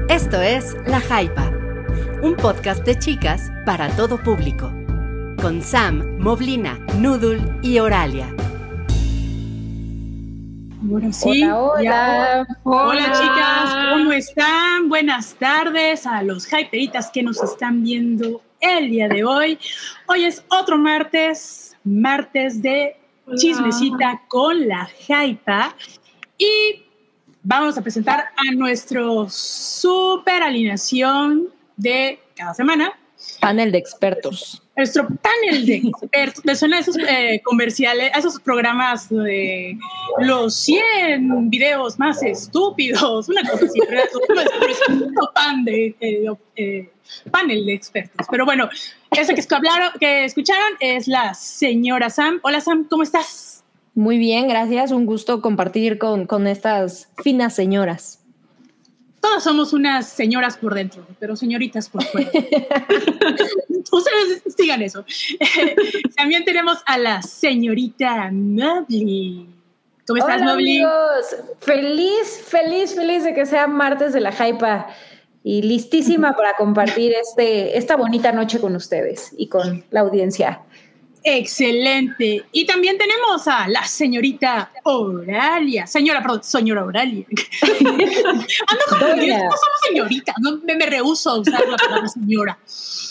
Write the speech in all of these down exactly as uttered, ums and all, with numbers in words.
Esto es La Jaipa, un podcast de chicas para todo público, con Sam, Moblina, Noodle y Oralia. Bueno, sí. Hola, hola. hola. Hola, chicas, ¿cómo están? Buenas tardes a los hyperitas que nos están viendo el día de hoy. Hoy es otro martes, martes de hola. Chismecita con La Jaipa. Y vamos a presentar a nuestro super alineación de cada semana. Panel de expertos. Nuestro panel de expertos. Me suena a esos eh, comerciales, a esos programas de los cien videos más estúpidos, una cosa así. Pero es un pan de, eh, eh, panel de expertos. Pero bueno, esa que, hablaron, que escucharon es la señora Sam. Hola, Sam, ¿cómo estás? Muy bien, gracias. Un gusto compartir con, con estas finas señoras. Todas somos unas señoras por dentro, pero señoritas por fuera. Ustedes sigan eso. También tenemos a la señorita Mobley. ¿Cómo estás, Hola, Mobley? Amigos. Feliz, feliz, feliz de que sea martes de La Jaipa y listísima para compartir este, esta bonita noche con ustedes y con la audiencia. Excelente. Y también tenemos a la señorita Oralia. Señora, perdón, señora Oralia. Ando con Dios, no somos señoritas. No, me, me rehúso a usar la palabra señora.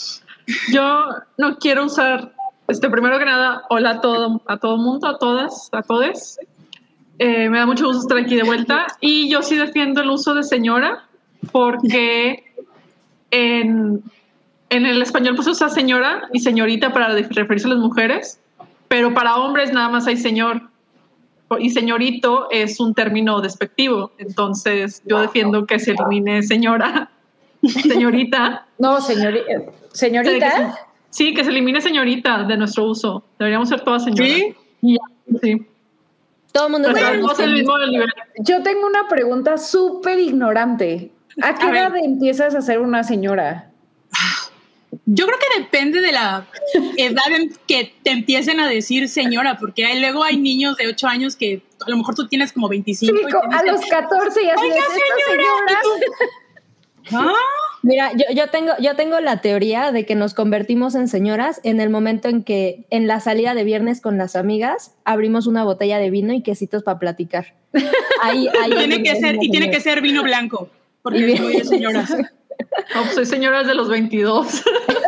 Yo no quiero usar, este, primero que nada, hola a todo, a todo mundo, a todas, a todes. Eh, me da mucho gusto estar aquí de vuelta. Y yo sí defiendo el uso de señora porque en... En el español pues usa señora y señorita para referirse a las mujeres, pero para hombres nada más hay señor. Y señorito es un término despectivo. Entonces yo defiendo que se elimine señora, señorita. No, señori- señorita. Sí que, se, sí, que se elimine señorita de nuestro uso. Deberíamos ser todas señoras. ¿Sí? Ya, sí. Todo el mundo está el mismo nivel. Yo tengo una pregunta súper ignorante. ¿A qué edad empiezas a ser una señora? Yo creo que depende de la edad en que te empiecen a decir señora, porque hay, luego hay niños de ocho años que a lo mejor tú tienes como veinticinco. Sí, y a los catorce y así ¡oiga, de señora! señora. ¿Ah? Mira, yo, yo, tengo, yo tengo la teoría de que nos convertimos en señoras en el momento en que en la salida de viernes con las amigas abrimos una botella de vino y quesitos para platicar. Ahí, ahí tiene que ser, y tiene que ser vino blanco, porque es muy de señoras. No, pues soy señora desde los veintidós.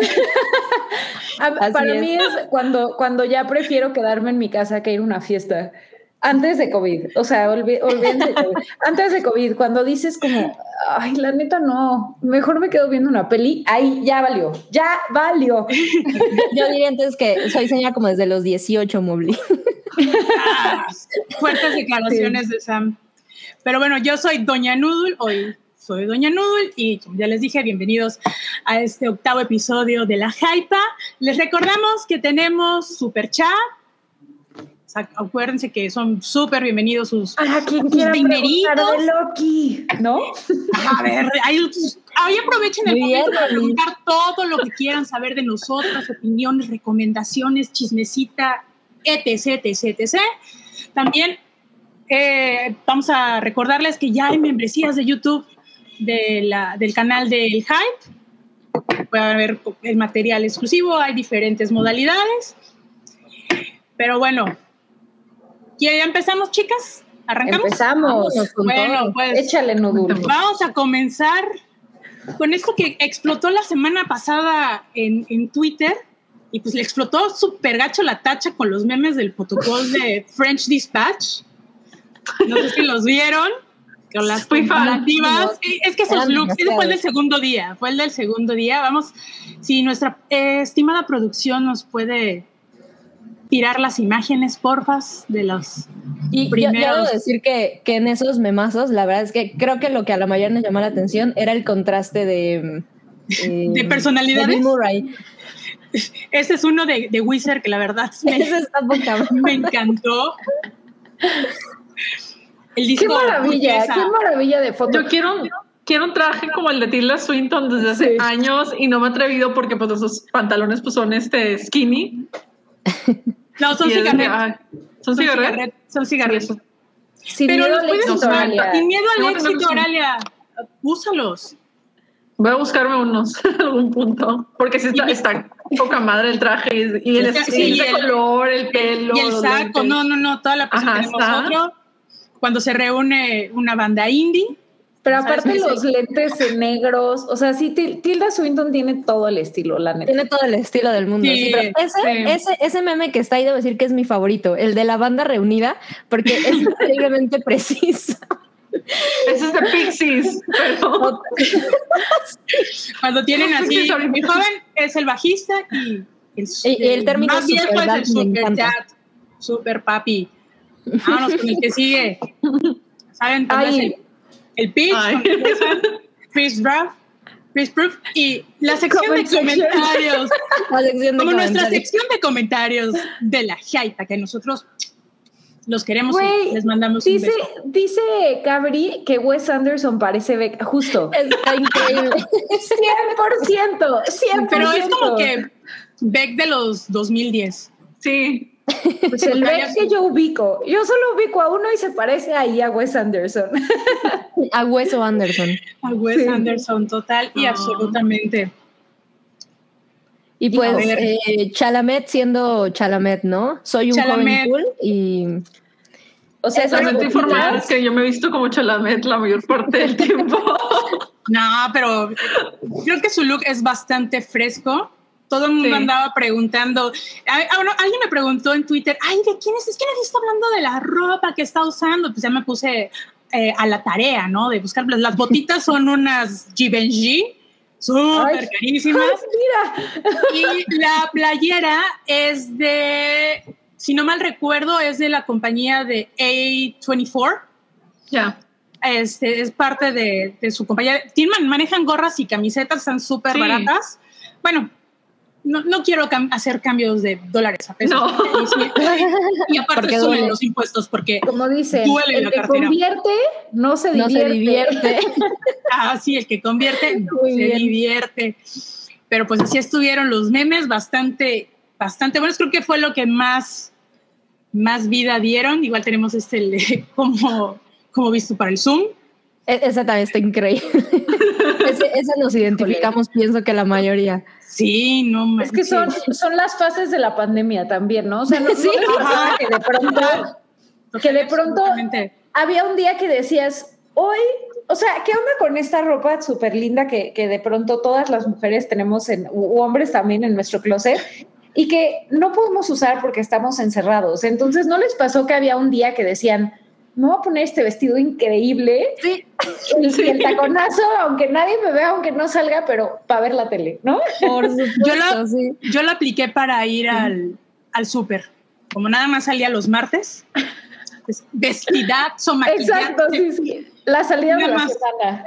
A, para es. mí es cuando, cuando ya prefiero quedarme en mi casa que ir a una fiesta. Antes de COVID, o sea, olvi- olvídense de COVID. Antes de COVID, cuando dices como, ay, la neta no, mejor me quedo viendo una peli, ahí ya valió, ya valió. Yo diría entonces que soy señora como desde los dieciocho, Mobley. Ah, fuertes declaraciones sí. de Sam. Pero bueno, yo soy Doña Noodle, hoy soy Doña Noodle y como ya les dije, bienvenidos a este octavo episodio de La Jaipa. Les recordamos que tenemos super chat. O sea, acuérdense que son súper bienvenidos sus, a quien sus quiera dineritos. De Loki, ¿no? A ver, ahí, ahí aprovechen el Muy momento bien, para preguntar todo lo que quieran saber de nosotros, opiniones, recomendaciones, chismecita, etc, etc, etc. También eh, vamos a recordarles que ya hay membresías de YouTube de la, del canal del Hype. Pueden ver el material exclusivo, hay diferentes modalidades. Pero bueno, ¿ya empezamos, chicas? ¿Arrancamos? Empezamos. Bueno, pues échale, Noodle. Vamos a comenzar con esto que explotó la semana pasada en, en Twitter y pues le explotó súper gacho la tacha con los memes del protocolo de French Dispatch. No sé si los vieron. Con las comparativas. Es que esos looks, ese fue el del segundo día, fue el del segundo día. Vamos, si nuestra eh, estimada producción nos puede tirar las imágenes, porfas, de los y primeros. Yo, yo debo decir que, que en esos memazos, la verdad es que creo que lo que a la mayoría nos llamó la atención era el contraste de... Eh, ¿De personalidades? De Bill Murray. Ese es uno de, de Wizard que la verdad me, está me encantó. El disco qué maravilla, burguesa. Qué maravilla de foto. Yo quiero un, quiero un traje como el de Tilda Swinton desde hace sí. años y no me he atrevido porque pues esos pantalones pues son este skinny. No, son cigarretas. ¿Son cigarretas? Son cigarretas. Sin Pero miedo los al puedes éxito, usar. Oralia. Sin miedo al No, éxito, no, no. Oralia. Úsalos. Voy a buscarme unos en algún punto, porque sí está, está poca madre el traje y, y el, Sí, sí, y el, el color, el pelo. Y el los saco, lentes. no, no, no, toda la cosa. Tenemos otro, cuando se reúne una banda indie. Pero aparte los sí? lentes negros, o sea, sí, Tilda Swinton tiene todo el estilo, la neta. Tiene todo el estilo del mundo. Sí, sí, pero ese, sí. ese, ese meme que está ahí, debo decir que es mi favorito, el de la banda reunida, porque es increíblemente preciso. Ese es de Pixies, pero... Cuando tienen así, mi joven es el bajista y el, y, y el término más viejo es el super dad, super papi. Vámonos con el que sigue. ¿Saben cómo es el, el pitch? Chris Braff, Chris Proof y la sección Comment de comentarios. La sección de como comentarios. Nuestra sección de comentarios de la Jaita, que nosotros los queremos Wey, y les mandamos dice, un beso. Dice Cabri que Wes Anderson parece Beck, justo. Está increíble. cien por ciento, cien por ciento. Pero es como que Beck de los dos mil diez. Sí. Pues el Beck que yo ubico. Yo solo ubico a uno y se parece ahí a Wes Anderson. A Weso Anderson. A Wes sí. Anderson, total y oh. absolutamente. Y pues eh, Chalamet siendo Chalamet, ¿no? Soy un Chalamet. Joven cool y... O sea, solamente informar que yo me he visto como Chalamet la mayor parte del tiempo. No, pero creo que su look es bastante fresco. Todo el mundo sí. andaba preguntando. Ah, bueno, alguien me preguntó en Twitter, ay, ¿de quién es? Es que nadie está hablando de la ropa que está usando. Pues ya me puse eh, a la tarea, ¿no? De buscar. Las botitas son unas Givenchy. Súper carísimas. Ay, mira. Y la playera es de, si no mal recuerdo, es de la compañía de A veinticuatro. Ya. Yeah. Este, es parte de, de su compañía. Tienen, manejan gorras y camisetas, están súper sí. baratas. Bueno, no, no quiero cam- hacer cambios de dólares a pesos. No. Y, y aparte porque suben duele. Los impuestos porque como dicen, duele el la que cartera. Convierte no se divierte. No se divierte. Ah, sí, el que convierte no Muy se bien. divierte. Pero pues así estuvieron los memes, bastante, bastante buenos. Creo que fue lo que más, más vida dieron. Igual tenemos este el, como, como visto para el Zoom. Esa también está increíble. ese, ese nos identificamos, pienso que la mayoría. Sí, no manches. Es que son, son las fases de la pandemia también, ¿no? O sea, no, sí. no que de pronto, que de pronto había un día que decías, hoy, o sea, ¿qué onda con esta ropa súper linda que, que de pronto todas las mujeres tenemos, en, u hombres también en nuestro closet, y que no podemos usar porque estamos encerrados? Entonces, ¿no les pasó que había un día que decían, me voy a poner este vestido increíble sí. y, sí. y el taconazo, aunque nadie me vea, aunque no salga, pero para ver la tele, ¿no? Por supuesto, yo, lo, sí. yo lo apliqué para ir sí. al, al súper. Como nada más salía los martes, pues, vestidazo, maquillaje. Exacto, sí, sí. La salida de la más. semana.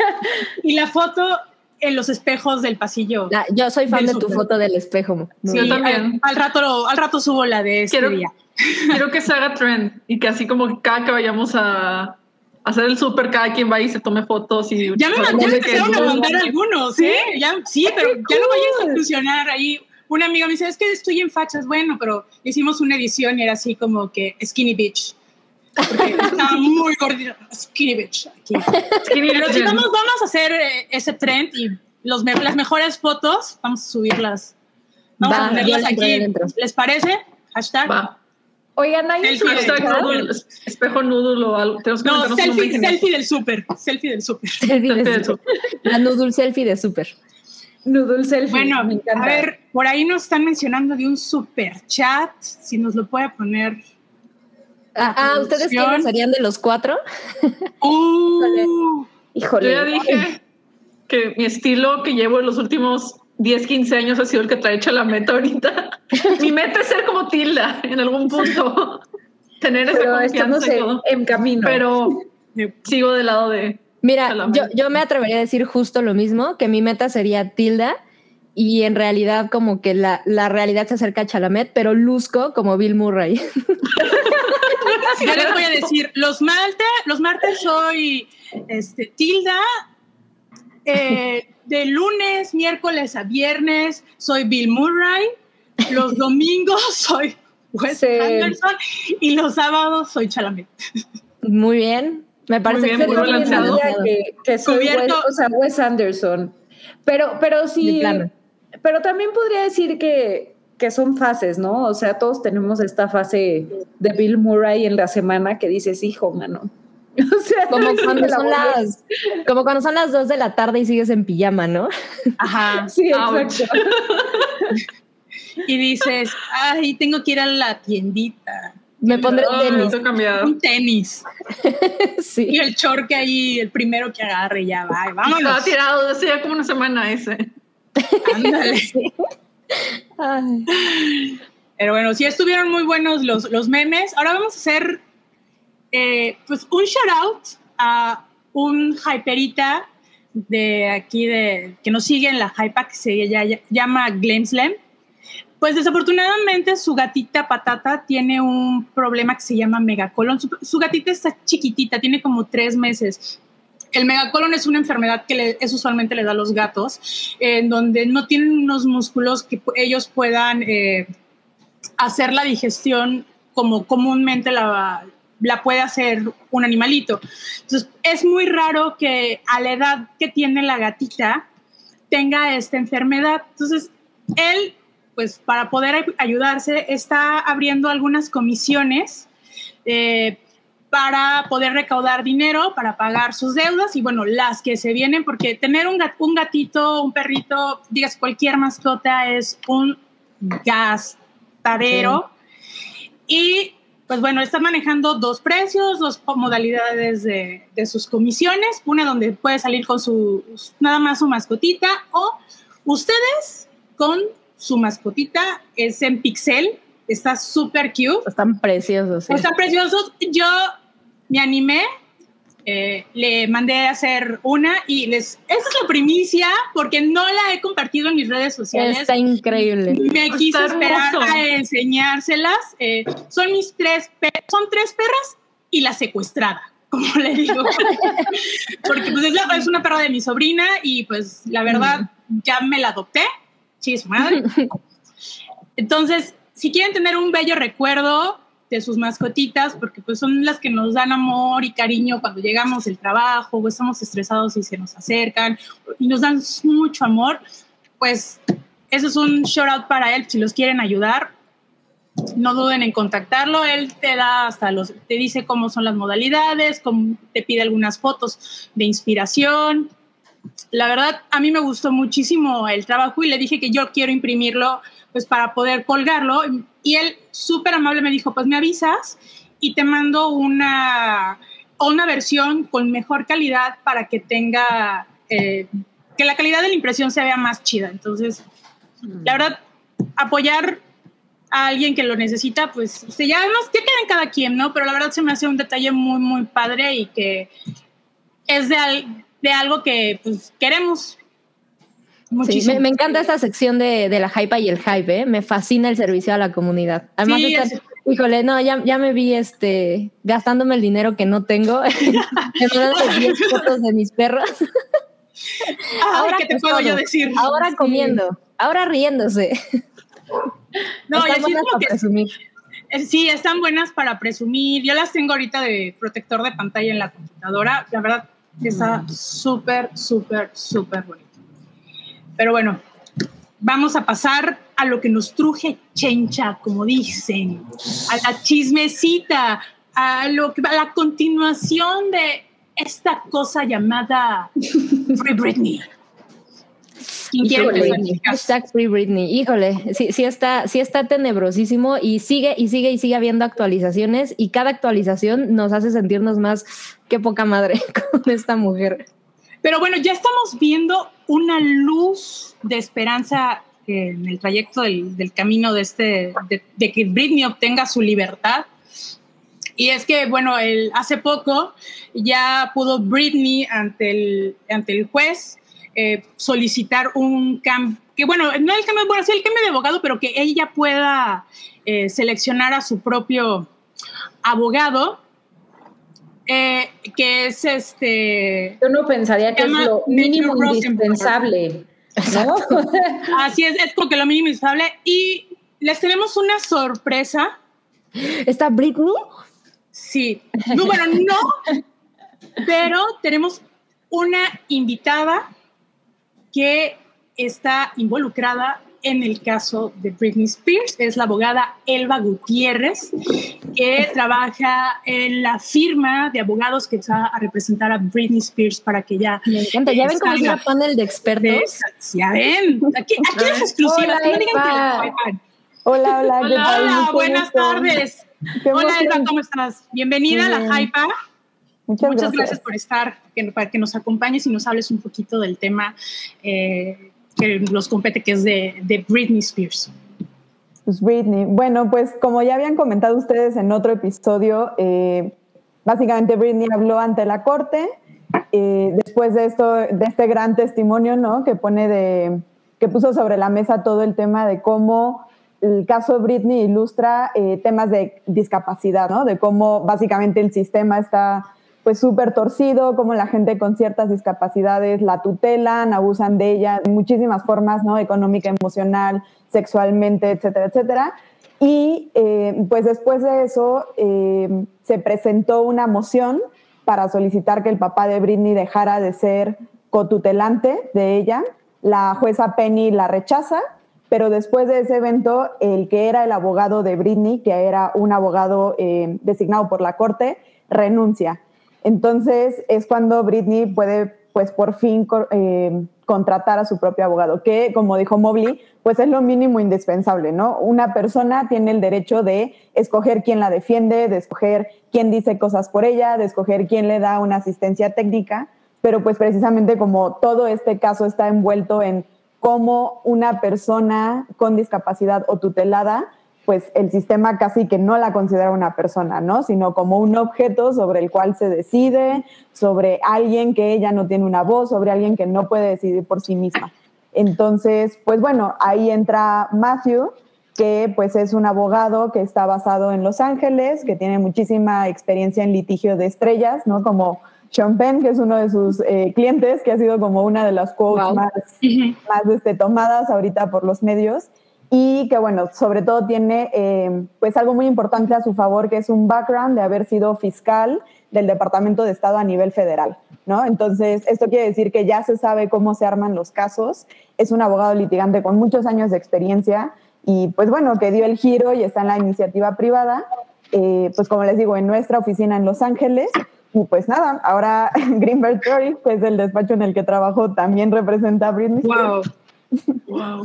Y la foto en los espejos del pasillo. La, yo soy fan de super. Tu foto del espejo. Sí, yo también. Al, al, rato, al rato subo la de este quiero, día. Quiero que se haga trend y que así como cada que vayamos a hacer el súper, cada quien va y se tome fotos. Y ya me empezaron a mandar algunos, ¿sí? ¿eh? Ya, sí, pero cool. Ya lo voy a institucionar ahí. Una amiga me dice, es que estoy en fachas. Bueno, pero hicimos una edición y era así como que Skinny Bitch. Porque estaba muy gordita. Skinny Bitch. Aquí. Skinny pero si vamos, vamos a hacer ese trend y los, las mejores fotos, vamos a subirlas. Vamos Va, a ponerlas aquí. ¿Les parece? Hashtag. Va. Oigan, hay el hashtag noodle, espejo noodle o algo. Tenemos que no, selfie, selfie del súper. Selfie del súper. Selfie del súper. La noodle selfie de súper. Noodle selfie. Bueno, me encanta. A ver, por ahí nos están mencionando de un super chat. Si nos lo puede poner. Ah, ah ¿ustedes quiénes serían de los cuatro? Uh, Híjole. Yo ya dije que mi estilo que llevo en los últimos diez, quince años ha sido el que trae Chalamet ahorita. Mi meta es ser como Tilda en algún punto. Tener esa pero confianza y todo. En camino. Pero sigo del lado de Mira, yo, yo me atrevería a decir justo lo mismo, que mi meta sería Tilda y en realidad como que la, la realidad se acerca a Chalamet, pero luzco como Bill Murray. Yo les voy a decir, los martes, los martes soy este, Tilda, eh, de lunes, miércoles a viernes soy Bill Murray, los domingos soy Wes sí. Anderson y los sábados soy Chalamet. Muy bien. Me parece bien, que muy es muy balanceado. balanceado. Que, que soy Wes, Cubierto. o sea, Wes Anderson. Pero, pero sí, De plano. pero también podría decir que, que son fases, ¿no? O sea, todos tenemos esta fase de Bill Murray en la semana que dices, hijo, mano. O sea, Como no cuando la son volví. las, como cuando son las dos de la tarde y sigues en pijama, ¿no? Ajá. Sí, Ouch. exacto. Y dices, ay, tengo que ir a la tiendita. Me pondré Oh, tenis. esto ha cambiado. Un tenis. Y Sí. el short que ahí, el primero que agarre, ya va, Estaba vámonos. tirado desde ya como una semana ese. Ándale. Ay. Pero bueno, sí estuvieron muy buenos los, los memes. Ahora vamos a hacer eh, pues un shout out a un hyperita de aquí de que nos sigue en la hypa que se ya, ya, llama Glemslem. Pues desafortunadamente su gatita Patata tiene un problema que se llama megacolon. Su, su gatita está chiquitita, tiene como tres meses. El megacolon es una enfermedad que le, es usualmente le da a los gatos, eh, en donde no tienen unos músculos que ellos puedan eh, hacer la digestión como comúnmente la, la puede hacer un animalito. Entonces, es muy raro que a la edad que tiene la gatita tenga esta enfermedad. Entonces, él, pues para poder ayudarse, está abriendo algunas comisiones eh, para poder recaudar dinero, para pagar sus deudas y, bueno, las que se vienen, porque tener un, gat, un gatito, un perrito, digas cualquier mascota, es un gastadero. Sí. Y, pues bueno, está manejando dos precios, dos modalidades de, de sus comisiones, una donde puede salir con su, nada más su mascotita, o ustedes con su mascotita, es en pixel, está súper cute. Están preciosos. Sí. Están preciosos. Yo me animé, eh, le mandé a hacer una y les, esa es la primicia porque no la he compartido en mis redes sociales. Está increíble. Me quise esperar a enseñárselas. Eh, son mis tres, son tres perras y la secuestrada, como le digo. Porque pues es, la, es una perra de mi sobrina y pues la verdad mm. ya me la adopté. Sí, su madre. Entonces, si quieren tener un bello recuerdo de sus mascotitas, porque pues son las que nos dan amor y cariño cuando llegamos del trabajo o estamos estresados y se nos acercan y nos dan mucho amor, pues eso es un shout out para él. Si los quieren ayudar, no duden en contactarlo. Él te da hasta los, te dice cómo son las modalidades, cómo, te pide algunas fotos de inspiración. La verdad, a mí me gustó muchísimo el trabajo y le dije que yo quiero imprimirlo pues para poder colgarlo. Y él súper amable me dijo, pues me avisas y te mando una, una versión con mejor calidad para que tenga, eh, que la calidad de la impresión se vea más chida. Entonces, mm. la verdad, apoyar a alguien que lo necesita, pues o sea, ya, no, ya queda en cada quien, ¿no? Pero la verdad se me hace un detalle muy, muy padre y que es de, al, de algo que pues queremos. Sí, me, me encanta esta sección de, de la hype y el hype, ¿eh? Me fascina el servicio a la comunidad. Además, sí, están, es... híjole, no, ya, ya me vi este gastándome el dinero que no tengo. Me mandan diez fotos de mis perros. Ay, ahora ¿qué te puedo yo decir? Ahora comiendo, sí. Ahora riéndose. No, están y buenas para que, presumir. Sí, están buenas para presumir. Yo las tengo ahorita de protector de pantalla en la computadora. La verdad, está súper, súper, súper bonito. Pero bueno, vamos a pasar a lo que nos truje chencha, como dicen, a la chismecita, a, lo que, a la continuación de esta cosa llamada Free Britney. ¿Quién quiere Britney? Hashtag Free Britney. Híjole, sí, sí, está, sí está tenebrosísimo y sigue y sigue y sigue habiendo actualizaciones y cada actualización nos hace sentirnos más que poca madre con esta mujer. Pero bueno, ya estamos viendo una luz de esperanza en el trayecto del, del camino de, este, de, de que Britney obtenga su libertad. Y es que, bueno, el, hace poco ya pudo Britney ante el, ante el juez eh, solicitar un cambio, que bueno, no el cambio, bueno, sí el cambio de abogado, pero que ella pueda eh, seleccionar a su propio abogado. Eh, que es este... Yo no pensaría que es lo mínimo indispensable, ¿no? Así es, es como que lo mínimo indispensable. Y les tenemos una sorpresa. ¿Está Britney? Sí. No, bueno, no, pero tenemos una invitada que está involucrada en el caso de Britney Spears. Es la abogada Elba Gutiérrez, que trabaja en la firma de abogados que va a representar a Britney Spears para que ya... Me encanta. ¿Ya ven cómo es un panel de expertos? De, ya ven. Aquí, aquí las exclusivas. Hola, no digan Elba. que Hola, hola. hola, tal? hola, Mucho buenas gusto. tardes. Qué Hola, emoción. Elba, ¿cómo estás? Bienvenida a la Hypa. Muchas, Muchas gracias. gracias por estar, que, para que nos acompañes y nos hables un poquito del tema eh, que nos compete, que es de, de Britney Spears. Pues Britney. Bueno, pues como ya habían comentado ustedes en otro episodio, eh, básicamente Britney habló ante la corte eh, después de esto, de este gran testimonio, ¿no? Que pone de, que puso sobre la mesa todo el tema de cómo el caso de Britney ilustra eh, temas de discapacidad, ¿no? De cómo básicamente el sistema está pues súper torcido, cómo la gente con ciertas discapacidades la tutelan, abusan de ella de muchísimas formas, ¿no? Económica, emocional, sexualmente, etcétera, etcétera. Y eh, pues después de eso eh, se presentó una moción para solicitar que el papá de Britney dejara de ser cotutelante de ella. La jueza Penny la rechaza, pero después de ese evento, el que era el abogado de Britney, que era un abogado eh, designado por la corte, renuncia. Entonces es cuando Britney puede, pues por fin, eh, contratar a su propio abogado, que, como dijo Mobley, pues es lo mínimo indispensable, ¿no? Una persona tiene el derecho de escoger quién la defiende, de escoger quién dice cosas por ella, de escoger quién le da una asistencia técnica, pero pues precisamente como todo este caso está envuelto en cómo una persona con discapacidad o tutelada, pues el sistema casi que no la considera una persona, ¿no? Sino como un objeto sobre el cual se decide, sobre alguien que ella no tiene una voz, sobre alguien que no puede decidir por sí misma. Entonces, pues bueno, ahí entra Matthew, que pues es un abogado que está basado en Los Ángeles, que tiene muchísima experiencia en litigio de estrellas, ¿no? Como Sean Penn, que es uno de sus eh, clientes, que ha sido como una de las quotes wow. más, más este, tomadas ahorita por los medios, y que bueno, sobre todo tiene eh, pues algo muy importante a su favor, que es un background de haber sido fiscal del Departamento de Estado a nivel federal, ¿no? Entonces, esto quiere decir que ya se sabe cómo se arman los casos, es un abogado litigante con muchos años de experiencia, y pues bueno, que dio el giro y está en la iniciativa privada, eh, pues como les digo, en nuestra oficina en Los Ángeles. Y pues nada, ahora Greenberg Traurig, que es el despacho en el que trabajo, también representa a Britney Spears. Wow, wow.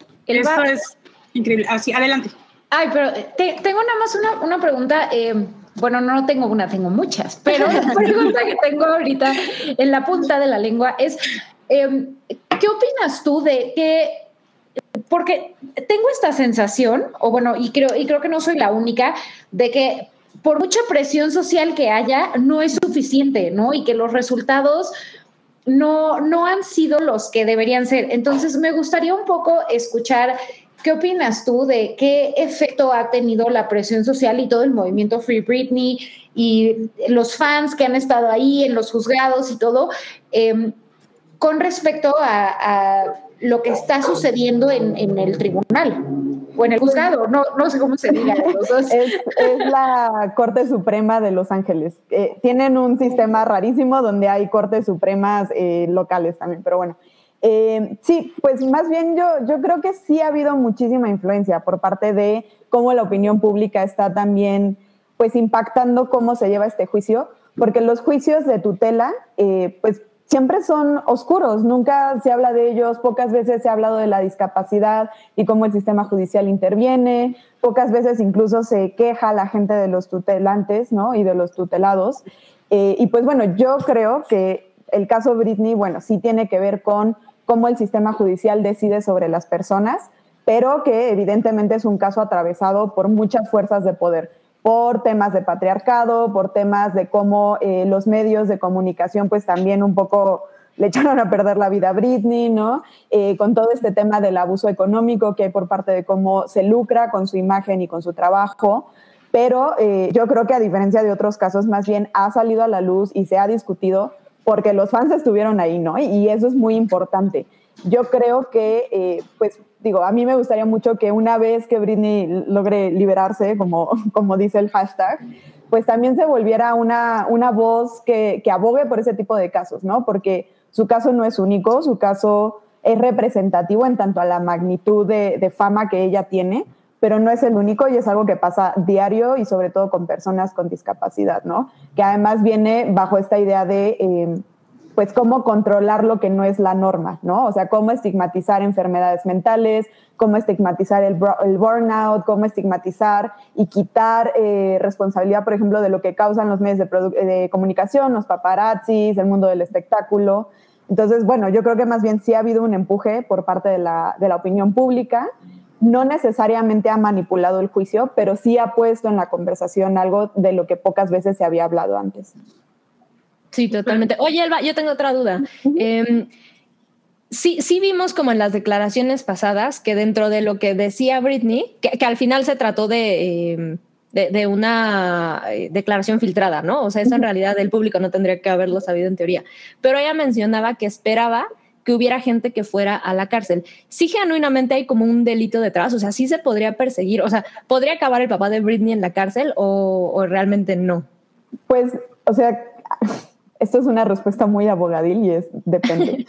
Eso es increíble. Así, adelante. Ay, pero te, tengo nada más una, una pregunta. Eh, bueno, no tengo una, tengo muchas, pero la pregunta que tengo ahorita en la punta de la lengua es, eh, ¿qué opinas tú de que, porque tengo esta sensación, o bueno, y creo, y creo que no soy la única, de que por mucha presión social que haya, no es suficiente, ¿no? Y que los resultados no, no han sido los que deberían ser. Entonces, me gustaría un poco escuchar qué opinas tú de qué efecto ha tenido la presión social y todo el movimiento Free Britney y los fans que han estado ahí en los juzgados y todo, eh, con respecto a, a lo que está sucediendo en, en el tribunal. O en el juzgado, no, no sé cómo se diga. Es, es la Corte Suprema de Los Ángeles. Eh, tienen un sistema rarísimo donde hay cortes supremas eh, locales también, pero bueno. Eh, sí, pues más bien yo, yo creo que sí ha habido muchísima influencia por parte de cómo la opinión pública está también pues impactando cómo se lleva este juicio, porque los juicios de tutela eh, pues siempre son oscuros, nunca se habla de ellos, pocas veces se ha hablado de la discapacidad y cómo el sistema judicial interviene, pocas veces incluso se queja la gente de los tutelantes, ¿no? Y de los tutelados. Eh, y pues bueno, yo creo que el caso Britney, bueno, sí tiene que ver con cómo el sistema judicial decide sobre las personas, pero que evidentemente es un caso atravesado por muchas fuerzas de poder, por temas de patriarcado, por temas de cómo eh, los medios de comunicación pues también un poco le echaron a perder la vida a Britney, ¿no? Eh, con todo este tema del abuso económico que hay por parte de cómo se lucra con su imagen y con su trabajo, pero eh, yo creo que a diferencia de otros casos más bien ha salido a la luz y se ha discutido porque los fans estuvieron ahí, ¿no? Y, y eso es muy importante. Yo creo que, eh, pues, digo, a mí me gustaría mucho que una vez que Britney logre liberarse, como, como dice el hashtag, pues también se volviera una, una voz que, que abogue por ese tipo de casos, ¿no? Porque su caso no es único, su caso es representativo en tanto a la magnitud de, de fama que ella tiene, pero no es el único y es algo que pasa diario y sobre todo con personas con discapacidad, ¿no? Que además viene bajo esta idea de, eh, pues, cómo controlar lo que no es la norma, ¿no? O sea, cómo estigmatizar enfermedades mentales, cómo estigmatizar el, el burnout, cómo estigmatizar y quitar eh, responsabilidad, por ejemplo, de lo que causan los medios de, produ- de comunicación, los paparazzis, el mundo del espectáculo. Entonces, bueno, yo creo que más bien sí ha habido un empuje por parte de la, de la opinión pública. No necesariamente ha manipulado el juicio, pero sí ha puesto en la conversación algo de lo que pocas veces se había hablado antes. Sí, totalmente. Oye, Elba, yo tengo otra duda. Uh-huh. Eh, sí, sí vimos como en las declaraciones pasadas que dentro de lo que decía Britney, que, que al final se trató de, eh, de, de una declaración filtrada, ¿no? O sea, eso en realidad el público no tendría que haberlo sabido en teoría. Pero ella mencionaba que esperaba que hubiera gente que fuera a la cárcel. Sí, genuinamente hay como un delito detrás, o sea, sí se podría perseguir, o sea, ¿podría acabar el papá de Britney en la cárcel o, o realmente no? Pues, o sea, esto es una respuesta muy abogadil y es depende.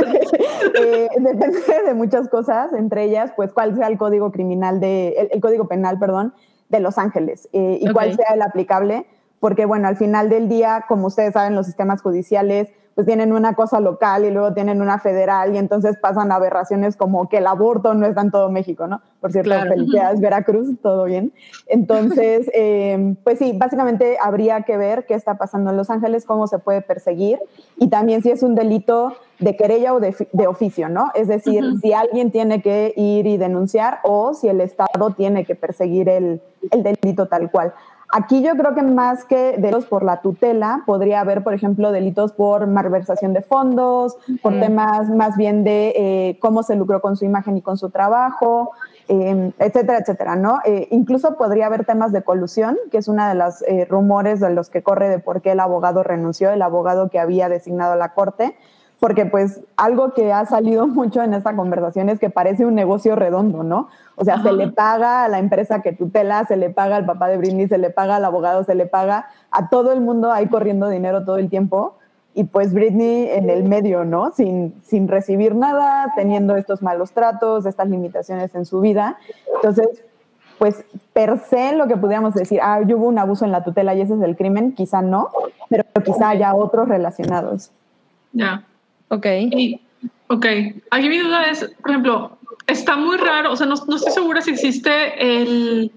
eh, depende de muchas cosas, entre ellas, pues, cuál sea el código criminal de, el, el código penal, perdón, de Los Ángeles eh, y okay. cuál sea el aplicable, porque, bueno, al final del día, como ustedes saben, los sistemas judiciales pues tienen una cosa local y luego tienen una federal y entonces pasan aberraciones como que el aborto no está en todo México, ¿no? Por cierto, claro. Felicidades Veracruz, todo bien. Entonces, eh, pues sí, básicamente habría que ver qué está pasando en Los Ángeles, cómo se puede perseguir y también si es un delito de querella o de, de oficio, ¿no? Es decir, uh-huh. si alguien tiene que ir y denunciar o si el Estado tiene que perseguir el, el delito tal cual. Aquí yo creo que más que delitos por la tutela, podría haber, por ejemplo, delitos por malversación de fondos, por mm. temas más bien de eh, cómo se lucró con su imagen y con su trabajo, eh, etcétera, etcétera, ¿no? Eh, incluso podría haber temas de colusión, que es una de los eh, rumores de los que corre de por qué el abogado renunció, el abogado que había designado la corte, porque pues algo que ha salido mucho en esta conversación es que parece un negocio redondo, ¿no? O sea, Ajá. se le paga a la empresa que tutela, se le paga al papá de Britney, se le paga al abogado, se le paga a todo el mundo ahí corriendo dinero todo el tiempo y pues Britney en el medio, ¿no? Sin, sin recibir nada, teniendo estos malos tratos, estas limitaciones en su vida. Entonces, pues per se lo que pudiéramos decir, ah, hubo un abuso en la tutela y ese es el crimen, quizá no, pero quizá haya otros relacionados. Ya. Yeah. Ok. Y, ok. Aquí mi duda es, por ejemplo, está muy raro, o sea, no, no estoy segura si existe el,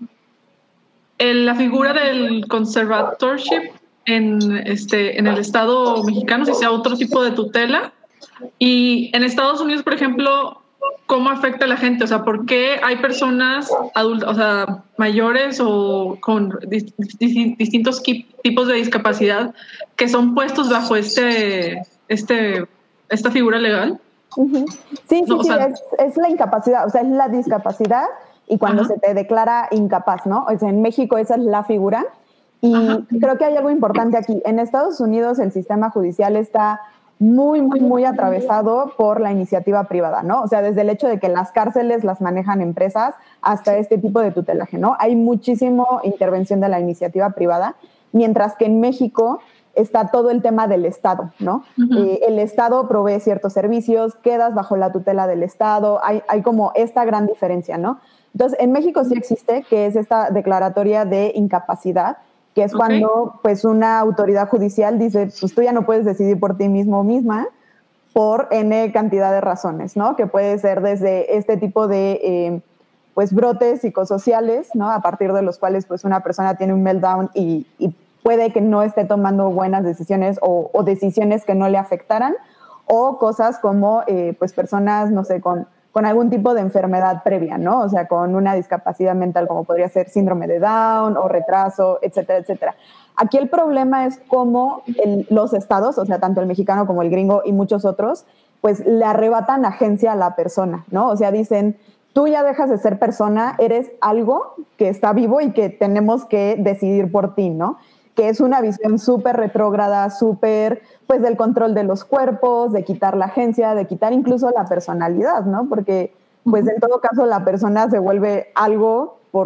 el, la figura del conservatorship en, este, en el Estado mexicano, si sea otro tipo de tutela. Y en Estados Unidos, por ejemplo, ¿cómo afecta a la gente? O sea, ¿por qué hay personas adultas, o sea, mayores o con dis, dis, distintos tipos de discapacidad que son puestos bajo este... este esta figura legal? Uh-huh. Sí, sí, no, sí, sea, es, es la incapacidad, o sea, es la discapacidad y cuando ajá. se te declara incapaz, ¿no? O sea, en México esa es la figura y ajá. creo que hay algo importante aquí. En Estados Unidos el sistema judicial está muy, muy, muy atravesado por la iniciativa privada, ¿no? O sea, desde el hecho de que las cárceles las manejan empresas hasta este tipo de tutelaje, ¿no? Hay muchísimo intervención de la iniciativa privada, mientras que en México está todo el tema del Estado, ¿no? Uh-huh. Eh, el Estado provee ciertos servicios, quedas bajo la tutela del Estado, hay, hay como esta gran diferencia, ¿no? Entonces, en México sí existe, que es esta declaratoria de incapacidad, que es okay. cuando pues una autoridad judicial dice, pues tú ya no puedes decidir por ti mismo o misma por N cantidad de razones, ¿no? Que puede ser desde este tipo de eh, pues brotes psicosociales, ¿no? A partir de los cuales pues una persona tiene un meltdown y, y puede que no esté tomando buenas decisiones o, o decisiones que no le afectaran, o cosas como eh, pues personas, no sé, con, con algún tipo de enfermedad previa, ¿no? O sea, con una discapacidad mental como podría ser síndrome de Down o retraso, etcétera, etcétera. Aquí el problema es cómo el, los estados, o sea, tanto el mexicano como el gringo y muchos otros, pues le arrebatan agencia a la persona, ¿no? O sea, dicen, tú ya dejas de ser persona, eres algo que está vivo y que tenemos que decidir por ti, ¿no? Que es una visión súper retrógrada, súper, pues, del control de los cuerpos, de quitar la agencia, de quitar incluso la personalidad, ¿no? Porque, pues, en todo caso, la persona se vuelve algo por,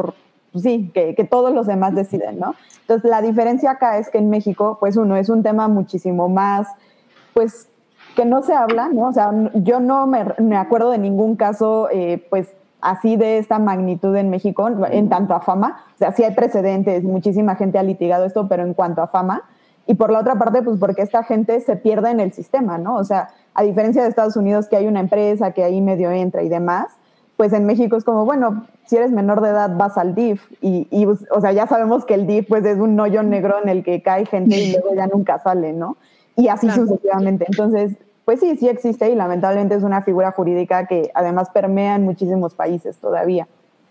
pues sí, que, que todos los demás deciden, ¿no? Entonces, la diferencia acá es que en México, pues uno, es un tema muchísimo más, pues, que no se habla, ¿no? O sea, yo no me, me acuerdo de ningún caso, eh, pues, así de esta magnitud en México, en tanto a fama. O sea, sí hay precedentes, muchísima gente ha litigado esto, pero en cuanto a fama. Y por la otra parte, pues porque esta gente se pierde en el sistema, ¿no? O sea, a diferencia de Estados Unidos, que hay una empresa que ahí medio entra y demás, pues en México es como, bueno, si eres menor de edad vas al D I F y, y o sea, ya sabemos que el D I F pues es un hoyo negro en el que cae gente y luego ya nunca sale, ¿no? Y así claro. sucesivamente. Entonces, pues sí, sí existe y lamentablemente es una figura jurídica que además permea en muchísimos países todavía.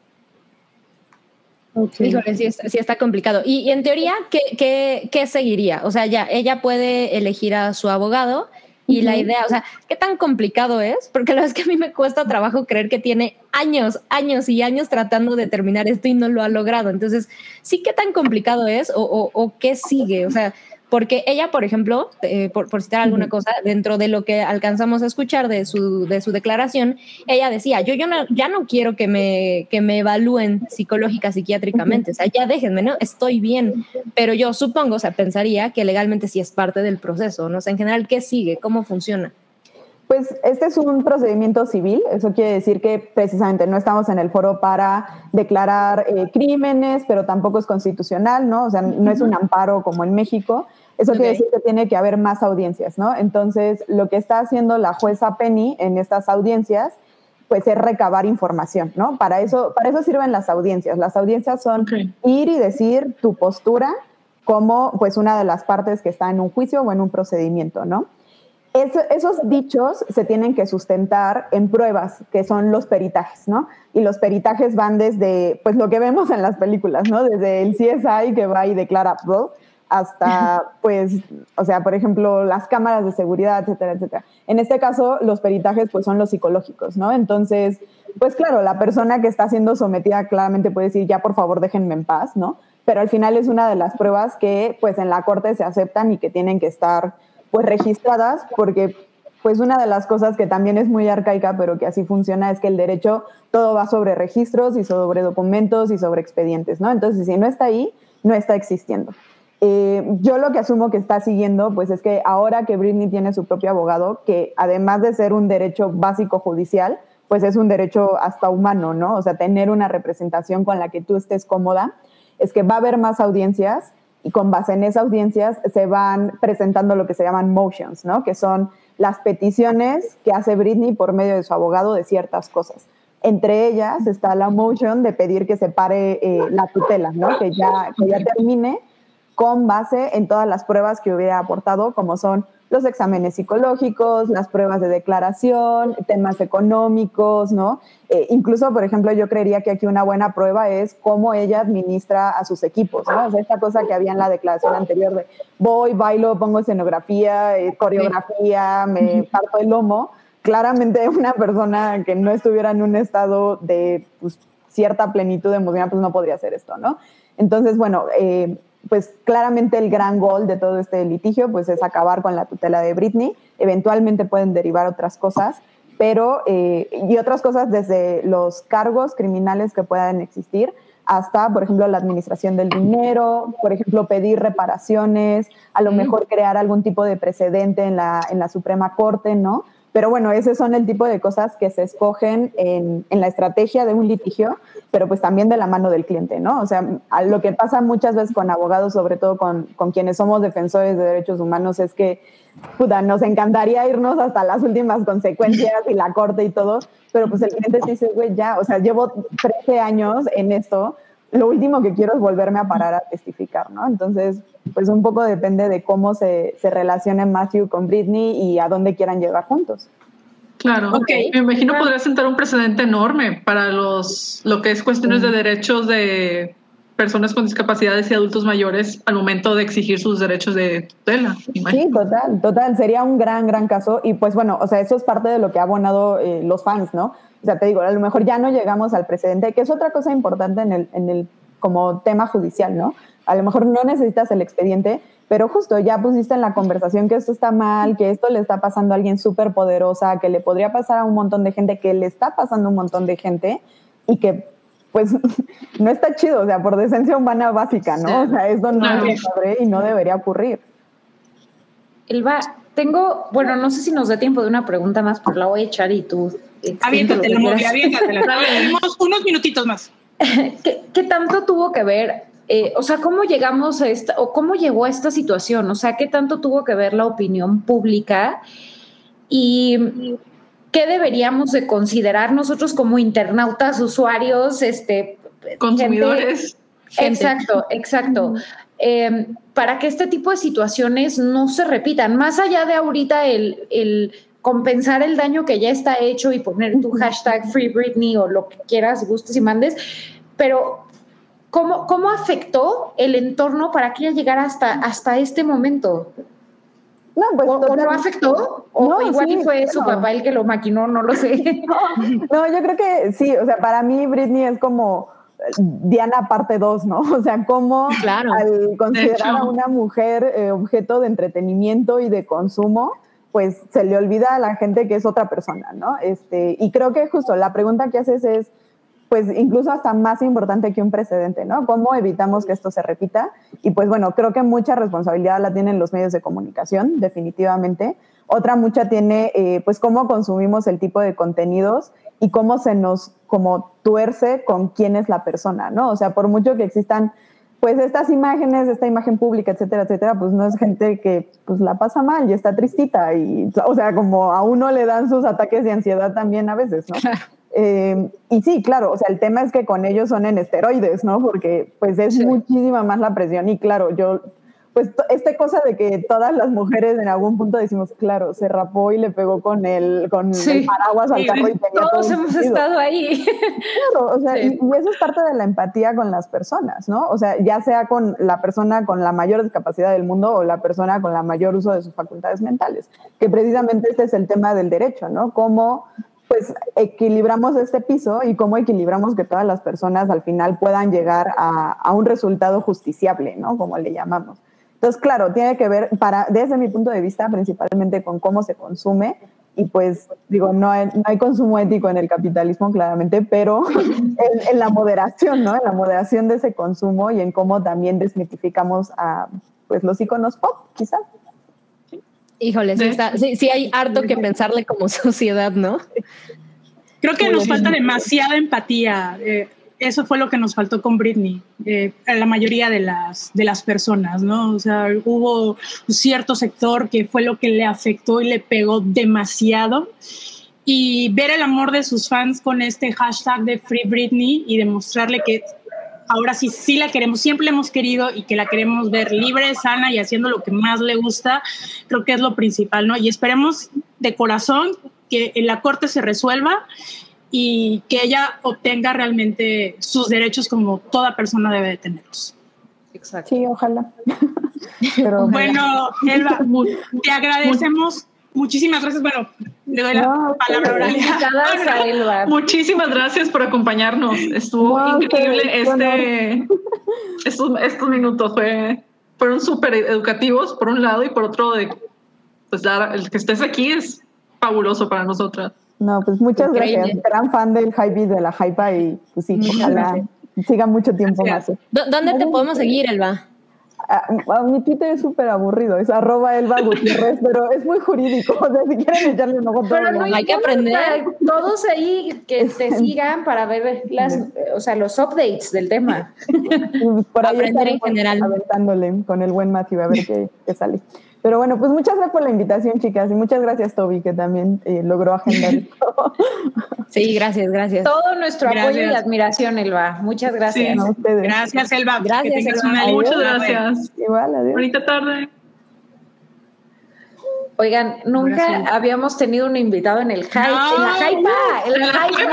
Okay. Híjole, sí, sí está complicado. Y, y en teoría, ¿qué, qué, ¿qué seguiría? O sea, ya, ella puede elegir a su abogado y uh-huh. la idea, o sea, ¿qué tan complicado es? Porque la verdad es que a mí me cuesta trabajo creer que tiene años, años y años tratando de terminar esto y no lo ha logrado. Entonces, ¿sí qué tan complicado es o, o, o qué sigue? O sea, porque ella, por ejemplo, eh, por, por citar alguna uh-huh. cosa, dentro de lo que alcanzamos a escuchar de su, de su declaración, ella decía, yo, yo no, ya no quiero que me, que me evalúen psicológica, psiquiátricamente, uh-huh. o sea, ya déjenme, ¿no? Estoy bien, pero yo supongo, o sea, pensaría que legalmente sí es parte del proceso, ¿no? O sea, en general, ¿qué sigue? ¿Cómo funciona? Pues este es un procedimiento civil, eso quiere decir que precisamente no estamos en el foro para declarar eh, crímenes, pero tampoco es constitucional, ¿no? O sea, no es un amparo como en México. Eso okay. quiere decir que tiene que haber más audiencias, ¿no? Entonces, lo que está haciendo la jueza Penny en estas audiencias, pues es recabar información, ¿no? Para eso, para eso sirven las audiencias. Las audiencias son okay. ir y decir tu postura como pues una de las partes que está en un juicio o en un procedimiento, ¿no? Eso, esos dichos se tienen que sustentar en pruebas, que son los peritajes, ¿no? Y los peritajes van desde, pues lo que vemos en las películas, ¿no? Desde el C S I que va y declara Abdul, hasta, pues, o sea, por ejemplo, las cámaras de seguridad, etcétera, etcétera. En este caso, los peritajes, pues, son los psicológicos, ¿no? Entonces, pues, claro, la persona que está siendo sometida claramente puede decir, ya, por favor, déjenme en paz, ¿no? Pero al final es una de las pruebas que, pues, en la corte se aceptan y que tienen que estar pues registradas, porque pues una de las cosas que también es muy arcaica, pero que así funciona, es que el derecho todo va sobre registros y sobre documentos y sobre expedientes, ¿no? Entonces, si no está ahí, no está existiendo. Eh, yo lo que asumo que está siguiendo, pues es que ahora que Britney tiene su propio abogado, que además de ser un derecho básico judicial, pues es un derecho hasta humano, ¿no? O sea, tener una representación con la que tú estés cómoda, es que va a haber más audiencias, y con base en esas audiencias se van presentando lo que se llaman motions, ¿no? Que son las peticiones que hace Britney por medio de su abogado de ciertas cosas. Entre ellas está la motion de pedir que se pare eh, la tutela, ¿no? Que ya, que ya termine con base en todas las pruebas que hubiera aportado, como son los exámenes psicológicos, las pruebas de declaración, temas económicos, ¿no? Eh, incluso, por ejemplo, yo creería que aquí una buena prueba es cómo ella administra a sus equipos, ¿no? O sea, esta cosa que había en la declaración anterior de voy, bailo, pongo escenografía, eh, coreografía, me parto el lomo. Claramente una persona que no estuviera en un estado de pues, cierta plenitud emocional, pues no podría hacer esto, ¿no? Entonces, bueno, eh, pues claramente el gran gol de todo este litigio pues es acabar con la tutela de Britney. Eventualmente pueden derivar otras cosas, pero eh, y otras cosas desde los cargos criminales que puedan existir hasta, por ejemplo, la administración del dinero, por ejemplo, pedir reparaciones, a lo mejor crear algún tipo de precedente en la, en la Suprema Corte, ¿no? Pero bueno, esos son el tipo de cosas que se escogen en, en la estrategia de un litigio, pero pues también de la mano del cliente, ¿no? O sea, lo que pasa muchas veces con abogados, sobre todo con, con quienes somos defensores de derechos humanos, es que, puta, nos encantaría irnos hasta las últimas consecuencias y la corte y todo, pero pues el cliente te dice, güey, ya, o sea, llevo trece años en esto, lo último que quiero es volverme a parar a testificar, ¿no? Entonces, pues un poco depende de cómo se, se relacione Matthew con Britney y a dónde quieran llegar juntos. Claro, okay. Me imagino ah. podría sentar un precedente enorme para los lo que es cuestiones sí. de derechos de personas con discapacidades y adultos mayores al momento de exigir sus derechos de tutela. Sí, total, total, sería un gran, gran caso y pues bueno, o sea, eso es parte de lo que ha abonado eh, los fans, ¿no? O sea, te digo, a lo mejor ya no llegamos al precedente, que es otra cosa importante en el, en el como tema judicial, ¿no? A lo mejor no necesitas el expediente, pero justo ya pusiste en la conversación que esto está mal, que esto le está pasando a alguien súper poderosa, que le podría pasar a un montón de gente, que le está pasando a un montón de gente y que pues no está chido, o sea, por decencia humana básica, ¿no? Sí. O sea, esto no claro. es padre y no debería ocurrir. Elba, tengo, bueno, no sé si nos da tiempo de una pregunta más, pero la voy a echar y tú... Aviéntatela, Moby, aviéntatela. Tenemos unos minutitos más. ¿Qué, ¿Qué tanto tuvo que ver, eh, o sea, cómo llegamos a esta, o cómo llegó a esta situación? O sea, ¿qué tanto tuvo que ver la opinión pública? Y... ¿qué deberíamos de considerar nosotros como internautas, usuarios, este, consumidores? Gente, exacto, exacto. Uh-huh. Eh, para que este tipo de situaciones no se repitan, más allá de ahorita el, el compensar el daño que ya está hecho y poner tu hashtag Free Britney o lo que quieras, gustes y mandes, pero ¿cómo, cómo afectó el entorno para que ella llegara hasta, hasta este momento? No, pues, ¿O, ¿O no afectó? ¿O no, igual sí, fue su no. papá el que lo maquinó? No lo sé. No, no, yo creo que sí. O sea, para mí Britney es como Diana parte dos, ¿no? O sea, como claro. al considerar a una mujer eh, objeto de entretenimiento y de consumo, pues se le olvida a la gente que es otra persona, ¿no? Este, y creo que justo la pregunta que haces es, pues incluso hasta más importante que un precedente, ¿no? ¿Cómo evitamos que esto se repita? Y pues bueno, creo que mucha responsabilidad la tienen los medios de comunicación, definitivamente. Otra mucha tiene, eh, pues, cómo consumimos el tipo de contenidos y cómo se nos como tuerce con quién es la persona, ¿no? O sea, por mucho que existan, pues, estas imágenes, esta imagen pública, etcétera, etcétera, pues no es gente que, pues, la pasa mal y está tristita y, o sea, como a uno le dan sus ataques de ansiedad también a veces, ¿no? Eh, y sí, claro, o sea, el tema es que con ellos son en esteroides, ¿no? Porque pues es sí. muchísima más la presión y claro, yo, pues esta cosa de que todas las mujeres en algún punto decimos, claro, se rapó y le pegó con el, con sí. el paraguas al sí, carro y tenía todos todo hemos sentido. Estado ahí. Claro, o sea, sí. y, y eso es parte de la empatía con las personas, ¿no? O sea, ya sea con la persona con la mayor discapacidad del mundo o la persona con la mayor uso de sus facultades mentales, que precisamente este es el tema del derecho, ¿no? Cómo pues equilibramos este piso y cómo equilibramos que todas las personas al final puedan llegar a, a un resultado justiciable, ¿no? Como le llamamos. Entonces, claro, tiene que ver, para, desde mi punto de vista, principalmente con cómo se consume y pues, digo, no hay, no hay consumo ético en el capitalismo, claramente, pero en, en la moderación, ¿no? En la moderación de ese consumo y en cómo también desmitificamos a, pues, los iconos pop, quizás. Híjole, sí, está, sí, sí hay harto que pensarle como sociedad, ¿no? Creo que nos falta demasiada empatía. Eh, eso fue lo que nos faltó con Britney, eh, a la mayoría de las, de las personas, ¿no? O sea, hubo un cierto sector que fue lo que le afectó y le pegó demasiado. Y ver el amor de sus fans con este hashtag de Free Britney y demostrarle que ahora sí, sí la queremos, siempre la hemos querido y que la queremos ver libre, sana y haciendo lo que más le gusta, creo que es lo principal, ¿no? Y esperemos de corazón que en la corte se resuelva y que ella obtenga realmente sus derechos como toda persona debe de tenerlos. Exacto. Sí, ojalá. Pero ojalá. Bueno, Elba, te agradecemos. Muchísimas gracias. Bueno, le doy la no, palabra a Oralia. Muchísimas gracias por acompañarnos. Estuvo no, increíble este, estos, estos minutos. Fue, fueron súper educativos, por un lado, y por otro, de, pues dar, el que estés aquí es fabuloso para nosotras. No, pues muchas increíble. Gracias. Gran fan del Hype de la Hypa y pues sí, muchas ojalá gracias. Siga mucho tiempo gracias. más. ¿Dónde te podemos seguir, Elba? Uh, mi Twitter es súper aburrido, es arroba Elba Gutiérrez, pero es muy jurídico, o sea, si quieren echarle un ojo todo. Pero no hay que aprender. Todos ahí que te sigan para ver las, o sea, los updates del tema. Por ahí aprender en general. Aventándole con el buen Matthew a ver qué, qué sale. Pero bueno, pues muchas gracias por la invitación, chicas, y muchas gracias, Toby, que también eh, logró agendar esto. Sí, gracias, gracias. Todo nuestro gracias. Apoyo y admiración, Elba. Muchas gracias. Sí, a ustedes. Gracias, Elba. Gracias, Elba. Adiós. Muchas gracias. Igual, adiós. Bonita tarde. Oigan, nunca gracias. Habíamos tenido un invitado en el hype, no, en la hypa, en la hypa.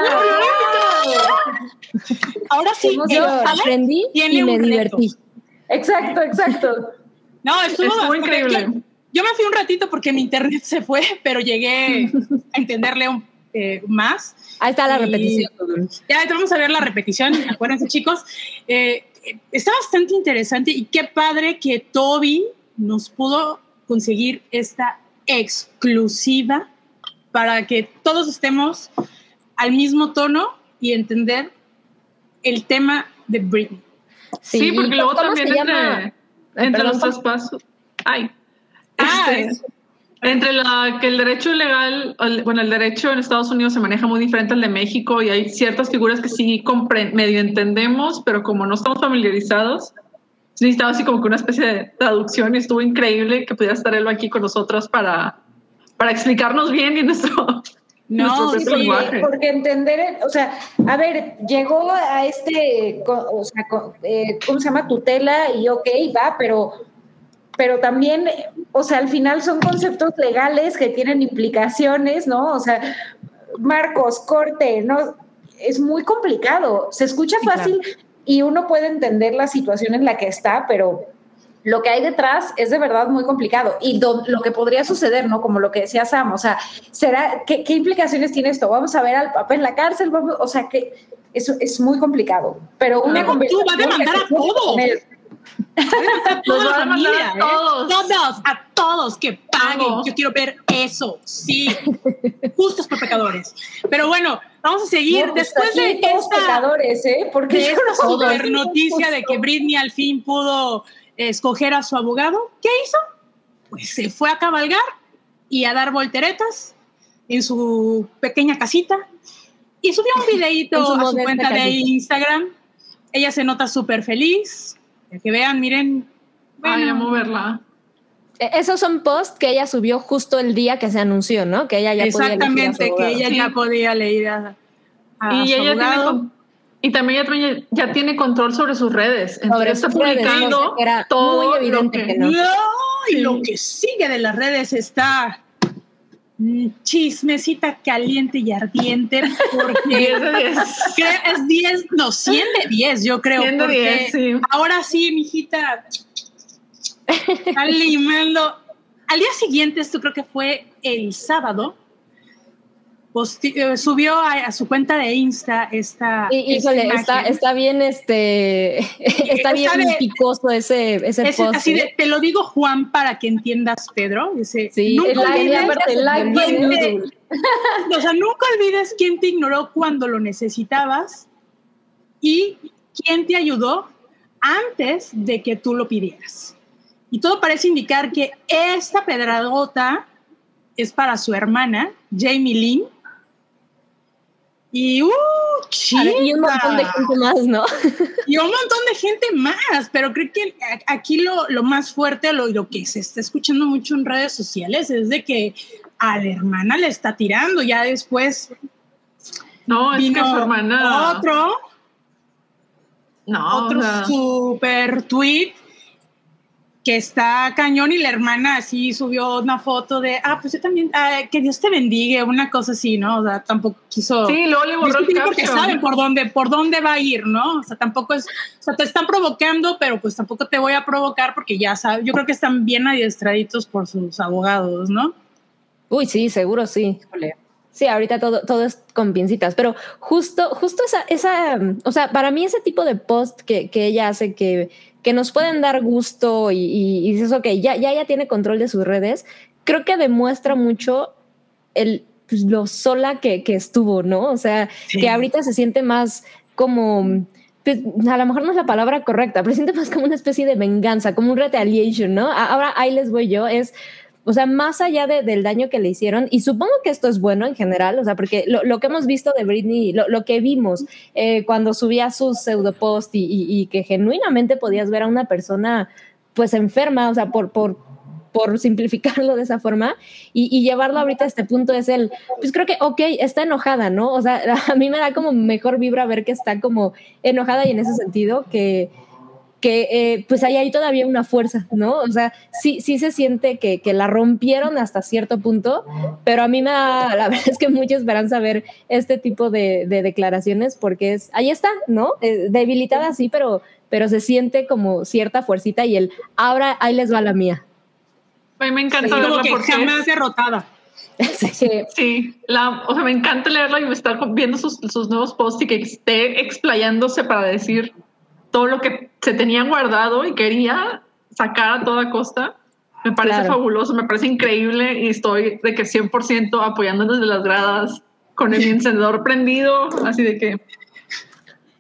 Ahora sí, yo aprendí y me divertí. Exacto, exacto. No, estuvo, estuvo increíble. Yo, yo me fui un ratito porque mi internet se fue, pero llegué a entenderle un, eh, más. Ahí está la repetición. Ya vamos a ver la repetición, acuérdense, chicos. Eh, está bastante interesante y qué padre que Toby nos pudo conseguir esta exclusiva para que todos estemos al mismo tono y entender el tema de Britney. Sí, sí porque luego también entre, entre los traspasos. Ay. Ah, este, es. Entre la que el derecho legal, bueno, el derecho en Estados Unidos se maneja muy diferente al de México y hay ciertas figuras que sí compre, medio entendemos, pero como no estamos familiarizados, necesitaba así como que una especie de traducción y estuvo increíble que pudiera estar él aquí con nosotros para, para explicarnos bien y nuestro, no, nuestro sí, lenguaje. Porque entender, o sea, a ver, llegó a este, o sea, eh, ¿cómo se llama? Tutela y ok, va, pero, pero también, o sea, al final son conceptos legales que tienen implicaciones, ¿no? O sea, marcos, corte, ¿no? Es muy complicado. Se escucha fácil. Sí, claro. Y uno puede entender la situación en la que está, pero lo que hay detrás es de verdad muy complicado. Y do, lo que podría suceder, ¿no? Como lo que decía Sam, o sea, ¿será, qué, qué implicaciones tiene esto? ¿Vamos a ver al papá en la cárcel? ¿Vamos? O sea, que eso es muy complicado. Pero una no, tú vas a demandar a todos. A toda la familia, a todos. ¿eh? Todos, a todos que paguen. Todos. Yo quiero ver eso, sí. Justos por pecadores. Pero bueno, vamos a seguir. No, pues después de esta, pecadores, ¿eh? Porque de esta super noticia de que Britney al fin pudo escoger a su abogado, ¿qué hizo? Pues se fue a cabalgar y a dar volteretas en su pequeña casita y subió un videíto su a su cuenta casita. de Instagram. Ella se nota súper feliz. Que vean, miren. Bueno, Ay, amo verla. Esos son posts que ella subió justo el día que se anunció, ¿no? Que ella ya Exactamente, podía que ella sí. ya podía leer a, a y su ella abogado. Tiene, y también ella ya tiene control sobre sus redes. Sobre está sus publicando redes, era todo muy evidente lo que, que no. no. Y lo que sigue de las redes está chismecita caliente y ardiente porque diez de diez. Es diez, no, cien de diez yo creo, cien de diez, sí. Ahora sí, mijita, está limando. Al día siguiente, esto creo que fue el sábado, posti- eh, subió a, a su cuenta de Insta esta, y, esta híjole, está, está bien este está bien de, picoso ese, ese es, post. Así de, te lo digo, Juan, para que entiendas, Pedro. Dice, sí, nunca olvides, like, like quién te, o sea, nunca olvides quién te ignoró cuando lo necesitabas y quién te ayudó antes de que tú lo pidieras. Y todo parece indicar que esta pedradota es para su hermana, Jamie Lynn. Y, uh, chica. Y un montón de gente más, ¿no? Y un montón de gente más, pero creo que aquí lo, lo más fuerte, lo, lo que se está escuchando mucho en redes sociales es de que a la hermana le está tirando, ya después no, es vino que su hermana... otro, no, otro o sea... super tweet que está cañón y la hermana así subió una foto de, ah, pues yo también, ah, que Dios te bendiga, una cosa así, ¿no? O sea, tampoco quiso... Sí, luego le borró el caption. Porque saben por dónde, por dónde va a ir, ¿no? O sea, tampoco es... O sea, te están provocando, pero pues tampoco te voy a provocar porque ya sabes, yo creo que están bien adiestraditos por sus abogados, ¿no? Uy, sí, seguro sí. Sí, ahorita todo, todo es con pincitas, pero justo, justo esa, esa, o sea, para mí ese tipo de post que, que ella hace que, que nos pueden dar gusto y, y, y dices, ok, ya, ya, ya tiene control de sus redes, creo que demuestra mucho el, pues, lo sola que, que estuvo, ¿no? O sea, sí. Que ahorita se siente más como... Pues, a lo mejor no es la palabra correcta, pero siente más como una especie de venganza, como un retaliation, ¿no? Ahora ahí les voy yo, es... O sea, más allá de, del daño que le hicieron, y supongo que esto es bueno en general, o sea, porque lo, lo que hemos visto de Britney, lo, lo que vimos eh, cuando subía sus pseudopost y, y, y que genuinamente podías ver a una persona pues enferma, o sea, por, por, por simplificarlo de esa forma, y, y llevarlo ahorita a este punto es el, pues creo que, ok, está enojada, ¿no? O sea, a mí me da como mejor vibra ver que está como enojada y en ese sentido que... que eh, pues hay ahí todavía una fuerza, ¿no? O sea, sí, sí se siente que, que la rompieron hasta cierto punto, pero a mí me da, la verdad es que mucha esperanza ver este tipo de, de declaraciones porque es, ahí está, ¿no? Eh, debilitada sí, pero, pero se siente como cierta fuercita y el, ahora ahí les va la mía. A mí me encanta sí, verla como que porque jamás es... derrotada. Sí, sí la, o sea, me encanta leerla y estar viendo sus, sus nuevos posts y que esté explayándose para decir todo lo que se tenía guardado y quería sacar a toda costa. Me parece claro. fabuloso, me parece increíble y estoy de que cien por ciento apoyando desde las gradas con el encendedor prendido, así de que...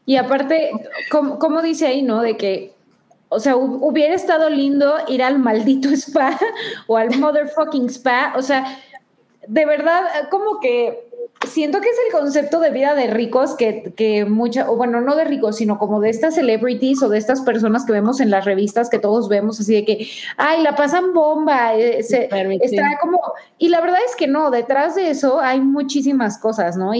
Y aparte, como, como dice ahí, ¿no? De que, o sea, hubiera estado lindo ir al maldito spa o al motherfucking spa. O sea, de verdad, como que siento que es el concepto de vida de ricos que, que mucha, o bueno, no de ricos, sino como de estas celebrities o de estas personas que vemos en las revistas que todos vemos así de que, ay, la pasan bomba, eh, se, está como, y la verdad es que no, detrás de eso hay muchísimas cosas, ¿no? Y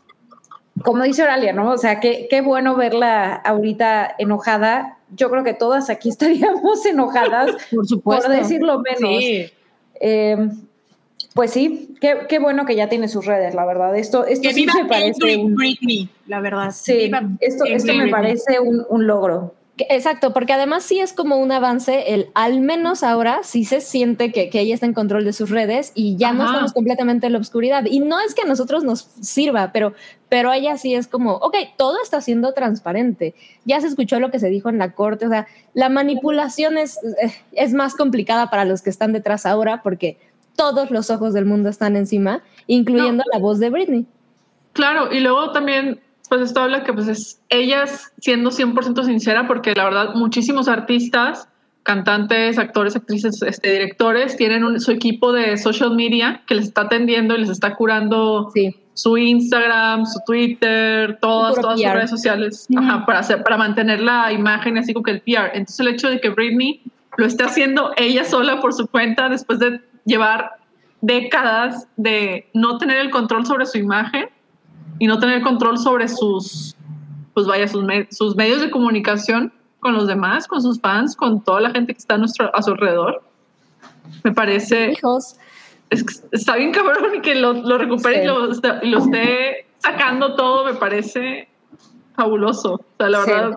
como dice Oralia, ¿no? O sea, qué, qué bueno verla ahorita enojada. Yo creo que todas aquí estaríamos enojadas, por supuesto, por decirlo menos. Sí. Eh, pues sí, qué, qué bueno que ya tiene sus redes, la verdad. Esto, esto que sí viva me parece un, Britney, la verdad. Sí, viva esto, esto me parece un, un logro. Exacto, porque además sí es como un avance, el al menos ahora sí se siente que, que ella está en control de sus redes y ya Ajá. no estamos completamente en la oscuridad. Y no es que a nosotros nos sirva, pero, pero ella sí es como, ok, todo está siendo transparente. Ya se escuchó lo que se dijo en la corte, o sea, la manipulación es, es más complicada para los que están detrás ahora porque todos los ojos del mundo están encima, incluyendo no. la voz de Britney. Claro, y luego también... pues esto habla que pues es ella siendo cien por ciento sincera, porque la verdad muchísimos artistas, cantantes, actores, actrices, este, directores tienen un, su equipo de social media que les está atendiendo y les está curando sí. su Instagram, su Twitter, todas, todas sus redes sociales mm. ajá, para, hacer, para mantener la imagen así como que el P R. Entonces el hecho de que Britney lo esté haciendo ella sola por su cuenta después de llevar décadas de no tener el control sobre su imagen y no tener control sobre sus, pues vaya, sus, me- sus medios de comunicación con los demás, con sus fans, con toda la gente que está a, nuestro, a su alrededor. Me parece... Hijos. Es, está bien cabrón y que lo, lo recupere sí. y, lo, y lo esté sacando todo, me parece fabuloso. O sea, la sí. verdad...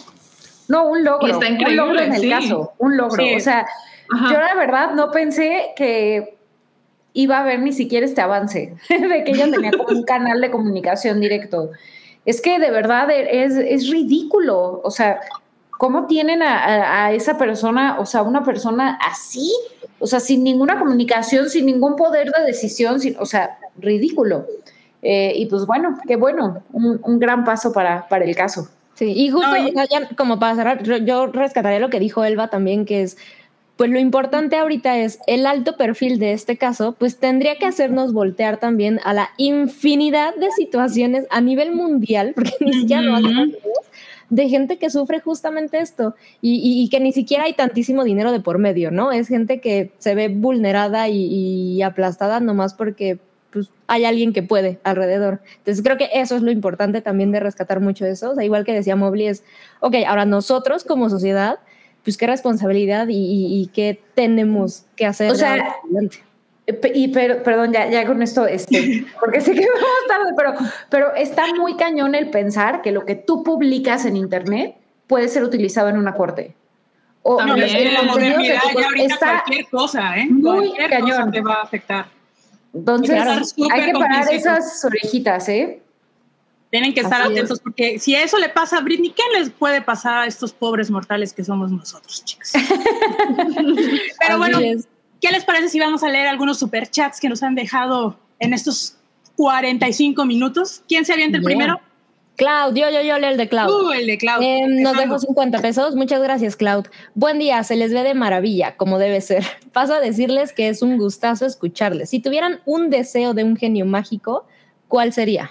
No, un logro. Y está increíble, un logro en el sí. caso, un logro. Sí. O sea, Ajá. yo la verdad no pensé que iba a haber ni siquiera este avance de que ella tenía como un canal de comunicación directo. Es que de verdad es, es ridículo. O sea, ¿cómo tienen a, a, a esa persona, o sea, una persona así? O sea, sin ninguna comunicación, sin ningún poder de decisión, sin, o sea, ridículo. Eh, y pues bueno, qué bueno, un, un gran paso para, para el caso. Sí, y justo no, y... ya, como para cerrar, yo rescataría lo que dijo Elba también, que es pues lo importante ahorita es el alto perfil de este caso, pues tendría que hacernos voltear también a la infinidad de situaciones a nivel mundial, porque ni siquiera lo hacen de gente que sufre justamente esto y, y, y que ni siquiera hay tantísimo dinero de por medio, ¿no? Es gente que se ve vulnerada y, y aplastada nomás porque pues, hay alguien que puede alrededor. Entonces creo que eso es lo importante también de rescatar mucho eso. O sea, igual que decía Mobley es, ok, ahora nosotros como sociedad pues qué responsabilidad y, y, y qué tenemos que hacer. O sea, y pero, perdón, ya, ya con esto, este, porque sé que vamos tarde, pero, pero está muy cañón el pensar que lo que tú publicas en internet puede ser utilizado en una corte. O también, en la modernidad ya ahorita está cualquier cosa, ¿eh? Muy cualquier cañón. cosa te va a afectar. Entonces, claro, hay que parar esas orejitas, ¿eh? Tienen que estar Así atentos es. Porque si eso le pasa a Britney, ¿qué les puede pasar a estos pobres mortales que somos nosotros, chicos? Pero Así bueno, es. ¿Qué les parece si vamos a leer algunos superchats que nos han dejado en estos cuarenta y cinco minutos? ¿Quién se avienta el yeah. primero? Claudio, yo, yo leo el de Cloud. Uh, el de Cloud. Eh, nos dejó cincuenta pesos. Muchas gracias, Cloud. Buen día, se les ve de maravilla, como debe ser. Paso a decirles que es un gustazo escucharles. Si tuvieran un deseo de un genio mágico, ¿cuál sería?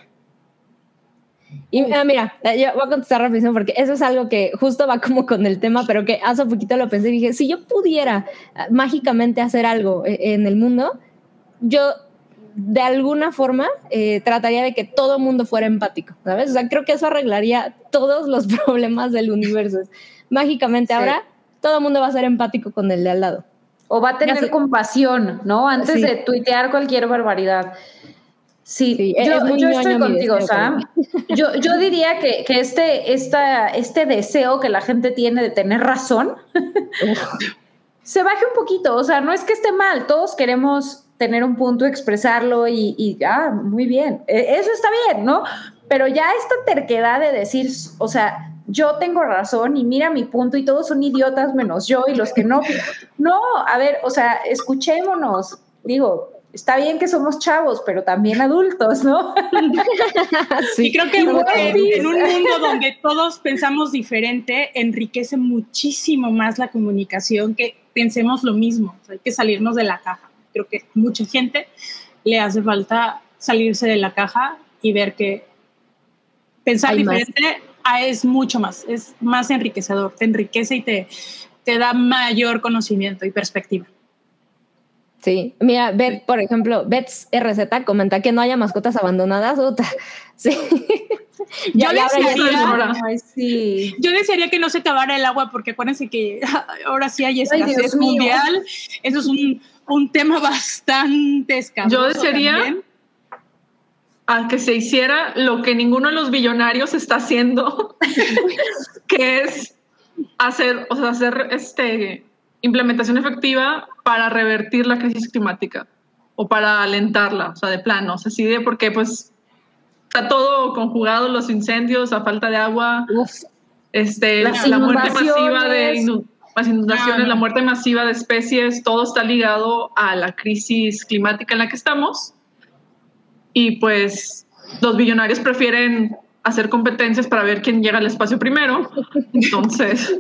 Y uh, mira, yo voy a contestar rapidísimo porque eso es algo que justo va como con el tema, pero que hace poquito lo pensé y dije, si yo pudiera uh, mágicamente hacer algo en el mundo, yo de alguna forma eh, trataría de que todo el mundo fuera empático, ¿sabes? O sea, creo que eso arreglaría todos los problemas del universo. Mágicamente sí. Ahora todo el mundo va a ser empático con el de al lado. O va a tener compasión, ¿no? Antes sí. de tuitear cualquier barbaridad. Sí, sí yo, yo estoy contigo, Sam. Yo, yo diría que, que este, esta, este deseo que la gente tiene de tener razón se baje un poquito. O sea, no es que esté mal, todos queremos tener un punto, expresarlo y, y ah, muy bien, eso está bien, ¿no? Pero ya esta terquedad de decir, o sea, yo tengo razón y mira mi punto y todos son idiotas menos yo y los que no. No, a ver, o sea, escuchémonos, digo... está bien que somos chavos, pero también adultos, ¿no? Sí, y creo que en, en un mundo donde todos pensamos diferente, enriquece muchísimo más la comunicación que pensemos lo mismo. O sea, hay que salirnos de la caja. Creo que a mucha gente le hace falta salirse de la caja y ver que pensar hay diferente más. Es mucho más, es más enriquecedor, te enriquece y te, te da mayor conocimiento y perspectiva. Sí, mira, Beth, por ejemplo, Beth's R Z comenta que no haya mascotas abandonadas. Uta. Sí. Yo, ya, desearía, Ay, sí. yo desearía que no se acabara el agua, porque acuérdense que ahora sí hay escasez mundial. Eso es un, un tema bastante escaso. Yo desearía también. A que se hiciera lo que ninguno de los billonarios está haciendo, que es hacer, o sea, hacer este, implementación efectiva para revertir la crisis climática o para alentarla, o sea, de plano, o sea, sí, de porque pues está todo conjugado, los incendios, la falta de agua, Uf, este, la muerte masiva de inundaciones, las inundaciones, no, no. la muerte masiva de especies, todo está ligado a la crisis climática en la que estamos. Y pues los billonarios prefieren hacer competencias para ver quién llega al espacio primero. Entonces...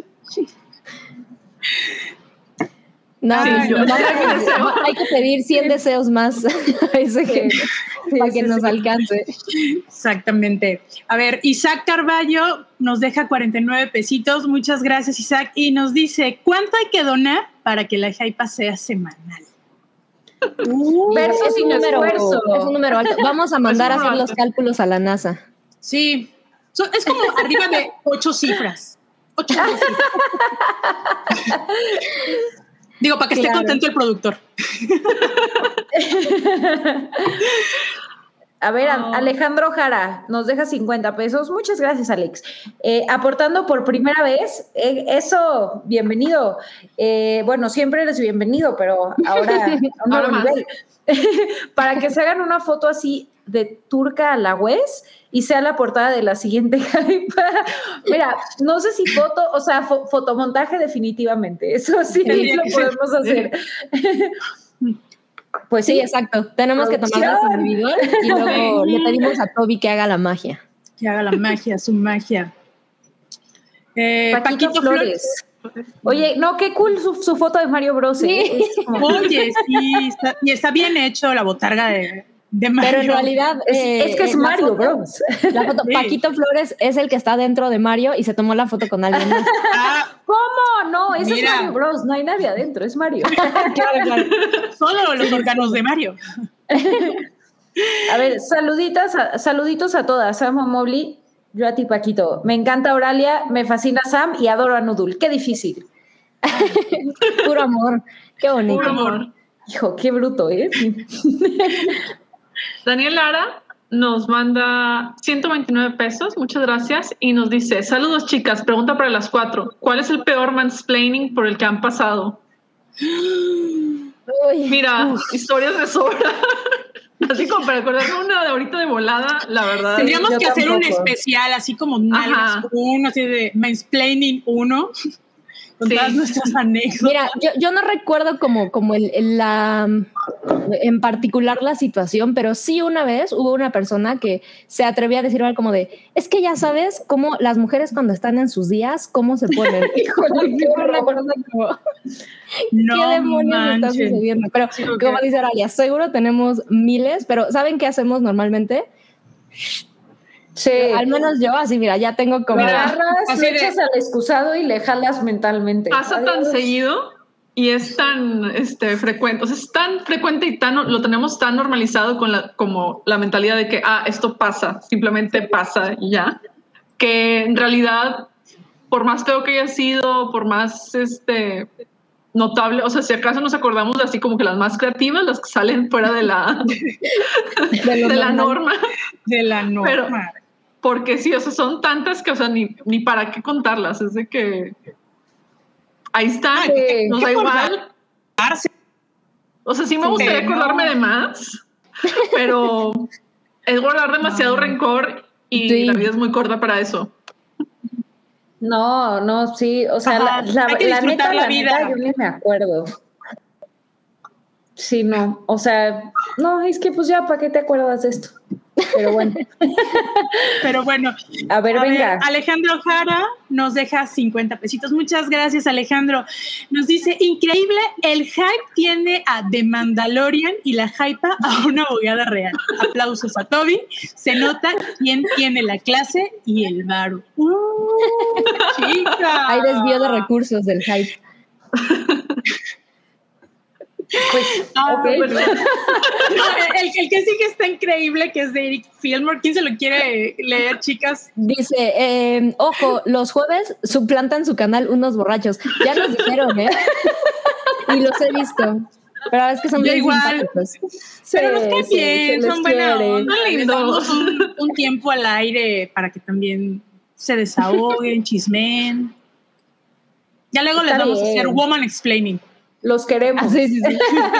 No, sí, yo, no, no, hay que pedir cien deseos más ese que, sí, para que sí, nos sí. alcance. Exactamente. A ver, Isaac Carballo nos deja cuarenta y nueve pesitos. Muchas gracias, Isaac. Y nos dice, ¿cuánto hay que donar para que la Jaipa sea semanal? Uh, Versus es un número, esfuerzo. Es un número alto. Vamos a mandar a hacer alto. los cálculos a la NASA. Sí. So, es como arriba de ocho cifras. Ocho cifras. Digo, para que claro. esté contento el productor. A ver, oh. Alejandro Jara nos deja cincuenta pesos. Muchas gracias, Alex. Eh, aportando por primera vez, eh, eso, bienvenido. Eh, bueno, siempre eres bienvenido, pero ahora a un nuevo nivel. Para que se hagan una foto así de turca a la Wes y sea la portada de la siguiente Jaipa. Mira, no sé si foto, o sea, fo- fotomontaje definitivamente. Eso sí, sí lo podemos hacer. Pues sí, sí, exacto. Tenemos que tomar el servidor y luego le pedimos a Toby que haga la magia. Que haga la magia, su magia. Eh, Paquito, Paquito Flores. Flores. Oye, no, qué cool su, su foto de Mario Bros. Sí. ¿eh? Como... Oye, sí, está, y está bien hecho la botarga de, de Mario. Pero en realidad es, eh, es que es Mario foto, Bros. La foto, sí. Paquito Flores es el que está dentro de Mario y se tomó la foto con alguien más. Ah, ¿cómo? No, ese mira. es Mario Bros. No hay nadie adentro, es Mario. Claro, claro. Solo los órganos de Mario. A ver, saluditas a, saluditos a todas. Sam Mobley, yo a ti, Paquito. Me encanta Auralia, me fascina Sam y adoro a Nudul. Qué difícil. Puro amor. Qué bonito. Puro amor. Hijo, qué bruto, ¿eh? Daniel Lara nos manda ciento veintinueve pesos, muchas gracias, y nos dice, saludos chicas, pregunta para las cuatro, ¿cuál es el peor mansplaining por el que han pasado? Uy, Mira, uf. historias de sobra. Así como para acordarme una de ahorita de volada, la verdad. Tendríamos que tampoco. hacer un especial, así como nalgas uno, así de mansplaining uno. Con sí. todas nuestras anécdotas. Mira, yo, yo no recuerdo como, como el, el, la, en particular la situación, pero sí una vez hubo una persona que se atrevía a decir algo como de, es que ya sabes cómo las mujeres cuando están en sus días, cómo se ponen. Híjole, qué horror. No ¿Qué demonios manchen. está sucediendo? Pero sí, okay. como dice Aralia, seguro tenemos miles, pero ¿saben qué hacemos normalmente? Sí. Al menos yo, así mira, ya tengo como... Me agarras, le echas al excusado y le jalas mentalmente. Pasa Adiós. tan seguido y es tan este, frecuente, o sea, es tan frecuente y tan, lo tenemos tan normalizado con la, como la mentalidad de que, ah, esto pasa, simplemente pasa y ya, que en realidad, por más feo que haya sido, por más este, notable, o sea, si acaso nos acordamos de así como que las más creativas, las que salen fuera de la, de, de la norma. De la norma. Pero, porque sí, o sea, son tantas que, o sea, ni, ni para qué contarlas. Es de que ahí está, sí, nos da igual. O sea, sí me gustaría sí, acordarme no. de más, pero es guardar demasiado no. rencor y sí. la vida es muy corta para eso. No, no, sí, o sea, Ajá, la, la, la neta, la, la vida. Neta, yo ni me acuerdo. Sí, no, o sea, No, es que pues ya, ¿para qué te acuerdas de esto? Pero bueno. Pero bueno. A ver, a venga. Ver, Alejandro Jara nos deja cincuenta pesitos. Muchas gracias, Alejandro. Nos dice, increíble, el hype tiene a The Mandalorian y la hypa a una abogada real. Aplausos a Toby. Se nota quién tiene la clase y el varo. ¡Uh, chica! Hay desvío de recursos del hype. Pues, ah, okay. Bueno. No, el, el que sí que está increíble, que es de Eric Fillmore. ¿Quién se lo quiere leer, chicas? Dice, eh, ojo, los jueves suplantan su canal unos borrachos. Ya nos dijeron, ¿eh? Y los he visto. Pero es que son bien simpáticos. Pero nos cae sí, bien, sí, son buena quiere. onda. Les damos un, un tiempo al aire para que también se desahoguen, chismen. Ya luego Está les vamos bien. a hacer woman explaining. Los queremos. Ah, sí, sí, sí.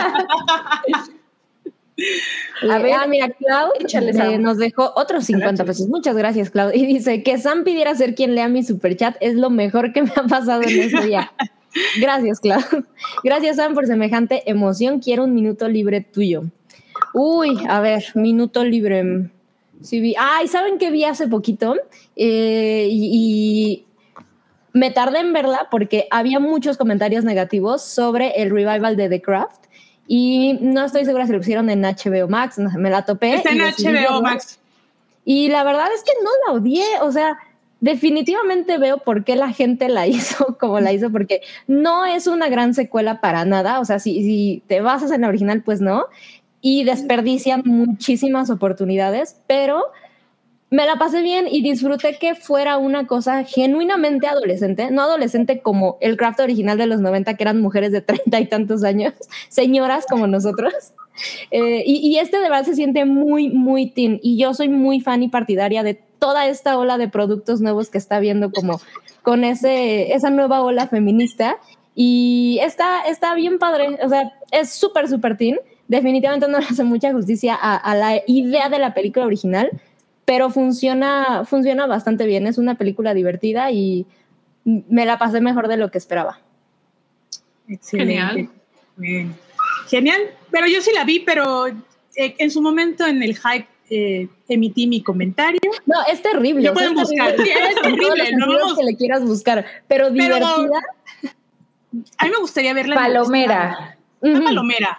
A ver, ah, mira, Clau eh, nos dejó otros cincuenta pesos. Muchas gracias, Clau. Y dice que Sam pidiera ser quien lea mi superchat es lo mejor que me ha pasado en este día. Gracias, Clau. Gracias, Sam, por semejante emoción. Quiero un minuto libre tuyo. Uy, a ver, minuto libre. Sí, vi. Ay, ¿saben qué vi hace poquito? Eh, y, y me tardé en verla porque había muchos comentarios negativos sobre el revival de The Craft. Y no estoy segura si lo pusieron en H B O Max, me la topé. Está en H B O Max. Y la verdad es que no la odié, o sea, definitivamente veo por qué la gente la hizo como la hizo, porque no es una gran secuela para nada, o sea, si, si te basas en la original, pues no, y desperdician muchísimas oportunidades, pero me la pasé bien y disfruté que fuera una cosa genuinamente adolescente, no adolescente como el Craft original de los noventa, que eran mujeres de treinta y tantos años, señoras como nosotros. Eh, y, y este de verdad se siente muy, muy teen. Y yo soy muy fan y partidaria de toda esta ola de productos nuevos que está viendo como con ese, esa nueva ola feminista. Y está, está bien padre. O sea, es súper, súper teen. Definitivamente no le hace mucha justicia a, a la idea de la película original, pero funciona, funciona bastante bien. Es una película divertida y me la pasé mejor de lo que esperaba. Excelente. Genial. Bien. Genial. Pero yo sí la vi, pero eh, en su momento en el hype eh, emití mi comentario. No, es terrible. Lo pueden buscar. Sí, es terrible. No vamos que le quieras buscar, pero, pero divertida. A mí me gustaría verla. Palomera. Uh-huh. Palomera.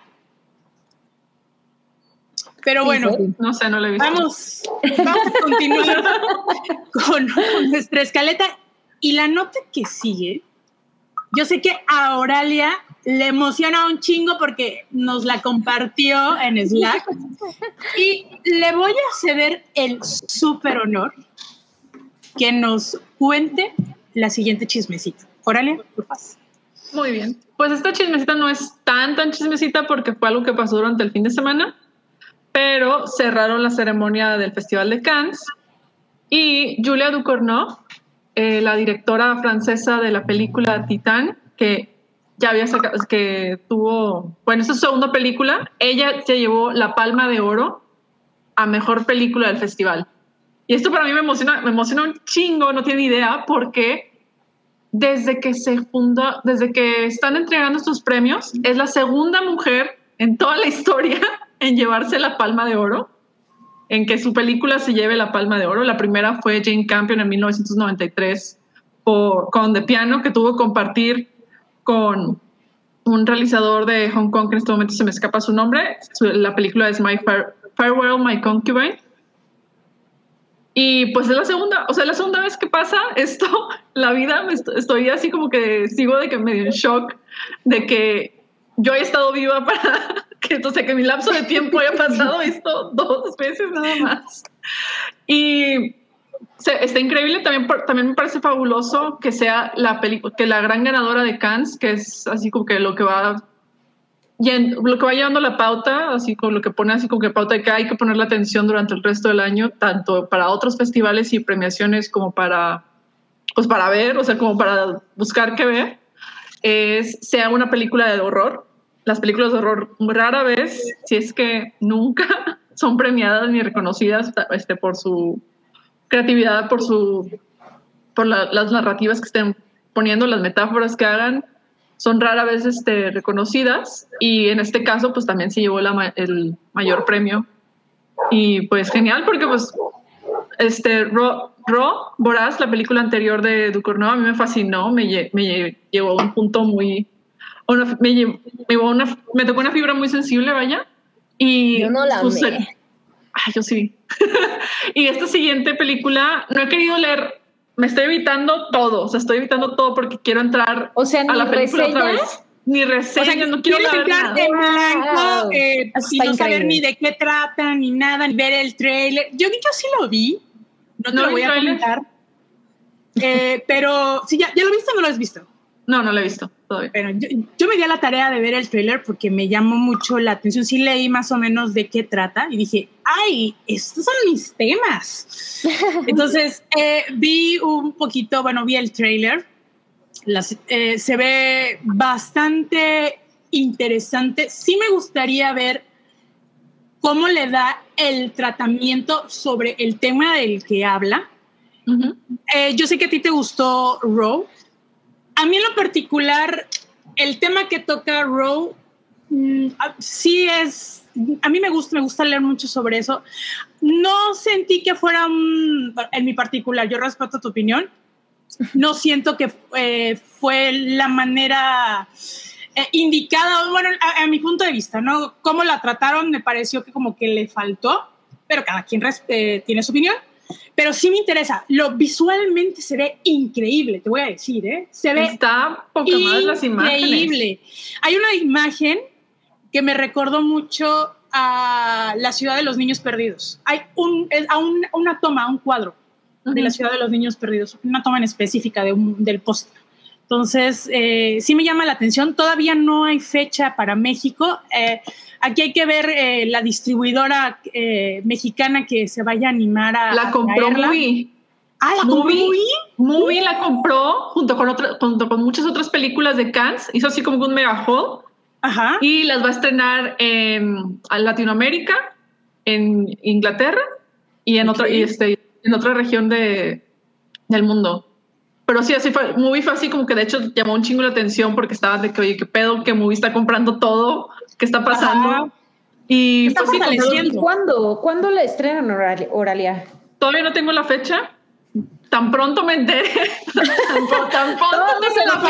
Pero sí, bueno, sí. No sé, no lo he visto. Vamos, vamos a continuar con, con nuestra escaleta. Y la nota que sigue, yo sé que a Auralia le emociona un chingo porque nos la compartió en Slack. Y le voy a ceder el súper honor que nos cuente la siguiente chismecita. Auralia, por favor. Muy bien. Pues esta chismecita no es tan, tan chismecita porque fue algo que pasó durante el fin de semana. Pero cerraron la ceremonia del Festival de Cannes y Julia Ducournau, eh, la directora francesa de la película Titán, que ya había sacado, que tuvo, bueno, es su segunda película, ella se llevó la Palma de Oro a mejor película del festival. Y esto para mí me emociona, me emociona un chingo, no tiene idea, porque desde que se fundó, desde que están entregando estos premios, es la segunda mujer en toda la historia en llevarse la Palma de Oro, en que su película se lleve la Palma de Oro. La primera fue Jane Campion en mil novecientos noventa y tres por, con The Piano, que tuvo que compartir con un realizador de Hong Kong, que en este momento se me escapa su nombre. La película es My Fare, Farewell, My Concubine. Y pues es la segunda, o sea, la segunda vez que pasa esto, la vida, me estoy, estoy así como que sigo de que medio en shock de que yo he estado viva para que, o sea, que mi lapso de tiempo haya pasado esto dos veces nada más. Y o sea, está increíble, también, también me parece fabuloso que sea la película, que la gran ganadora de Cannes, que es así como que lo que va lo que va llevando la pauta, así como lo que pone así como que pauta de que hay que poner la atención durante el resto del año, tanto para otros festivales y premiaciones como para, pues para ver, o sea, como para buscar qué ver, es, sea una película de horror. Las películas de horror rara vez, si es que nunca, son premiadas ni reconocidas este, por su creatividad, por, su, por la, las narrativas que estén poniendo, las metáforas que hagan. son rara vez este, reconocidas, y en este caso pues también se llevó la, el mayor premio. Y pues genial, porque pues este Ro, Ro Voraz, la película anterior de Ducournau, a mí me fascinó, me, me llevó a un punto muy, una, me, llevó, me, llevó una, me tocó una fibra muy sensible, vaya. Y yo no la sus, amé. Ay, yo sí. Y esta siguiente película, no he querido leer, me estoy evitando todo, o sea, estoy evitando todo porque quiero entrar o sea, a la película reseñas? otra vez. Ni reseñas, o sea, no quiero entrar nada. en blanco Wow. eh, y no increíble. saber ni de qué trata, ni nada, ni ver el trailer. Yo, yo sí lo vi, no te ¿No lo voy a trailer? comentar. Eh, pero, sí, ¿ya, ¿ya lo viste o no lo has visto? No, no la he visto todavía. Pero yo, yo me di a la tarea de ver el trailer porque me llamó mucho la atención. Sí leí más o menos de qué trata y dije, ay, estos son mis temas. Entonces eh, vi un poquito, bueno, vi el trailer. Las, eh, se ve bastante interesante. Sí me gustaría ver cómo le da el tratamiento sobre el tema del que habla. Uh-huh. Eh, yo sé que a ti te gustó Roe. A mí en lo particular, el tema que toca Roe, mmm, sí es, a mí me gusta, me gusta leer mucho sobre eso. No sentí que fuera un, en mi particular, yo respeto tu opinión, no siento que eh, fue la manera eh, indicada, bueno, a, a mi punto de vista, ¿no? Cómo la trataron me pareció que como que le faltó, pero cada quien eh, tiene su opinión. Pero sí me interesa, lo visualmente se ve increíble, te voy a decir, ¿eh? Se ve Está poca más las imágenes. Increíble. Hay una imagen que me recordó mucho a la ciudad de los niños perdidos. Hay un, a un, una toma, un cuadro uh-huh. de la ciudad de los niños perdidos, una toma en específica de un, del póster. Entonces, eh, sí me llama la atención. Todavía no hay fecha para México. Eh, aquí hay que ver eh, la distribuidora eh, mexicana que se vaya a animar a La compró Movie. Ah, ¿la compró Movie? Movie la compró junto con, otra, junto con muchas otras películas de Cannes. Hizo así como un mega haul. Ajá. Y las va a estrenar en, en Latinoamérica, en Inglaterra y en, okay. otra, y este, en otra región de, del mundo. Pero sí, así fue. Movie fue así como que de hecho llamó un chingo la atención porque estaba de que, oye, qué pedo, que Movie está comprando todo, qué está pasando. Ajá. Y está pues, sí, ¿Cuándo? ¿Cuándo la estrenan, Oralia? Todavía no tengo la fecha. Tan pronto me enteré. tan, tan pronto me la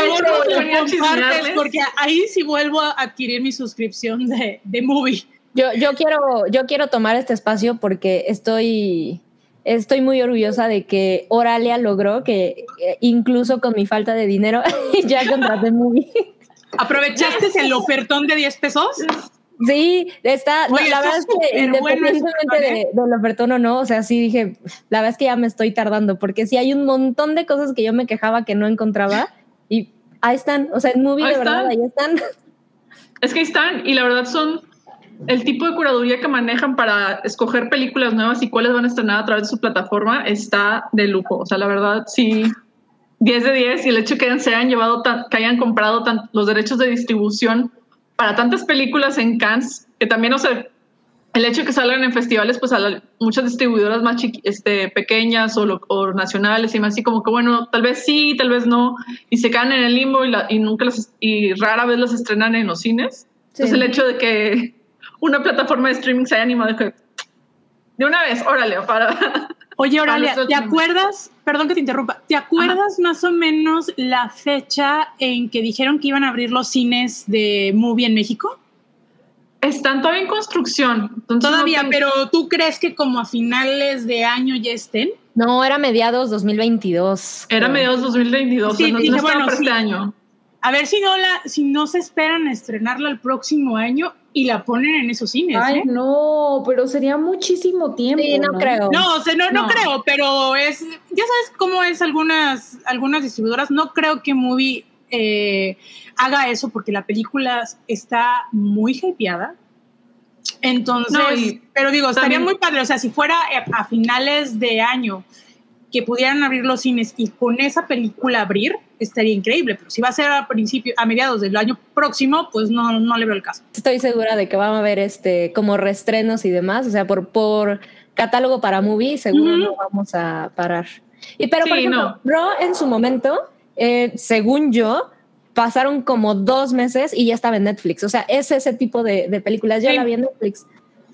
favor, porque ahí sí vuelvo a adquirir mi suscripción de, de Movie. Yo, yo, quiero, yo quiero tomar este espacio porque estoy... Estoy muy orgullosa de que Oralia logró que, eh, incluso con mi falta de dinero, ya contraté Movie. ¿Aprovechaste el ofertón de diez pesos? Sí, está. Oye, la verdad es que independientemente bueno de, del ofertón o no, o sea, sí dije, la verdad es que ya me estoy tardando, porque sí hay un montón de cosas que yo me quejaba que no encontraba y ahí están. O sea, en Movie, ahí de verdad, están. ahí están. Es que ahí están, y la verdad son el tipo de curaduría que manejan para escoger películas nuevas y cuáles van a estrenar a través de su plataforma está de lujo. O sea, la verdad, sí, diez de diez. Y el hecho que se hayan llevado, tan, que hayan comprado tan, los derechos de distribución para tantas películas en Cannes, que también, o sea, el hecho de que salgan en festivales, pues a la, muchas distribuidoras más chiqui, este, pequeñas o, lo, o nacionales y más así como que, bueno, tal vez sí, tal vez no, y se quedan en el limbo y, la, y, nunca las, y rara vez las estrenan en los cines. Sí. Entonces el hecho de que una plataforma de streaming se haya animado de, que, de una vez, órale, para... Oye, Oralia, ¿te acuerdas? Perdón que te interrumpa. ¿Te acuerdas Ajá. más o menos la fecha en que dijeron que iban a abrir los cines de Movie en México? Están todavía en construcción. Todavía, no pero ¿tú crees que como a finales de año ya estén? No, era mediados dos mil veintidós. Era mediados dos mil veintidós, sí, o sea, no, dije, no estaba bueno, para sí. este año. A ver si no, la, si no se esperan a estrenarla el próximo año y la ponen en esos cines. Ay, ¿eh? no, pero sería muchísimo tiempo. Sí, no, ¿no? creo. No, o sea, no, no, no creo, pero es, ya sabes cómo es algunas, algunas distribuidoras. No creo que Movie eh, haga eso porque la película está muy hypeada. Entonces, no, y pero digo, estaría muy padre. O sea, si fuera a finales de año que pudieran abrir los cines y con esa película abrir, estaría increíble, pero si va a ser a principio, a mediados del año próximo, pues no, no le veo el caso. Estoy segura de que van a haber este como reestrenos y demás, o sea, por, por catálogo para Movie, seguro uh-huh. no vamos a parar. Y pero, sí, por ejemplo, no. Ro en su momento, eh, según yo, pasaron como dos meses y ya estaba en Netflix. O sea, es ese tipo de, de películas. Yo Sí. la vi en Netflix.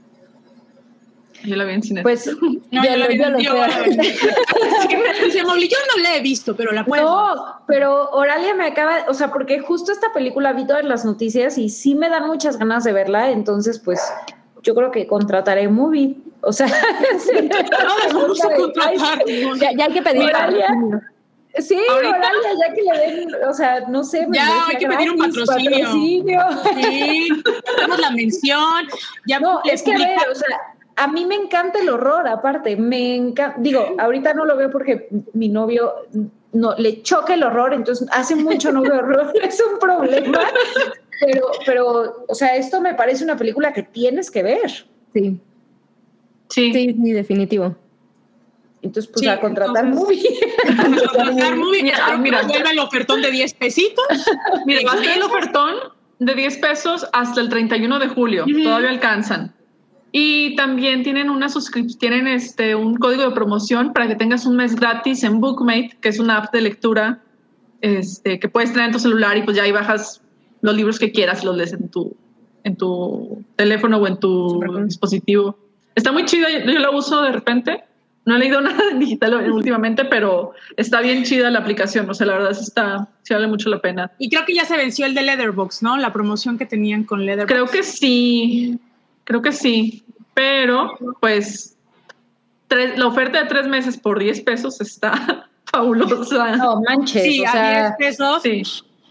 Yo la vi en cine. Pues No, Yo yo, la lo- vi yo en lo tío. sé. Sí, me dice Mowgli, yo no la he visto, pero la puedo. no, pero Oralia me acaba, o sea, porque justo esta película vi todas las noticias y sí me dan muchas ganas de verla, entonces pues yo creo que contrataré Movie. O sea, sí, Todos vamos a contratar. Ya, ya hay que pedir Oralia. patrocinio. Sí, Ahorita- Oralia, ya que le den, o sea, no sé, Ya, membresía hay que pedir un gratis, patrocinio. patrocinio. Sí, hacemos la mención. Ya No, le es que a ver, o sea, a mí me encanta el horror, aparte, me encanta, digo, ahorita no lo veo porque mi novio no le choca el horror, entonces hace mucho no veo horror, es un problema, pero, pero, o sea, esto me parece una película que tienes que ver. Sí, Sí. sí, sí, definitivo. Entonces, pues Sí, a contratar entonces- movie. contratar movie. Mira, Espero que mira. nos vuelva el ofertón de diez pesitos. Mira, va a ser el ofertón de diez pesos hasta el treinta y uno de julio. Ujú. Todavía alcanzan. Y también tienen una suscripción, tienen este, un código de promoción para que tengas un mes gratis en Bookmate, que es una app de lectura este, que puedes tener en tu celular y pues ya ahí bajas los libros que quieras y los lees en tu, en tu teléfono o en tu Supercool. dispositivo. Está muy chido, yo, yo la uso de repente. No he leído nada en digital últimamente, pero está bien chida la aplicación. O sea, la verdad sí está, sí vale mucho la pena. Y creo que ya se venció el de Letterboxd, ¿no? La promoción que tenían con Letterboxd. Creo que sí, creo que sí, pero pues tres, la oferta de tres meses por diez pesos está fabulosa. No manches, Sí, o a sea, diez pesos. Sí,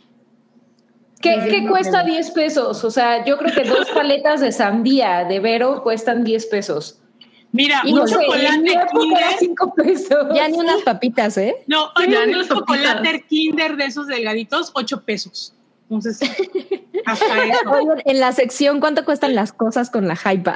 ¿qué, qué cuesta diez pesos? O sea, yo creo que dos paletas de sandía de Vero cuestan diez pesos. Mira, Y un no sé, en mi chocolate época Kinder. era cinco pesos. Ya ni unas papitas, ¿eh? No, Sí, oye, ya ni un las chocolate papitas. Kinder de esos delgaditos, ocho pesos. Entonces, hasta eso. Oigan, en la sección, ¿cuánto cuestan las cosas con la hypa?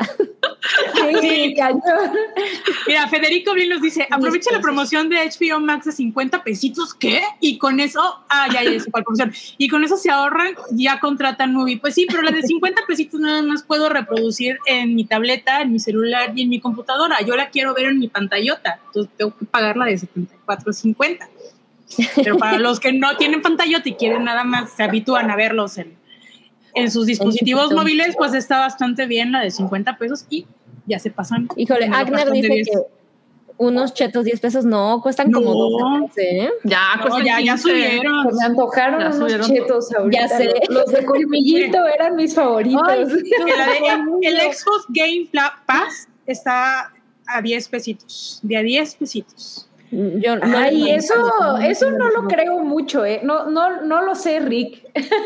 Sí, cañón. Mira, Federico Blin nos dice, aprovecha la promoción de H B O Max de cincuenta pesitos, ¿qué? Y con eso, ah, ya, ya, sé cuál promoción. Y con eso se ahorran, ya contratan Movie. Pues sí, pero la de cincuenta pesitos nada más puedo reproducir en mi tableta, en mi celular y en mi computadora. Yo la quiero ver en mi pantallota, entonces tengo que pagar la de setenta y cuatro cincuenta. Pero para los que no tienen pantallota y quieren nada más, se habitúan a verlos en, en sus dispositivos chiquito. móviles, pues está bastante bien la de cincuenta pesos y ya se pasan. Híjole, en el Agner ofertón de dice diez. que unos chetos diez pesos no, cuestan como No. doce, ¿eh? ya, No, cuestan ya, ya quince. subieron. Se me antojaron Ya unos subieron. chetos ahorita. Ya sé. Los de colmillito eran mis favoritos. Ay, Que la de- el Xbox Game Pla- Pass está a diez pesitos, de a diez pesitos. Yo, no, Ay, no, eso, no, eso no lo no. creo mucho, ¿eh? No, no, no lo sé, Rick.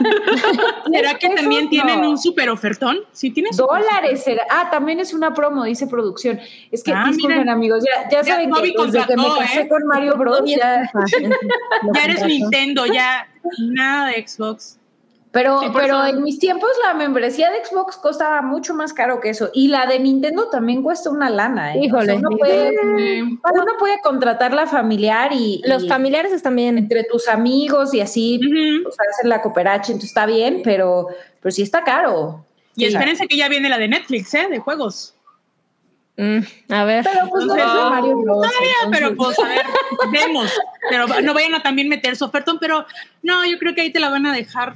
¿Será que Eso también no. tienen un super ofertón? Sí, tienen super Dólares será. Ah, también es una promo, dice producción. Es que, Ah, disculpen, miren. amigos, ya, ya Ya saben Toby que desde que me contrató, casé ¿eh? con Mario Bros. Todavía ya- es FIFA, lo Ya eres contrato. Nintendo, ya nada de Xbox. Pero, Sí, por pero eso- en mis tiempos la membresía de Xbox costaba mucho más caro que eso. Y la de Nintendo también cuesta una lana, ¿eh? Híjole, O sea, uno, Nintendo puede, Sí. uno puede contratar la familiar y, Los y familiares están bien. entre tus amigos y así, Ujú. o sea, hacer la cooperacha, entonces está bien, pero, pero sí está caro. Y Sí. espérense que ya viene la de Netflix, ¿eh? De juegos. Mm, a ver. Pero pues no es de Entonces, Mario Bros. Todavía, pero entonces- pues a ver, vemos. Pero no vayan a también meter su ofertón, pero no, yo creo que ahí te la van a dejar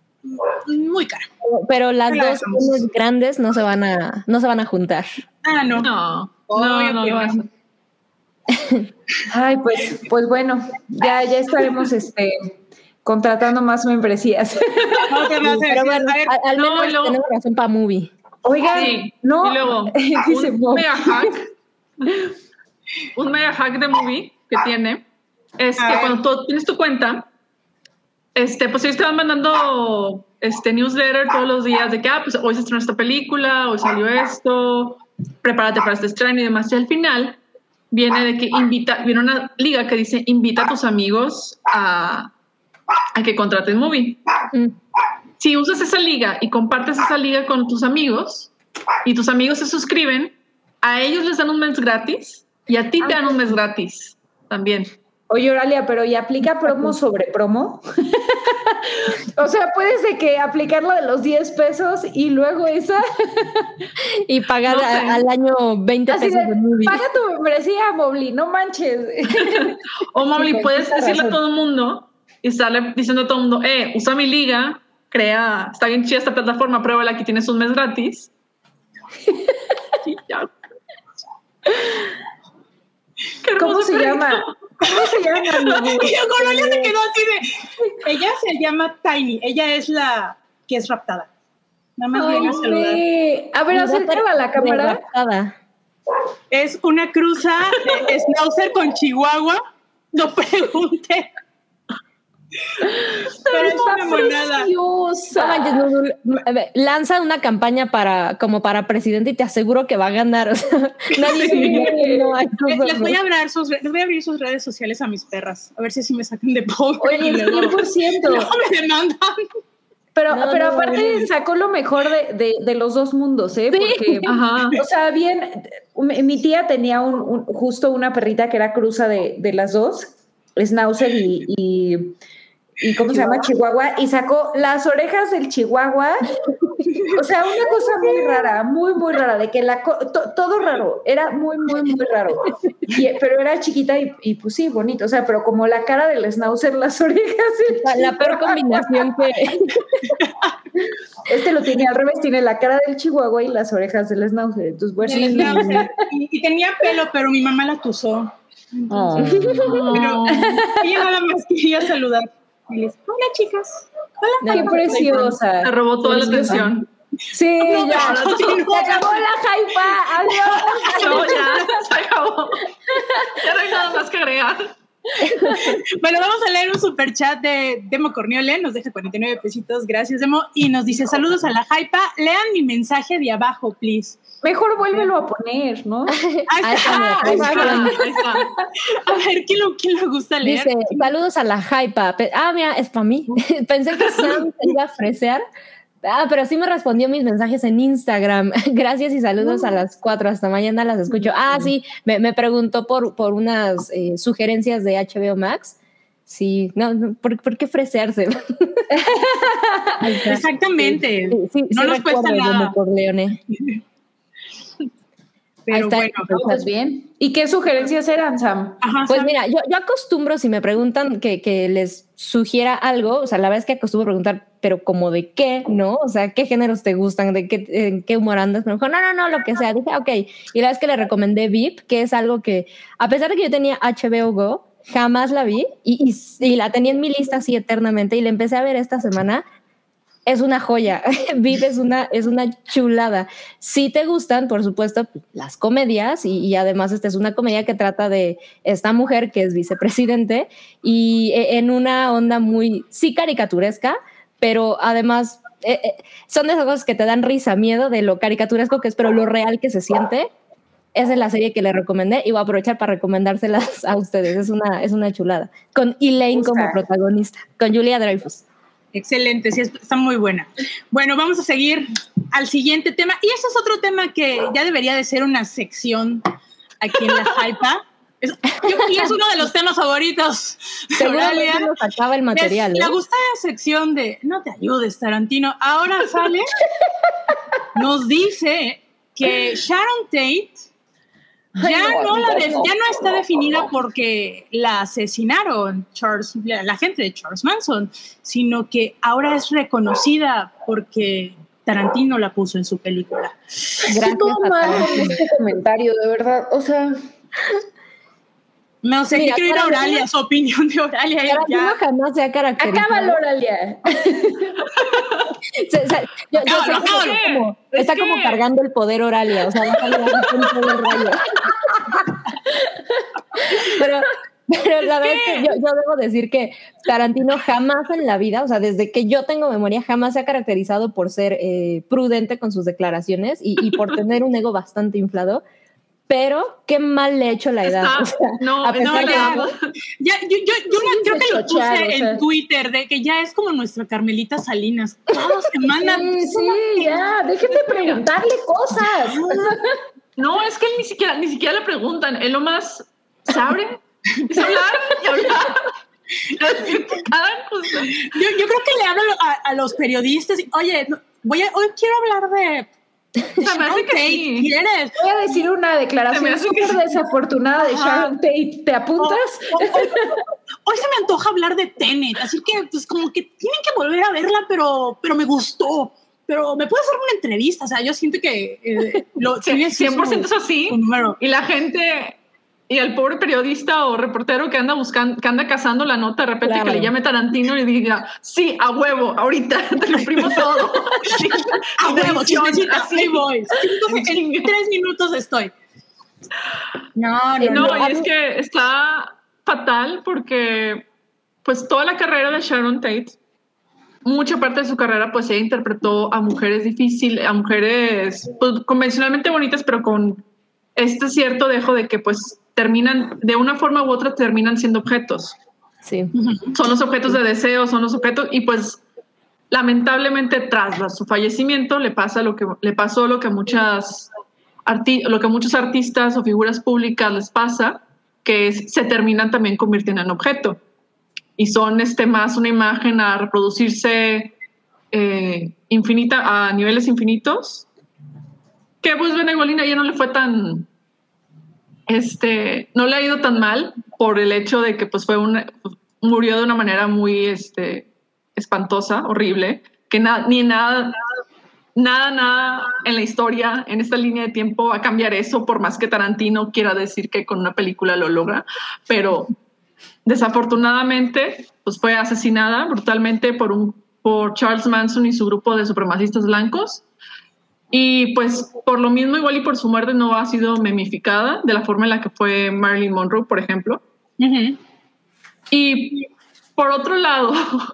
muy cara. Pero las Ahí la dos dejamos. unos grandes no se van a, no se van a juntar. Ah, no. No, Obvio no, no que lo no. hacen. Ay, pues, pues bueno, ya, ya estaremos este, contratando más membresías. No te vas a Pero decir, bueno, a ver, al, al no, menos y luego- tenemos razón para movie. Oigan, Sí. no, Y luego, dice un Bob. mega hack, un mega hack de movie que tiene es A que ver. cuando tú tienes tu cuenta, este, pues ellos te van mandando este newsletter todos los días de que, ah, pues hoy se estrenó esta película, hoy salió esto, prepárate para este estreno y demás. Y al final viene de que invita, viene una liga que dice invita a tus amigos a, a que contraten movie. Mm. Si usas esa liga y compartes esa liga con tus amigos y tus amigos se suscriben, a ellos les dan un mes gratis y a ti te dan un mes gratis también. Oye, Oralia, pero ¿y aplica promo sobre promo? O sea, puedes de que aplicar lo de los diez pesos y luego esa. Y pagar No sé. a- al año veinte Así pesos de, de movie. paga tu membresía, Mobli, no manches. O Mobli, Sí, puedes tienes decirle a razón. todo el mundo y sale diciendo a todo el mundo, eh, usa mi liga, crea, está bien chida esta plataforma, pruébala, aquí tienes un mes gratis. Y ya. ¿Cómo se llama? ¿Cómo se llama? Y Colonia se quedó así de... Ella se llama Tiny, ella es la que es raptada. Nada más viene a saludar. A ver, acércala a la cámara. Raptada. Es una cruza de Schnauzer con Chihuahua. No pregunte. Pero es una monada. No manches, Nudul, lanza una campaña para como para presidente y te aseguro que va a ganar. O sea, nadie sí. no hay les, voy a abrir sus, les voy a abrir sus redes sociales a mis perras. A ver si así me sacan de pobre. Oye, cien por ciento. No me demandan. Pero, no, pero no, aparte no. sacó lo mejor de, de, de los dos mundos, ¿eh? Porque, Ajá. o sea, bien, mi tía tenía un, un, justo una perrita que era cruza de, de las dos, Schnauzer y, y, y ¿cómo se llama? Chihuahua, y sacó las orejas del Chihuahua. O sea, una cosa muy rara, muy, muy rara, de que la to, todo raro, era muy, muy, muy raro. Y, pero era chiquita y, y pues sí, bonito. O sea, pero como la cara del Schnauzer, las orejas del La, la peor combinación que... Este lo tiene al revés, tiene la cara del Chihuahua y las orejas del Schnauzer. Entonces, bueno, sí, Schnauzer. Y, y tenía pelo, pero mi mamá la tusó. Oh. Pero ella nada más quería saludar. Y les, hola, chicas. Hola. Qué preciosa. Se robó toda la atención. Sí, no, ya. No, se no, acabó la jaipa. Adiós. No, ya, se acabó. Ya no hay nada más que agregar. Bueno, vamos a leer un superchat de Demo Corniole, nos deja cuarenta y nueve pesitos, gracias Demo, y nos dice, saludos a la jaipa, lean mi mensaje de abajo, please. Mejor vuélvelo a poner, ¿no? Ahí está, ahí está, ahí está. A ver, ¿quién lo, quién lo gusta leer? Dice, saludos a la jaipa. Ah, mira, es para mí. Pensé que Sam te iba a fresear. Ah, pero sí me respondió mis mensajes en Instagram. Gracias y saludos a las cuatro. Hasta mañana las escucho. Ah, sí, me, me preguntó por, por unas eh, sugerencias de H B O Max. Sí, no, no ¿por, ¿por qué fresearse? Exactamente. Sí, sí, no sí nos cuesta nada. Por Leone. Pero está, bueno, pues bien. ¿Y qué sugerencias eran, Sam? Ajá, pues Sam. mira, yo, yo acostumbro, si me preguntan que, que les sugiera algo, o sea, la verdad es que acostumbro preguntar, pero como de qué, ¿no? O sea, ¿qué géneros te gustan? ¿De qué, en qué humor andas? Me dijo, no, no, no, lo que sea. Dije, ok. Y la vez que le recomendé V I P, que es algo que, a pesar de que yo tenía H B O Go, jamás la vi y, y, y la tenía en mi lista así eternamente y la empecé a ver esta semana. Es una joya. V I P es una, es una chulada. Si te gustan, por supuesto, las comedias y, y además esta es una comedia que trata de esta mujer que es vicepresidente y en una onda muy, sí caricaturesca, pero además eh, eh, son de esas cosas que te dan risa, miedo de lo caricaturesco que es, pero lo real que se siente. Esa es la serie que le recomendé y voy a aprovechar para recomendárselas a ustedes. Es una, es una chulada. Con Elaine como protagonista, con Julia Dreyfus. Excelente, sí, está muy buena. Bueno, vamos a seguir al siguiente tema. Y ese es otro tema que ya debería de ser una sección aquí en la jaipa. Es, y es uno de los temas favoritos. Seguramente nos acaba el material. Les, ¿eh? Me gusta la sección de no te ayudes, Tarantino. Ahora sale, nos dice que Sharon Tate ya, Ay, no, no la de, ya no está definida porque la asesinaron Charles, la gente de Charles Manson, sino que ahora es reconocida porque Tarantino la puso en su película. Gracias. Todo mal con este comentario, de verdad. O sea, no sé, Mira, yo quiero ir a Oralia, su opinión de Oralia. Tarantino jamás se ha caracterizado. Acábalo, Oralia. se, se, yo, yo sé que como, está como cargando el poder Oralia, o sea, va a salir a todo el rayo. pero, pero la verdad es que yo, yo debo decir que Tarantino jamás en la vida, o sea, desde que yo tengo memoria, jamás se ha caracterizado por ser eh, prudente con sus declaraciones y, y por tener un ego bastante inflado. Pero qué mal le he hecho la edad. Está, o sea, no, a pesar no, ya, de... ya, yo, yo, yo sí, creo que lo puse o sea. en Twitter, de que ya es como nuestra Carmelita Salinas. Todos se mandan. Sí, sí, ya, déjenme preguntarle cosas. No, es que él ni siquiera, ni siquiera le preguntan. Él lo más se abre, es hablar y hablar. yo, yo creo que le hablo a, a los periodistas. Y, Oye, voy a, hoy quiero hablar de... Sharon Tate, sí. ¿Quieres? Voy a decir una declaración súper desafortunada de Sharon Tate. ¿Te apuntas? O, o, hoy se me antoja hablar de Tenet, así que pues como que tienen que volver a verla, pero, pero me gustó. Pero me puede hacer una entrevista, o sea, yo siento que eh, lo, sí, cien por ciento es así. Y la gente, y el pobre periodista o reportero que anda buscando, que anda cazando la nota, de repente claro. que le llame Tarantino y diga, sí, a huevo, ahorita te lo imprimo todo. Sí, a huevo, chismecita, así voy. En, en tres minutos estoy. No, no, no. no y es que está fatal porque, pues, toda la carrera de Sharon Tate, mucha parte de su carrera, pues ella interpretó a mujeres difíciles, a mujeres pues, convencionalmente bonitas, pero con este cierto dejo de que pues terminan, de una forma u otra, terminan siendo objetos. Sí. Son los objetos de deseo, son los objetos, y pues lamentablemente tras su fallecimiento le pasa lo que le pasó lo que muchas arti- lo que a muchos artistas o figuras públicas les pasa, que es, se terminan también convirtiendo en objeto. Y son este, más una imagen a reproducirse eh, infinita, a niveles infinitos, que pues Benegolina ya no le fue tan, este, no le ha ido tan mal por el hecho de que pues fue una, murió de una manera muy este, espantosa, horrible, que na, ni nada, nada, nada en la historia, en esta línea de tiempo va a cambiar eso, por más que Tarantino quiera decir que con una película lo logra, pero desafortunadamente, pues fue asesinada brutalmente por, un, por Charles Manson y su grupo de supremacistas blancos. Y pues por lo mismo, igual y por su muerte, no ha sido memificada de la forma en la que fue Marilyn Monroe, por ejemplo. Uh-huh. Y por otro lado,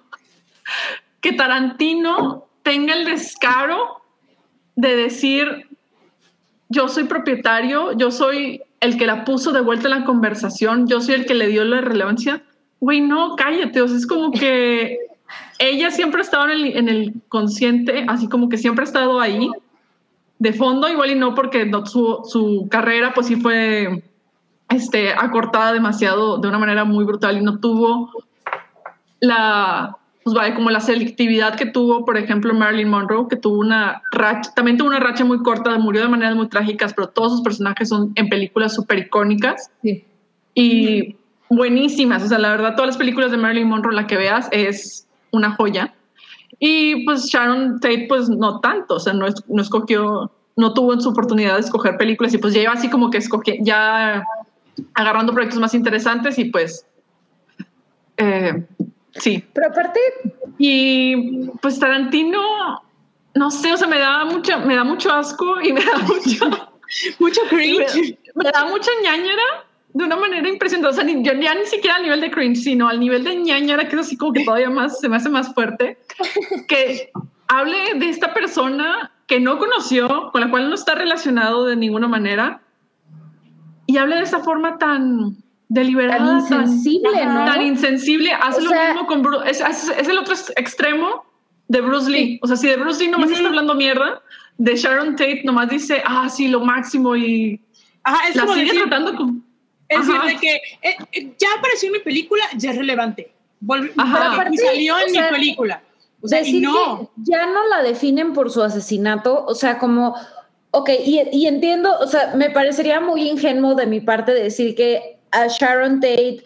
que Tarantino tenga el descaro de decir, yo soy propietario, yo soy el que la puso de vuelta en la conversación, yo soy el que le dio la relevancia. Güey, no, cállate. O sea, es como que ella siempre ha estado en el, en el consciente, así como que siempre ha estado ahí, de fondo, igual y no porque no, su, su carrera pues sí fue este, acortada demasiado, de una manera muy brutal, y no tuvo la, pues vaya, como la selectividad que tuvo, por ejemplo, Marilyn Monroe, que tuvo una racha, también tuvo una racha muy corta, murió de maneras muy trágicas, pero todos sus personajes son en películas súper icónicas sí. y buenísimas. O sea, la verdad, todas las películas de Marilyn Monroe, la que veas, es una joya. Y pues Sharon Tate, pues no tanto, o sea, no, es, no escogió, no tuvo su oportunidad de escoger películas, y pues ya iba así como que escogió, ya agarrando proyectos más interesantes, y pues eh, sí. Pero aparte, y pues Tarantino, no sé, o sea, me da mucho, me da mucho asco y me da mucho, mucho cringe. Me, me da mucha ñañera de una manera impresionante. O sea, ni, yo ya ni siquiera al nivel de cringe, sino al nivel de ñañera, que es así como que todavía más, se me hace más fuerte, que hable de esta persona que no conoció, con la cual no está relacionado de ninguna manera, y hable de esa forma tan deliberada, tan insensible, tan, ¿no? Tan insensible. Hace o lo sea, mismo con Bruce, es, es, es el otro extremo de Bruce Lee. Sí. O sea, si de Bruce Lee nomás uh-huh. está hablando mierda, de Sharon Tate nomás dice, ah, sí, lo máximo, y ajá, es la como sigue decir, tratando como... Es ajá. decir, de que eh, eh, ya apareció en mi película, ya es relevante. Volví, y salió en o sea, mi película. O sea, y no. Ya no la definen por su asesinato, o sea, como... Ok, y, y entiendo, o sea, me parecería muy ingenuo de mi parte decir que a Sharon Tate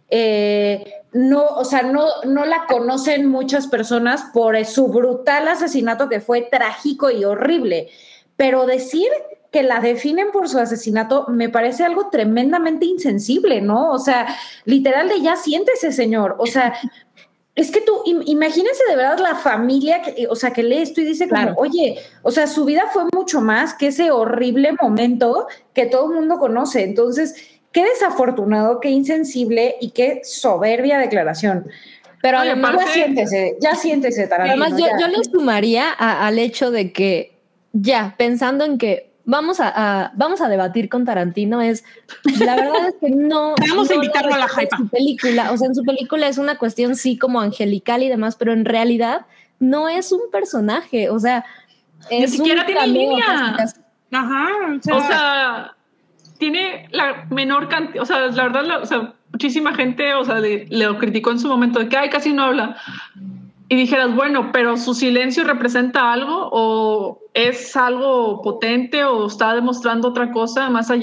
eh, no, o sea, no, no la conocen muchas personas por su brutal asesinato, que fue trágico y horrible, pero decir que la definen por su asesinato me parece algo tremendamente insensible, ¿no? O sea, literal de ya siéntese, señor, o sea... Es que tú, imagínense de verdad la familia, que, o sea, que lee esto y dice como, claro. Oye, o sea, su vida fue mucho más que ese horrible momento que todo el mundo conoce. Entonces, qué desafortunado, qué insensible y qué soberbia declaración. Pero Oye, además, aparte, ya siéntese, ya siéntese, Tarantino. Además, yo, yo le sumaría a, al hecho de que, ya, pensando en que vamos a, a vamos a debatir con Tarantino, es la verdad es que no vamos no a invitarlo a la hype. Su película, o sea, en su película es una cuestión sí como angelical y demás, pero en realidad no es un personaje, o sea, ni es siquiera un tiene línea. Casi. Ajá, o sea, o sea, tiene la menor cantidad, o sea, la verdad, la, o sea, muchísima gente, o sea, le, le lo criticó en su momento de que ay, casi no habla. Y dijeras, bueno, pero su silencio representa algo, o es algo potente, o está demostrando otra cosa más allá.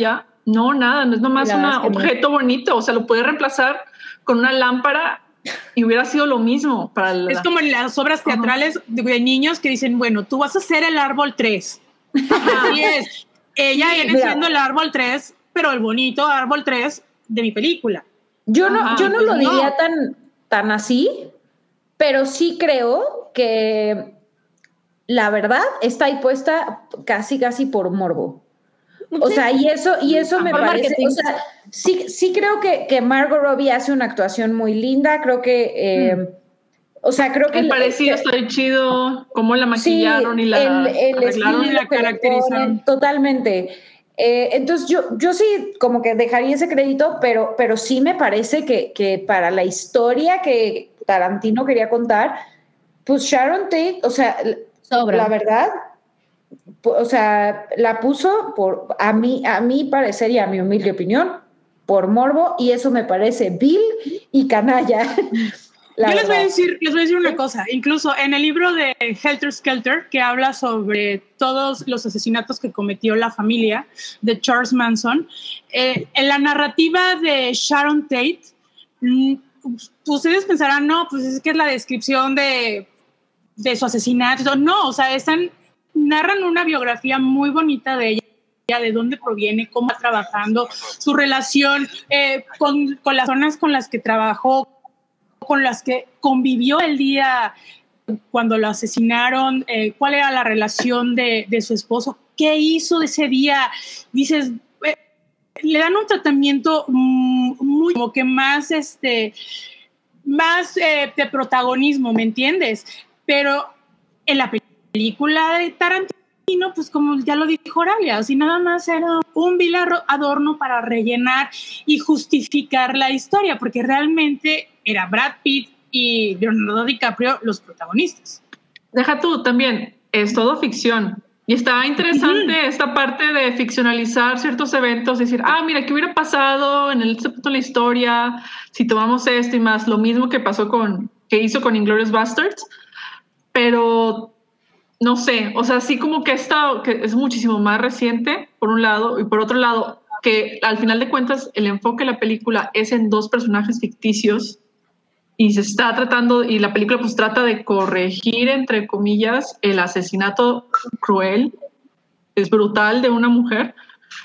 No, nada, no es nomás un objeto no. bonito, o sea, lo puedes reemplazar con una lámpara y hubiera sido lo mismo. Para la... Es como en las obras teatrales uh-huh. de, de niños que dicen, bueno, tú vas a ser el árbol tres. Así es. Ella sí, viene mira. siendo el árbol tres, pero el bonito árbol tres de mi película. Yo no, Ajá, yo no pues lo no. diría tan, tan así, pero sí creo que la verdad está ahí puesta casi, casi por morbo. O sea, y eso, y eso me parece, o sea, sí, sí creo que, que Margot Robbie hace una actuación muy linda, creo que, eh, mm. o sea, creo que... El parecido está muy chido, cómo la maquillaron sí, y la el, el arreglaron y la caracterizaron. Totalmente. Eh, entonces yo, yo sí como que dejaría ese crédito, pero, pero sí me parece que, que para la historia que Tarantino quería contar, pues Sharon Tate, o sea, Sobra. la verdad... O sea, la puso por a mí, a mi parecer y a mi humilde opinión, por morbo, y eso me parece vil y canalla. Yo les voy a decir, les voy a decir una cosa. Incluso en el libro de Helter Skelter, que habla sobre todos los asesinatos que cometió la familia de Charles Manson, eh, en la narrativa de Sharon Tate, mmm, ustedes pensarán, no, pues es que es la descripción de, de su asesinato. No, o sea, están narran una biografía muy bonita de ella, de dónde proviene, cómo está trabajando, su relación eh, con, con las personas con las que trabajó, con las que convivió el día cuando lo asesinaron, eh, cuál era la relación de, de su esposo, qué hizo ese día. Dices, eh, le dan un tratamiento muy, como que más, este, más eh, de protagonismo, ¿me entiendes? Pero en la película película de Tarantino, pues como ya lo dijo Oralia, así nada más era un vil adorno para rellenar y justificar la historia, porque realmente era Brad Pitt y Leonardo DiCaprio los protagonistas. Deja tú, también, es todo ficción. Y está interesante uh-huh. esta parte de ficcionalizar ciertos eventos, decir, ah, mira, ¿qué hubiera pasado en el punto de la historia si tomamos esto y más? Lo mismo que pasó con, que hizo con Inglourious Basterds, pero... No sé, o sea, sí como que esta que es muchísimo más reciente, por un lado, y por otro lado, que al final de cuentas el enfoque de la película es en dos personajes ficticios y se está tratando, y la película pues trata de corregir, entre comillas, el asesinato cruel, es brutal, de una mujer.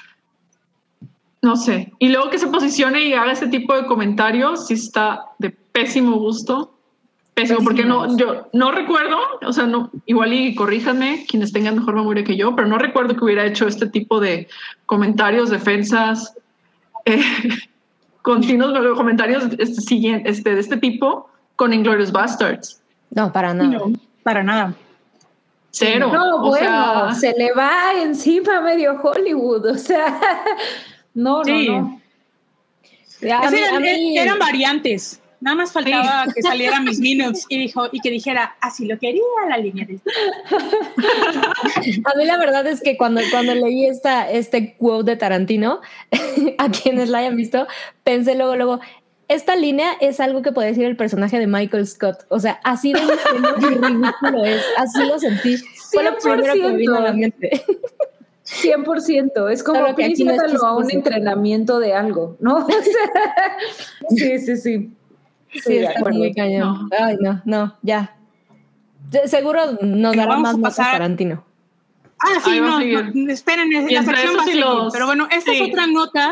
No sé, y luego que se posicione y haga este tipo de comentarios, sí está de pésimo gusto. Pésimo, porque no, yo no recuerdo, o sea, no, igual y corríjanme quienes tengan mejor memoria que yo, pero no recuerdo que hubiera hecho este tipo de comentarios, defensas, eh, continuos comentarios este, siguiente, este, de este tipo con Inglourious Basterds. No, para nada. No, para nada. Cero. No, o bueno, sea, se le va encima medio Hollywood, o sea, no, sí. no, no. Ya, a mí, eran, a mí... eran variantes. Nada más faltaba sí. que saliera Miss Minutes y dijo y que dijera así lo quería la línea del A mí la verdad es que cuando, cuando leí esta, este quote de Tarantino, a quienes la hayan visto, pensé luego, luego, esta línea es algo que puede decir el personaje de Michael Scott. O sea, así de ridículo es, así lo sentí. Fue lo primero que me vino a la mente. cien por ciento, es como príncipe no a un entrenamiento de algo, ¿no? sí, sí, sí. Sí, sí, está muy cañón. No. Ay, no, no, ya. Seguro nos dará más notas Tarantino. Ah, sí, no, no, esperen, la sección va a seguir. Los... Pero bueno, esta sí. es otra nota.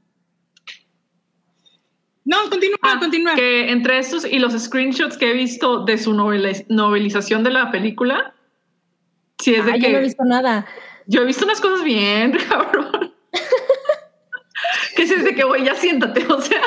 No, continúa, ah, continúa. Que entre estos y los screenshots que he visto de su noveliz- novelización de la película, sí es de ah, que... yo no he visto nada. Yo he visto unas cosas bien, cabrón. Que si es de que, güey, ya siéntate, o sea...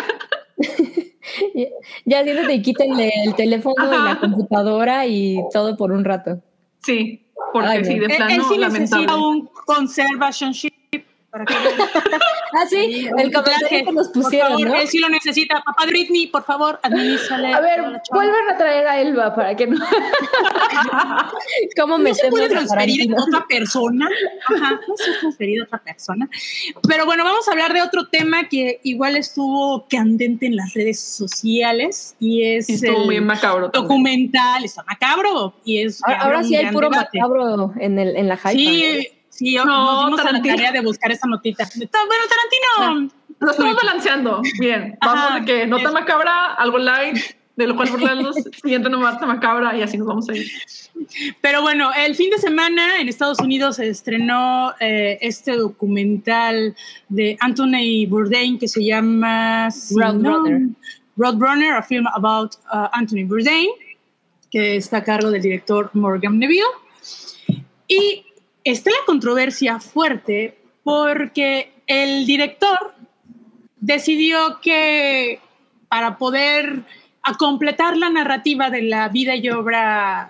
Ya siéntate y quítenle el teléfono Ajá. y la computadora y todo por un rato. Sí, porque Ay, sí, de plano, él sí lamentable. necesita un conservationship para que... Ah, sí, el comentario que nos pusieron, por favor, ¿no? Él sí lo necesita. Papá Britney, por favor, administrale. A ver, vuelvan a traer a Elba para que no... ¿Cómo no me se puede transferir a otra persona? Ajá, no se puede transferir a otra persona. Pero bueno, vamos a hablar de otro tema que igual estuvo candente en las redes sociales y es estuvo el muy macabro documental. Está macabro. Y es ahora ahora sí hay puro debate. macabro en, el, en la hype. Sí, Sí, no, nos dimos Tarantino. a la tarea de buscar esa notita. Bueno, Tarantino. Lo estamos balanceando. Bien, vamos Ajá, de que nota es- macabra, algo light, de lo cual burlarnos, siguiente nota macabra y así nos vamos a ir. Pero bueno, el fin de semana en Estados Unidos se estrenó eh, este documental de Anthony Bourdain que se llama si Roadrunner. no, Roadrunner, a film about uh, Anthony Bourdain, que está a cargo del director Morgan Neville. Y está la controversia fuerte porque el director decidió que para poder a completar la narrativa de la vida y obra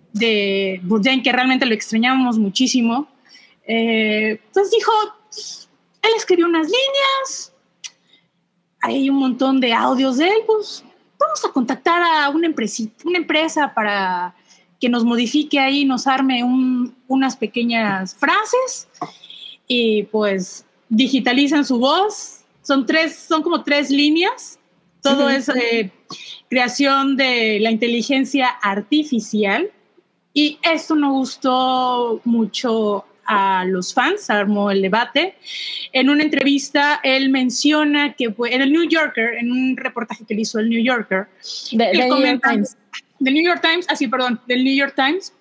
de Bourdain, que realmente lo extrañábamos muchísimo, eh, pues dijo, él escribió unas líneas, hay un montón de audios de él, pues vamos a contactar a una, empresi- una empresa para que nos modifique ahí, nos arme un, unas pequeñas frases y pues digitalizan su voz. Son tres, son como tres líneas. Todo uh-huh. es eh, creación de la inteligencia artificial. Y esto no gustó mucho a los fans, armó el debate. En una entrevista, él menciona que fue en el New Yorker, en un reportaje que le hizo el New Yorker, de, él de comenta, New York Times. Del New York Times, así, ah, perdón, del New York Times,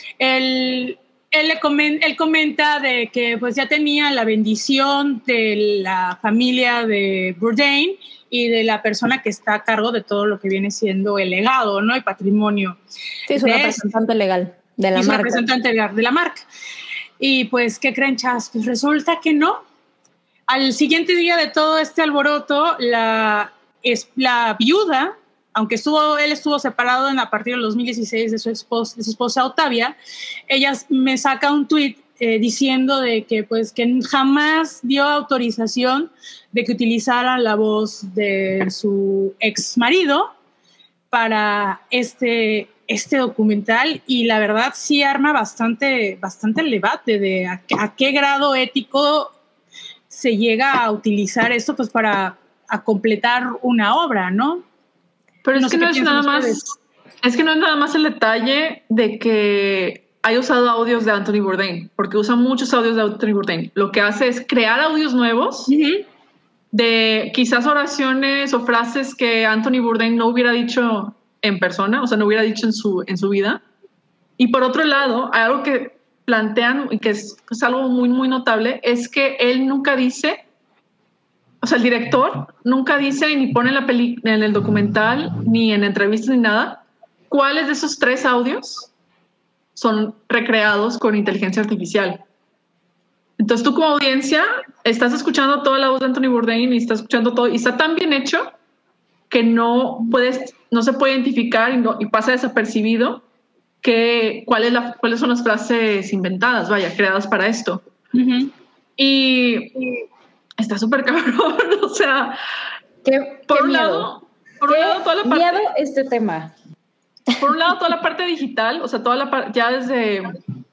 él, él, le comenta, él comenta de que pues ya tenía la bendición de la familia de Bourdain y de la persona que está a cargo de todo lo que viene siendo el legado, ¿no? El patrimonio. Sí, su representante legal de la y su marca. representante legal de la marca. Y pues, ¿qué creen, chavos? Pues resulta que no. Al siguiente día de todo este alboroto, la, es, la viuda, aunque estuvo, él estuvo separado en, a partir del dos mil dieciséis de su, esposa, de su esposa Octavia, ella me saca un tuit eh, diciendo de que, pues, que jamás dio autorización de que utilizaran la voz de su ex marido para este, este documental, y la verdad sí arma bastante, bastante el debate de a, a qué grado ético se llega a utilizar esto pues para a completar una obra, ¿no? Pero no es que no es nada más, es que no es nada más el detalle de que haya usado audios de Anthony Bourdain, porque usa muchos audios de Anthony Bourdain. Lo que hace es crear audios nuevos uh-huh. de quizás oraciones o frases que Anthony Bourdain no hubiera dicho en persona, o sea, no hubiera dicho en su, en su vida. Y por otro lado, hay algo que plantean y que es, es algo muy, muy notable, es que él nunca dice, o sea, el director nunca dice ni pone en, la peli, en el documental, ni en entrevistas, ni nada, cuáles de esos tres audios son recreados con inteligencia artificial. Entonces tú como audiencia estás escuchando toda la voz de Anthony Bourdain y estás escuchando todo, y está tan bien hecho que no puedes, no se puede identificar y, no, y pasa desapercibido que cuál es la, cuáles son las frases inventadas, vaya, creadas para esto. Uh-huh. Y está súper cabrón, o sea, qué, por qué un miedo. lado, por qué un lado toda la parte, miedo este tema. Por un lado toda la parte digital, o sea, toda la parte, ya desde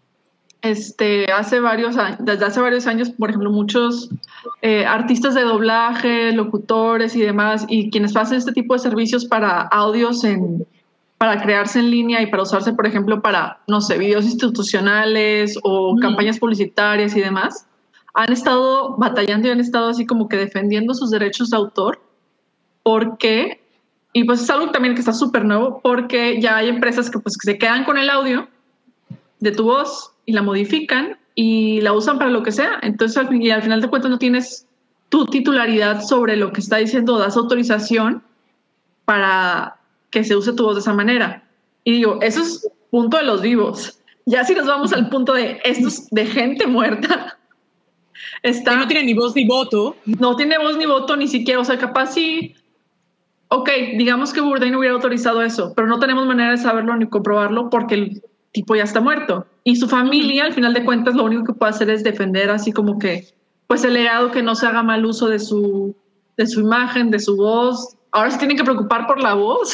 este hace varios años, desde hace varios años, por ejemplo, muchos eh, artistas de doblaje, locutores y demás, y quienes hacen este tipo de servicios para audios en para crearse en línea y para usarse, por ejemplo, para, no sé, videos institucionales o mm. campañas publicitarias y demás, han estado batallando y han estado así como que defendiendo sus derechos de autor, porque, y pues es algo también que está súper nuevo, porque ya hay empresas que pues que se quedan con el audio de tu voz y la modifican y la usan para lo que sea. Entonces, al, y al final de cuentas no tienes tu titularidad sobre lo que está diciendo, das autorización para que se use tu voz de esa manera. Y digo, eso es punto de los vivos. Ya si nos vamos al punto de estos de gente muerta, está, que no tiene ni voz ni voto. No tiene voz ni voto ni siquiera, o sea, capaz sí, ok, digamos que Bourdain hubiera autorizado eso, pero no tenemos manera de saberlo ni comprobarlo porque el tipo ya está muerto. Y su familia, al final de cuentas, lo único que puede hacer es defender así como que, pues el legado, que no se haga mal uso de su, de su imagen, de su voz. Ahora se tienen que preocupar por la voz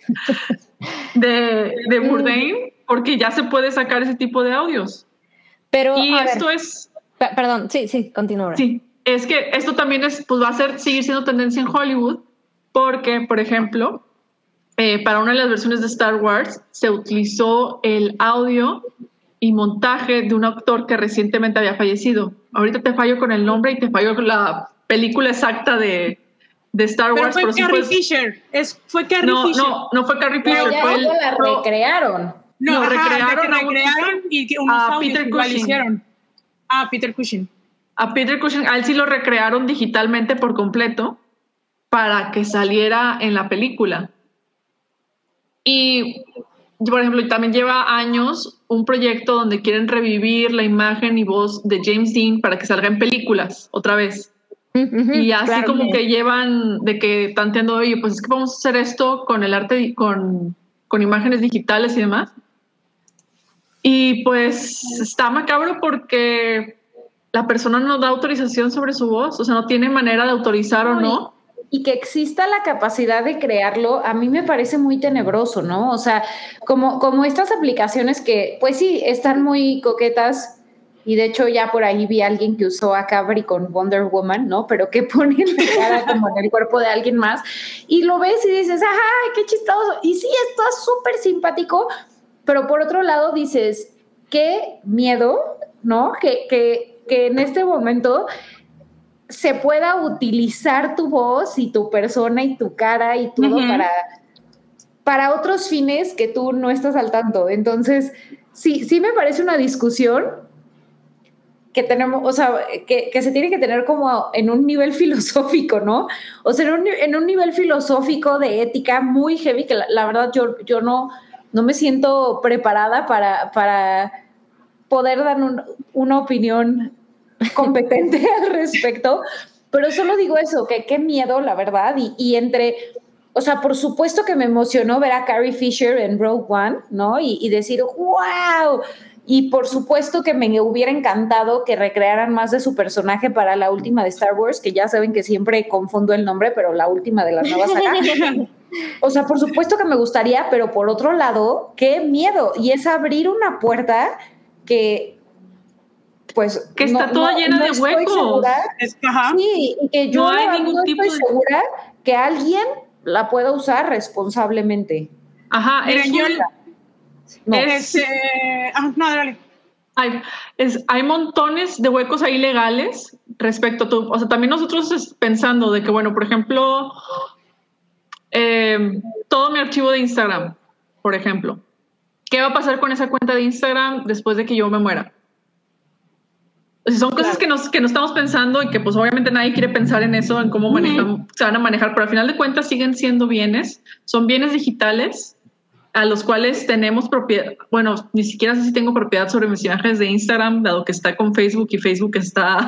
de, de Bourdain, porque ya se puede sacar ese tipo de audios. Pero, y esto ver, es... P- perdón, sí, sí, continúa. Sí, es que esto también es, pues va a ser, seguir siendo tendencia en Hollywood, porque, por ejemplo, eh, para una de las versiones de Star Wars se utilizó el audio y montaje de un actor que recientemente había fallecido. Ahorita te fallo con el nombre y te fallo con la película exacta de, de Star Pero Wars. fue pero Carrie sí fue, Fisher. Es, fue Carrie no, Fisher. no, no fue Carrie Pero Fisher. ya Fue el, la recrearon. No, lo ajá, recrearon, de que recrearon y que unos a audios Peter igual Cushing. hicieron. Ah, Peter Cushing. A Peter Cushing, a él sí lo recrearon digitalmente por completo para que saliera en la película. Y, por ejemplo, también lleva años un proyecto donde quieren revivir la imagen y voz de James Dean para que salga en películas otra vez. Uh-huh, Y así claro, como sí. que llevan de que tanteando, oye, pues es que vamos a hacer esto con el arte, con, con imágenes digitales y demás. Y pues está macabro porque la persona no da autorización sobre su voz, o sea, no tiene manera de autorizar no, o no. Y, y que exista la capacidad de crearlo, a mí me parece muy tenebroso, ¿no? O sea, como, como estas aplicaciones que, pues sí, están muy coquetas, y de hecho ya por ahí vi a alguien que usó a Cabri con Wonder Woman, ¿no? Pero que ponen la cara como en el cuerpo de alguien más, y lo ves y dices, ¡ay, qué chistoso! Y sí, está súper simpático, pero por otro lado dices, qué miedo, ¿no? Que, que, que en este momento se pueda utilizar tu voz y tu persona y tu cara y todo uh-huh. para, para otros fines que tú no estás al tanto. Entonces, sí, sí me parece una discusión que tenemos, o sea, que, que se tiene que tener como en un nivel filosófico, ¿no? O sea, en un, en un nivel filosófico de ética muy heavy, que la, la verdad yo, yo no, no me siento preparada para, para poder dar un, una opinión competente al respecto, pero solo digo eso, que qué miedo, la verdad, y, y entre, o sea, por supuesto que me emocionó ver a Carrie Fisher en Rogue One, ¿no? Y, y decir, wow, y por supuesto que me hubiera encantado que recrearan más de su personaje para la última de Star Wars, que ya saben que siempre confundo el nombre, pero la última de las nuevas acá. O sea, por supuesto que me gustaría, pero por otro lado, qué miedo, y es abrir una puerta que pues que está no, toda no, llena no de huecos. Segura, es, ajá. Sí, y que yo no hay no, ningún no tipo estoy de... segura que alguien la pueda usar responsablemente. Ajá, Miren, es yo un... no. Es, eh, ah, no, dale. Hay, es, hay montones de huecos ahí legales respecto a tu... O sea, también nosotros pensando de que, bueno, por ejemplo, eh, todo mi archivo de Instagram, por ejemplo, ¿qué va a pasar con esa cuenta de Instagram después de que yo me muera? O sea, son claro. cosas que nos, que nos estamos pensando y que pues obviamente nadie quiere pensar en eso, en cómo uh-huh. manejan, se van a manejar, pero al final de cuentas siguen siendo bienes, son bienes digitales a los cuales tenemos propiedad, bueno, ni siquiera sé si tengo propiedad sobre mis imágenes de Instagram, dado que está con Facebook y Facebook está,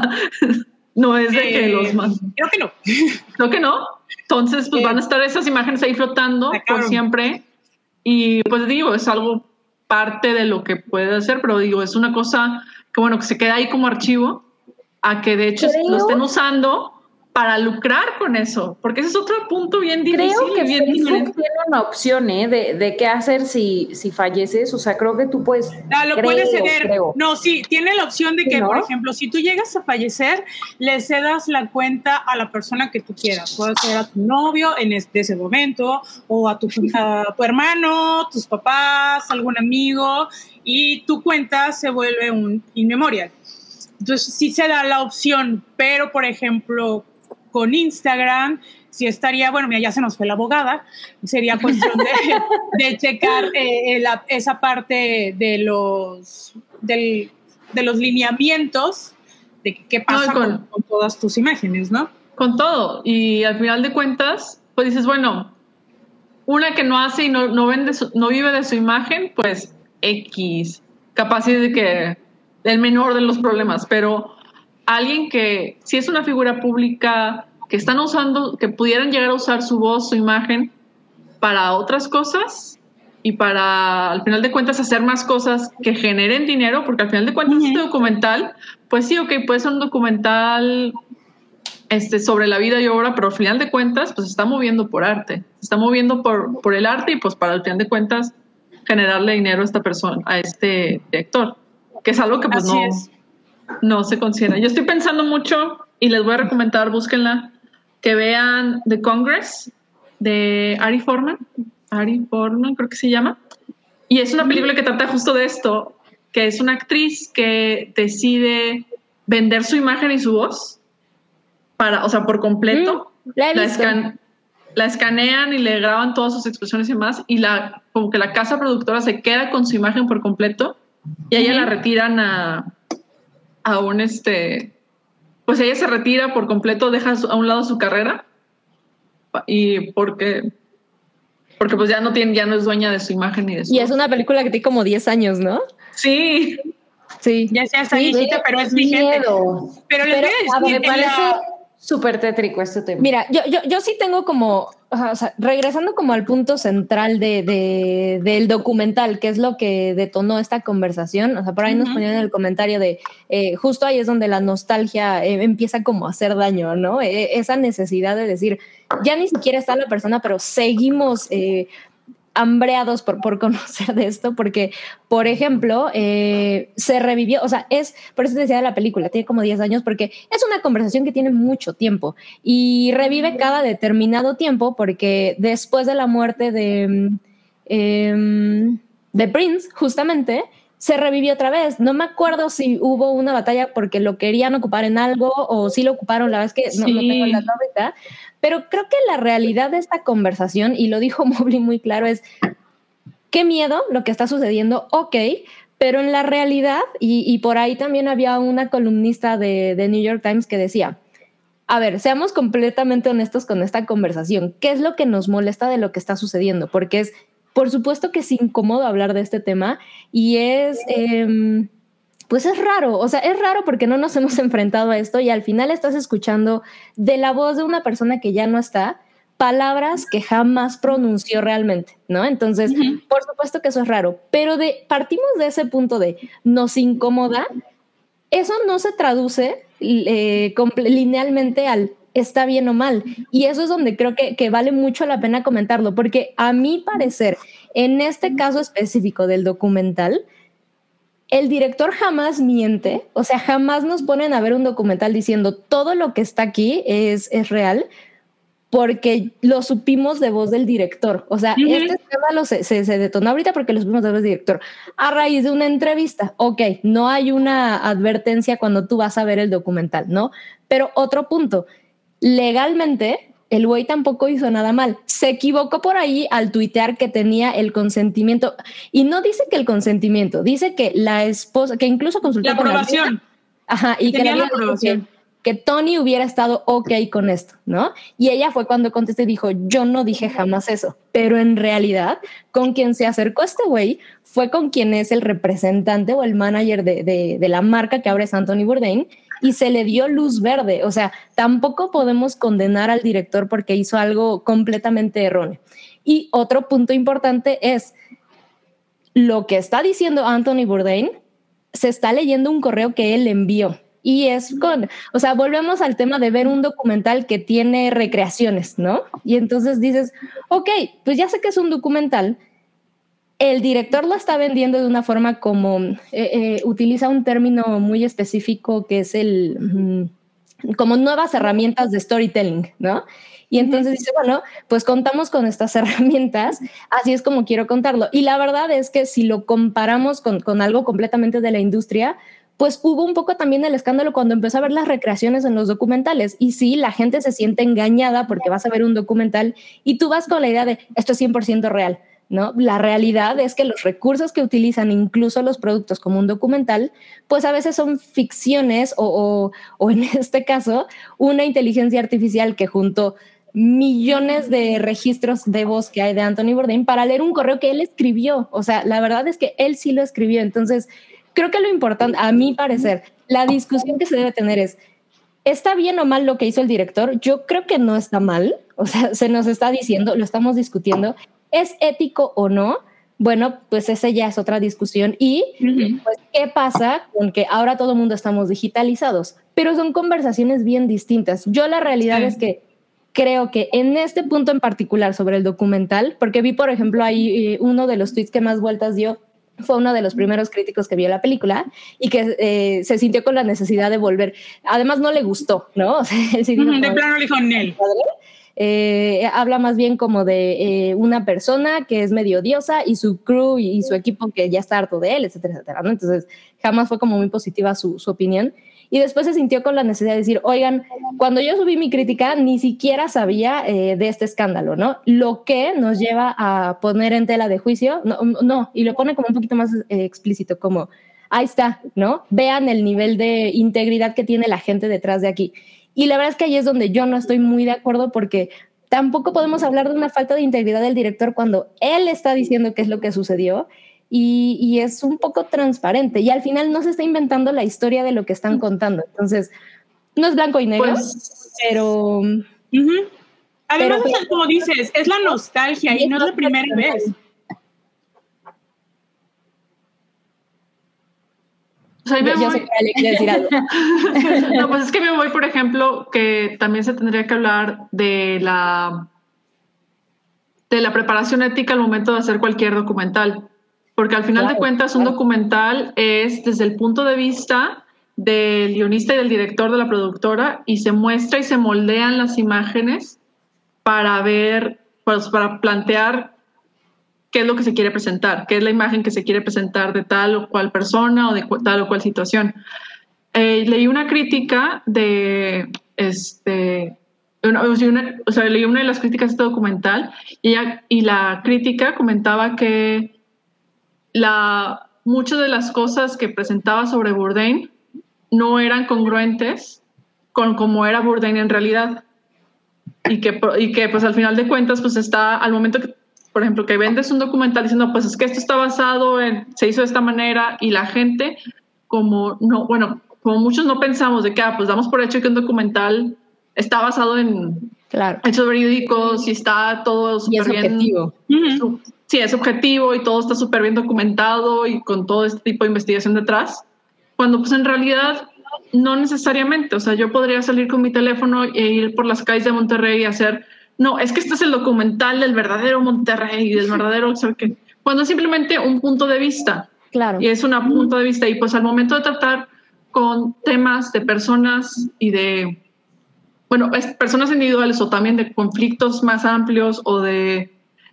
no es de eh, que los más... Creo que no. Creo que no. Entonces pues eh, van a estar esas imágenes ahí flotando por siempre y pues digo, es algo parte de lo que puede hacer, pero digo, es una cosa que bueno, que se queda ahí como archivo, a que de hecho Creo... lo estén usando para lucrar con eso, porque ese es otro punto bien difícil. Creo que bien Facebook diferente. tiene una opción ¿eh? de, de qué hacer si, si falleces, o sea, creo que tú puedes... Ah, lo creo, puedes ceder. Creo. No, sí, tiene la opción de que, ¿no? por ejemplo, si tú llegas a fallecer, le cedas la cuenta a la persona que tú quieras. Puede ser a tu novio en este, ese momento, o a tu, a tu hermano, tus papás, algún amigo, y tu cuenta se vuelve un inmemorial. Entonces, sí se da la opción, pero, por ejemplo, con Instagram, sí estaría, bueno, mira, ya se nos fue la abogada, sería cuestión de, de checar eh, la, esa parte de los, del, de los lineamientos de qué pasa no, con, con, con todas tus imágenes, ¿no? Con todo, y al final de cuentas, pues dices, bueno, una que no hace y no, no, vende su, no vive de su imagen, pues X, capaz de que el menor de los problemas, pero alguien que si es una figura pública que están usando, que pudieran llegar a usar su voz, su imagen para otras cosas y para al final de cuentas hacer más cosas que generen dinero, porque al final de cuentas uh-huh. este documental, pues sí, ok, puede ser un documental este, sobre la vida y obra, pero al final de cuentas pues se está moviendo por arte, se está moviendo por, por el arte y pues para al final de cuentas generarle dinero a esta persona, a este director, que es algo que pues Así no, es. no se considera. Yo estoy pensando mucho y les voy a recomendar, búsquenla, que vean The Congress de Ari Forman, Ari Forman creo que se llama, y es una película que trata justo de esto, que es una actriz que decide vender su imagen y su voz para, o sea, por completo. Mm, la he la, visto. escan, la escanean y le graban todas sus expresiones y demás, y la, como que la casa productora se queda con su imagen por completo, y a ella la retiran a, a un este, pues ella se retira por completo, deja a un lado su carrera, y porque, porque pues ya no tiene, ya no es dueña de su imagen ni de su Y es una película que tiene como diez años, ¿no? Sí. Sí. Ya sea esa Sí, viejita, sí. pero es vigente. Miedo. Pero les Pero, voy a A decir, ver, me en parece la- súper tétrico este tema. Mira, yo, yo, yo sí tengo como, o sea, regresando como al punto central de, de, del documental, que es lo que detonó esta conversación. O sea, por ahí nos Ujú. ponían en el comentario de, eh, justo ahí es donde la nostalgia eh, empieza como a hacer daño, ¿no? Eh, esa necesidad de decir, ya ni siquiera está la persona, pero seguimos eh, hambreados por, por conocer de esto, porque, por ejemplo, eh, se revivió, o sea, es, por eso te decía de la película, tiene como diez años, porque es una conversación que tiene mucho tiempo y revive cada determinado tiempo, porque después de la muerte de, eh, de Prince, justamente, se revivió otra vez. No me acuerdo si hubo una batalla porque lo querían ocupar en algo o si lo ocuparon, la verdad es que no, Sí. no tengo la ahorita. Pero creo que la realidad de esta conversación, y lo dijo Mobley muy claro, es qué miedo lo que está sucediendo, ok, pero en la realidad, y, y por ahí también había una columnista de, de New York Times que decía, a ver, seamos completamente honestos con esta conversación, ¿qué es lo que nos molesta de lo que está sucediendo? Porque es, por supuesto que es incómodo hablar de este tema y es... Eh, pues es raro, o sea, es raro porque no nos hemos enfrentado a esto y al final estás escuchando de la voz de una persona que ya no está, palabras que jamás pronunció realmente, ¿no? Entonces, uh-huh. por supuesto que eso es raro, pero de, partimos de ese punto de nos incomoda, eso no se traduce eh, linealmente al está bien o mal, y eso es donde creo que, que vale mucho la pena comentarlo, porque a mi parecer, en este caso específico del documental, el director jamás miente, o sea, jamás nos ponen a ver un documental diciendo todo lo que está aquí es, es real, porque lo supimos de voz del director. O sea, uh-huh. este escándalo se, se, se detonó ahorita porque lo supimos de voz del director. A raíz de una entrevista, ok, no hay una advertencia cuando tú vas a ver el documental, ¿no? Pero otro punto, legalmente... el güey tampoco hizo nada mal. Se equivocó por ahí al tuitear que tenía el consentimiento. Y no dice que el consentimiento, dice que la esposa, que incluso consultó la aprobación. Con la Ajá, y que, tenía la aprobación. Que, que Tony hubiera estado ok con esto, ¿no? Y ella fue cuando contestó y dijo, yo no dije jamás eso. Pero en realidad, con quien se acercó a este güey fue con quien es el representante o el manager de, de, de la marca que ahora es Anthony Bourdain, y se le dio luz verde. O sea, tampoco podemos condenar al director porque hizo algo completamente erróneo. Y otro punto importante es lo que está diciendo Anthony Bourdain, se está leyendo un correo que él envió. Y es con, o sea, volvemos al tema de ver un documental que tiene recreaciones, ¿no? Y entonces dices, ok, pues ya sé que es un documental. El director lo está vendiendo de una forma como, eh, eh, utiliza un término muy específico que es el, mm, como nuevas herramientas de storytelling, ¿no? Y entonces dice, bueno, pues contamos con estas herramientas, así es como quiero contarlo. Y la verdad es que si lo comparamos con, con algo completamente de la industria, pues hubo un poco también el escándalo cuando empezó a ver las recreaciones en los documentales. Y sí, la gente se siente engañada porque vas a ver un documental y tú vas con la idea de esto es cien por ciento real, ¿no? La realidad es que los recursos que utilizan incluso los productos como un documental, pues a veces son ficciones o, o, o en este caso una inteligencia artificial que junto millones de registros de voz que hay de Anthony Bourdain para leer un correo que él escribió. O sea, la verdad es que él sí lo escribió. Entonces, creo que lo importante, a mi parecer, la discusión que se debe tener es, ¿está bien o mal lo que hizo el director? Yo creo que no está mal. O sea, se nos está diciendo, lo estamos discutiendo. ¿Es ético o no? Bueno, pues esa ya es otra discusión. Y uh-huh. pues, ¿qué pasa con que ahora todo el mundo estamos digitalizados? Pero son conversaciones bien distintas. Yo la realidad sí. es que creo que en este punto en particular sobre el documental, porque vi, por ejemplo, ahí eh, uno de los tweets que más vueltas dio fue uno de los primeros críticos que vio la película y que eh, se sintió con la necesidad de volver. Además, no le gustó, ¿no? O sea, él sí dijo, uh-huh. de plano le dijo Nel. Eh, habla más bien como de eh, una persona que es medio odiosa y su crew y, y su equipo que ya está harto de él, etcétera, etcétera, ¿no? Entonces, jamás fue como muy positiva su, su opinión. Y después se sintió con la necesidad de decir, oigan, cuando yo subí mi crítica, ni siquiera sabía eh, de este escándalo, ¿no? Lo que nos lleva a poner en tela de juicio, no, no y lo pone como un poquito más eh, explícito, como, ahí está, ¿no? Vean el nivel de integridad que tiene la gente detrás de aquí. Y la verdad es que ahí es donde yo no estoy muy de acuerdo porque tampoco podemos hablar de una falta de integridad del director cuando él está diciendo qué es lo que sucedió. Y, y es un poco transparente y al final no se está inventando la historia de lo que están contando. Entonces, no es blanco y negro, pues, pero... Uh-huh. Además, pero, es, como dices, es la nostalgia y no es la primera vez. O sea, yo, yo sé que Ale quiere decir algo. No, pues es que me voy, por ejemplo, que también se tendría que hablar de la, de la preparación ética al momento de hacer cualquier documental. Porque al final claro, de cuentas un claro. documental es desde el punto de vista del guionista y del director de la productora y se muestra y se moldean las imágenes para ver, pues para plantear qué es lo que se quiere presentar, qué es la imagen que se quiere presentar de tal o cual persona o de tal o cual situación. Eh, leí una crítica de, este, una, una, o sea, leí una de las críticas de este documental y, ella, y la crítica comentaba que La, muchas de las cosas que presentaba sobre Bourdain no eran congruentes con cómo era Bourdain en realidad y que, y que pues al final de cuentas pues está al momento que, por ejemplo, que vendes un documental diciendo pues es que esto está basado en, se hizo de esta manera y la gente como no, bueno, como muchos no pensamos de que ah, pues damos por hecho que un documental está basado en claro. hechos verídicos y está todo súper bien. Objetivo. Uh-huh. Sí, es objetivo y todo está súper bien documentado y con todo este tipo de investigación detrás, cuando pues en realidad no necesariamente, o sea, yo podría salir con mi teléfono e ir por las calles de Monterrey y hacer, no, es que este es el documental del verdadero Monterrey, del verdadero, o sea, que, cuando es simplemente un punto de vista. Claro. Y es un punto de vista y pues al momento de tratar con temas de personas y de, bueno, personas individuales o también de conflictos más amplios o de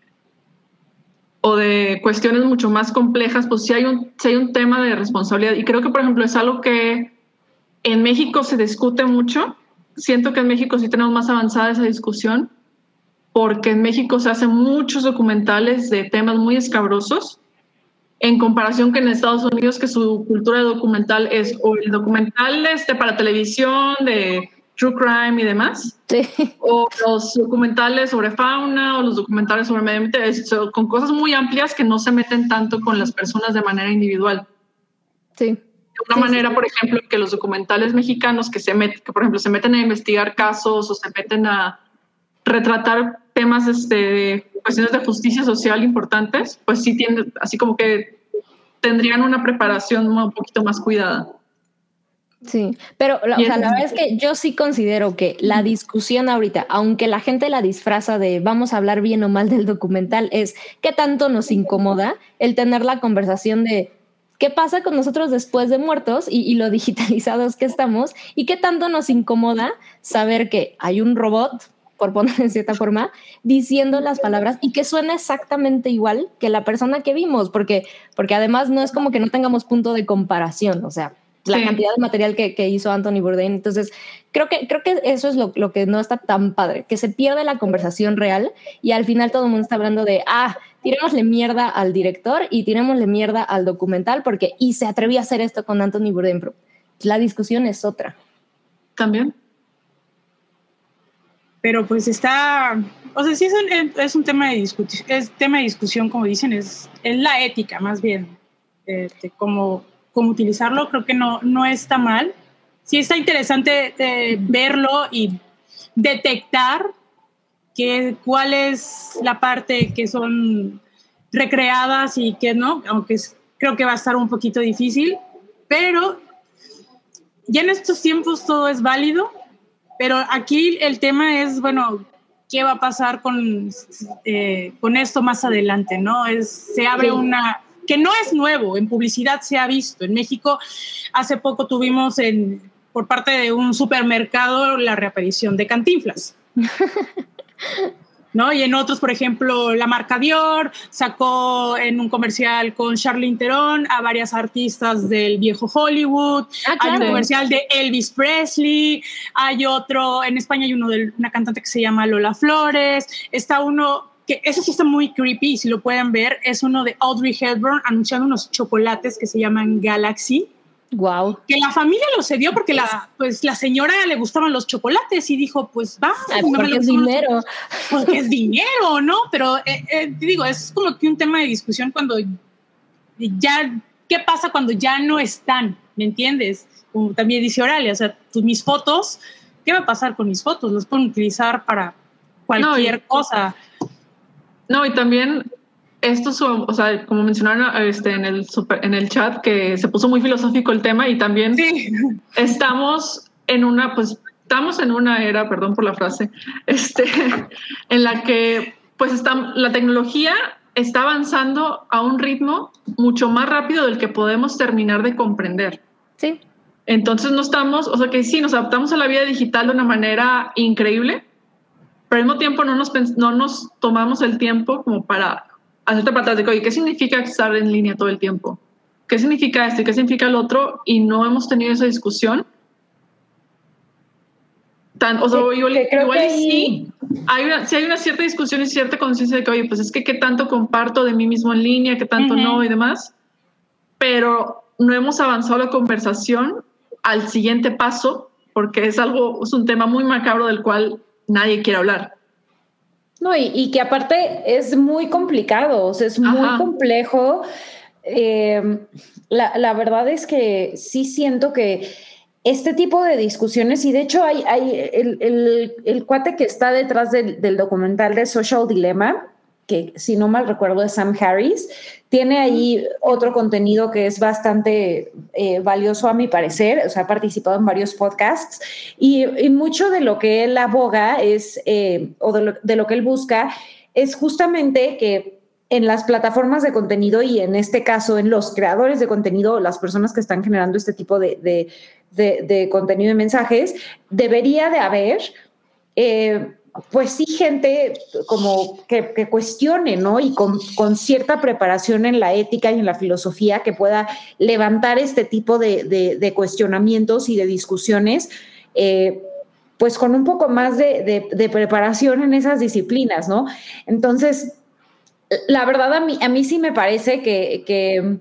o de cuestiones mucho más complejas, pues sí hay, un, sí hay un tema de responsabilidad. Y creo que, por ejemplo, es algo que en México se discute mucho. Siento que en México sí tenemos más avanzada esa discusión, porque en México se hacen muchos documentales de temas muy escabrosos, en comparación que en Estados Unidos, que su cultura de documental es o el documental este, para televisión, de true crime y demás, sí. o los documentales sobre fauna o los documentales sobre medio ambiente, con cosas muy amplias que no se meten tanto con las personas de manera individual. Sí. De una sí, manera, sí. por ejemplo, que los documentales mexicanos que se meten, que por ejemplo se meten a investigar casos o se meten a retratar temas este, de cuestiones de justicia social importantes, pues sí tienen, así como que tendrían una preparación un poquito más cuidada. Sí, pero o sea, la verdad es que yo sí considero que la discusión ahorita, aunque la gente la disfraza de vamos a hablar bien o mal del documental, es qué tanto nos incomoda el tener la conversación de qué pasa con nosotros después de muertos y, y lo digitalizados que estamos y qué tanto nos incomoda saber que hay un robot, por poner en cierta forma, diciendo las palabras y que suena exactamente igual que la persona que vimos, porque, porque además no es como que no tengamos punto de comparación, o sea, la sí. cantidad de material que, que hizo Anthony Bourdain. Entonces, creo que, creo que eso es lo, lo que no está tan padre, que se pierde la conversación real y al final todo el mundo está hablando de, ah, tirémosle mierda al director y tirémosle mierda al documental porque, y se atrevió a hacer esto con Anthony Bourdain. La discusión es otra. También. Pero pues está, o sea, sí es un, es un tema de discusión, es tema de discusión, como dicen, es, es la ética más bien, eh, de cómo cómo utilizarlo, creo que no, no está mal. Sí está interesante eh, verlo y detectar que, cuál es la parte que son recreadas y que no, aunque es, creo que va a estar un poquito difícil, pero ya en estos tiempos todo es válido, pero aquí el tema es, bueno, ¿qué va a pasar con, eh, con esto más adelante, no? Es, se abre sí. una... que no es nuevo, en publicidad se ha visto. En México hace poco tuvimos en, por parte de un supermercado la reaparición de Cantinflas. ¿no? Y en otros, por ejemplo, la marca Dior sacó en un comercial con Charlize Theron a varias artistas del viejo Hollywood. Ah, claro. Hay un comercial de Elvis Presley, hay otro, en España hay uno de una cantante que se llama Lola Flores, está uno que ese sí está muy creepy, si lo pueden ver, es uno de Audrey Hepburn anunciando unos chocolates que se llaman Galaxy. Wow. Que la familia lo cedió porque la, pues, la señora le gustaban los chocolates y dijo, pues va. Ay, porque no es dinero. Porque es dinero, ¿no? Pero eh, eh, digo, es como que un tema de discusión cuando ya, ¿qué pasa cuando ya no están? ¿Me entiendes? Como también dice Oralia, o sea, pues, mis fotos, ¿qué va a pasar con mis fotos? Las pueden utilizar para cualquier no, y, cosa. No, y también... Esto, o sea, como mencionaron este, en, el super, en el chat, que se puso muy filosófico el tema y también sí. estamos en una, pues, estamos en una era, perdón por la frase, este, en la que, pues, está, la tecnología está avanzando a un ritmo mucho más rápido del que podemos terminar de comprender. Sí. Entonces no estamos, o sea, que sí, nos adaptamos a la vida digital de una manera increíble, pero al mismo tiempo no nos, no nos tomamos el tiempo como para hacerte para atrás de que, oye, ¿qué significa estar en línea todo el tiempo? ¿Qué significa esto y qué significa el otro? Y no hemos tenido esa discusión. Tan, o sea, que, igual, que igual ahí... sí, hay una, sí hay una cierta discusión y cierta conciencia de que, oye, pues es que qué tanto comparto de mí mismo en línea, qué tanto uh-huh. no y demás, pero no hemos avanzado la conversación al siguiente paso porque es algo, es un tema muy macabro del cual nadie quiere hablar. No, y, y que aparte es muy complicado, o sea, es muy Ajá. complejo. Eh, la, la verdad es que sí siento que este tipo de discusiones, y de hecho hay, hay el, el, el cuate que está detrás del, del documental de Social Dilemma, que si no mal recuerdo es Sam Harris, tiene ahí otro contenido que es bastante eh, valioso a mi parecer, o sea, ha participado en varios podcasts y, y mucho de lo que él aboga es, eh, o de lo, de lo que él busca es justamente que en las plataformas de contenido y en este caso en los creadores de contenido, las personas que están generando este tipo de, de, de, de contenido y mensajes, debería de haber... Eh, pues sí, gente como que, que cuestione, ¿no? Y con, con cierta preparación en la ética y en la filosofía que pueda levantar este tipo de, de, de cuestionamientos y de discusiones, eh, pues con un poco más de, de, de preparación en esas disciplinas, ¿no? Entonces, la verdad a mí, a mí sí me parece que... que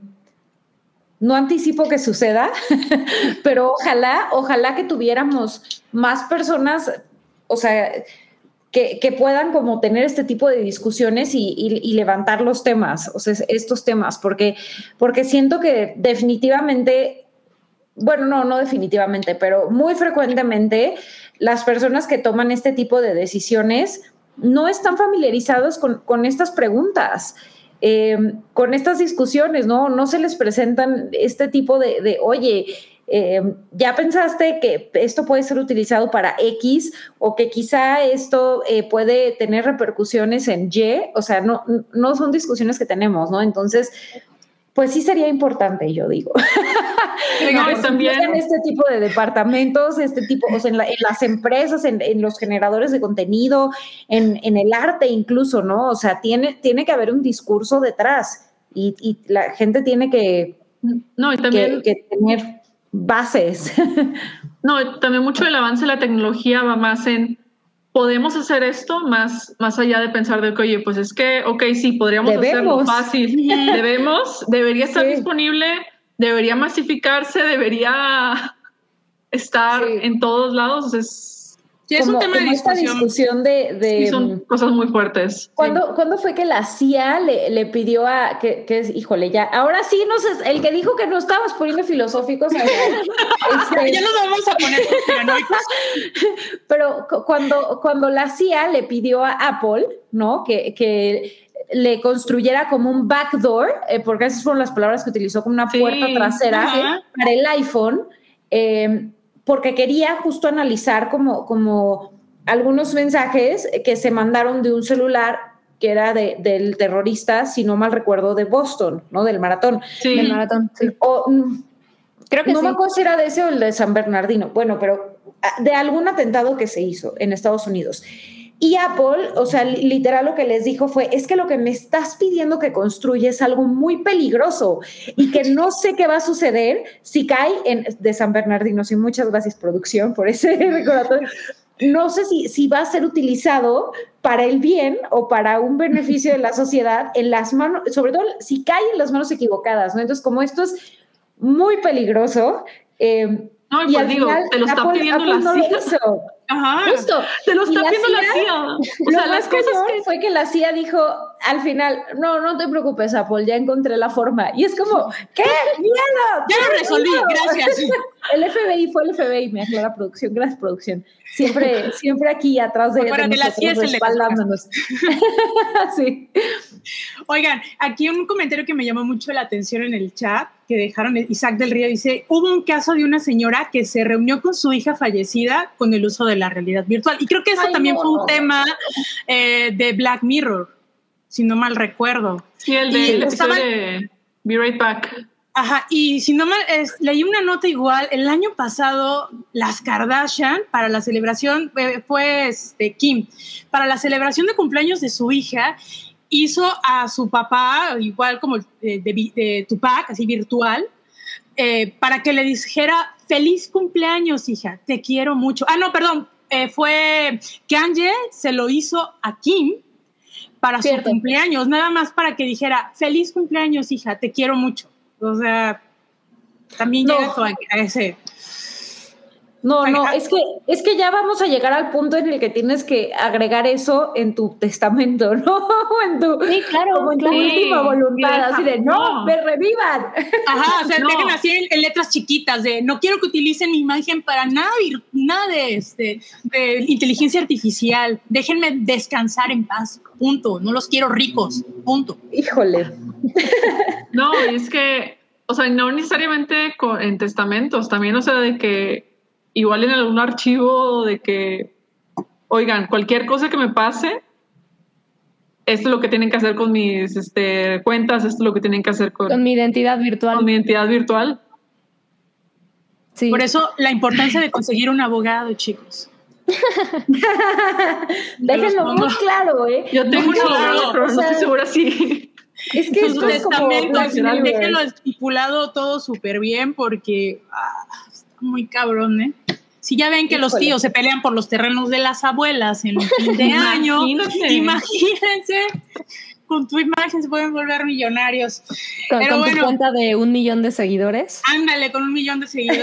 no anticipo que suceda, pero ojalá, ojalá que tuviéramos más personas, o sea... Que, que puedan como tener este tipo de discusiones y, y, y levantar los temas, o sea, estos temas, porque, porque siento que definitivamente, bueno, no, no definitivamente, pero muy frecuentemente las personas que toman este tipo de decisiones no están familiarizados con, con estas preguntas, eh, con estas discusiones, ¿no? No se les presentan este tipo de, de oye, Eh, ¿ya pensaste que esto puede ser utilizado para X o que quizá esto eh, puede tener repercusiones en Y? O sea, no, no son discusiones que tenemos, ¿no? Entonces, pues sí sería importante, yo digo. No, pues también en este tipo de departamentos, este tipo, o sea, en, la, en las empresas, en, en los generadores de contenido, en, en el arte incluso, ¿no? O sea, tiene, tiene que haber un discurso detrás y, y la gente tiene que, no, y también... que, que tener... bases. No, también mucho del avance de la tecnología va más en podemos hacer esto más, más allá de pensar de que, oye, pues es que, ok, sí, podríamos debemos. hacerlo fácil. Debemos, debería estar sí. disponible, debería masificarse, debería estar sí. en todos lados. Es, sí, es como, un tema de discusión. Esta discusión de, de sí, son cosas muy fuertes. ¿Cuándo, sí. ¿cuándo fue que la C I A le, le pidió a que, que es, híjole, ya, ahora sí nos es, el que dijo que no estabas poniendo filosóficos, este, ya nos vamos a poner conspiranoicos. Pero cuando, cuando la C I A le pidió a Apple, ¿no? Que, que le construyera como un backdoor, eh, porque esas fueron las palabras que utilizó, como una sí. puerta trasera uh-huh. para el iPhone, eh, porque quería justo analizar como, como algunos mensajes que se mandaron de un celular que era de, del terrorista, si no mal recuerdo, de Boston, ¿no? Del maratón. Sí, del maratón, sí. O, Creo que no sí. me acuerdo si era de ese o el de San Bernardino. Bueno, pero de algún atentado que se hizo en Estados Unidos. Y Apple, o sea, literal lo que les dijo fue, es que lo que me estás pidiendo que construya es algo muy peligroso y que no sé qué va a suceder si cae en, de San Bernardino. Sí, muchas gracias, producción, por ese recordatorio. No sé si, si va a ser utilizado para el bien o para un beneficio de la sociedad en las manos, sobre todo si cae en las manos equivocadas, ¿no? Entonces, como esto es muy peligroso, eh, no, y pues al digo, final, te lo está Apple, pidiendo Apple la no C I A. Lo hizo. Ajá. Justo. Te lo está Y pidiendo la C I A. O lo sea, las más cosas cañón que... fue que la C I A dijo al final, no, no te preocupes, Apple, ya encontré la forma. Y es como, ¿qué? ¡Míralo! Ya lo resolví, gracias. El F B I fue el F B I, me aclara producción. Gracias, producción. Siempre, siempre aquí atrás de, de de la C I A es el de las respaldándonos. Sí. Oigan, aquí un comentario que me llamó mucho la atención en el chat, que dejaron, Isaac del Río dice, hubo un caso de una señora que se reunió con su hija fallecida con el uso de la realidad virtual. Y creo que eso Ay, también no, fue un no. tema eh, de Black Mirror, si no mal recuerdo. Sí, el Y del episodio estaban- de Be Right Back. Ajá, y si no mal, es, leí una nota igual, el año pasado las Kardashian, para la celebración, eh, fue este, Kim, para la celebración de cumpleaños de su hija, hizo a su papá, igual como de, de, de Tupac, así virtual, eh, para que le dijera, feliz cumpleaños, hija, te quiero mucho. Ah, no, perdón, eh, fue Kanye, se lo hizo a Kim para Cierto. su cumpleaños, nada más para que dijera, feliz cumpleaños, hija, te quiero mucho. O sea, también No. llega a, a ese... No, no, Ay, es que, es que ya vamos a llegar al punto en el que tienes que agregar eso en tu testamento, ¿no? En tu, Sí, claro, como en tu claro. última voluntad, Y deja- así de, no, no. me revivan. Ajá, o sea, No. dejen así en, en letras chiquitas de no quiero que utilicen mi imagen para nada, vir- nada de, este, de inteligencia artificial. Déjenme descansar en paz, punto. No los quiero ricos, punto. Híjole. No, es que, o sea, no necesariamente con, en testamentos, también, o sea, de que igual en algún archivo de que, oigan, cualquier cosa que me pase, esto es lo que tienen que hacer con mis este, cuentas, esto es lo que tienen que hacer con, Con mi identidad virtual. con mi identidad virtual. Sí. Por eso la importancia de conseguir un abogado, chicos. Déjenlo los muy pongo. claro, ¿eh? Yo tengo Muy un claro, abogado, pero o no sea, estoy segura si... Es que Su esto es como testamento, Black Mirror. déjenlo estipulado todo súper bien porque ah, está muy cabrón, ¿eh? Si ya ven que los Híjole. tíos se pelean por los terrenos de las abuelas en fin de año, Imagínate. imagínense, con tu imagen se pueden volver millonarios. Con, Pero con bueno, tu cuenta de un millón de seguidores. ándale, con un millón de seguidores.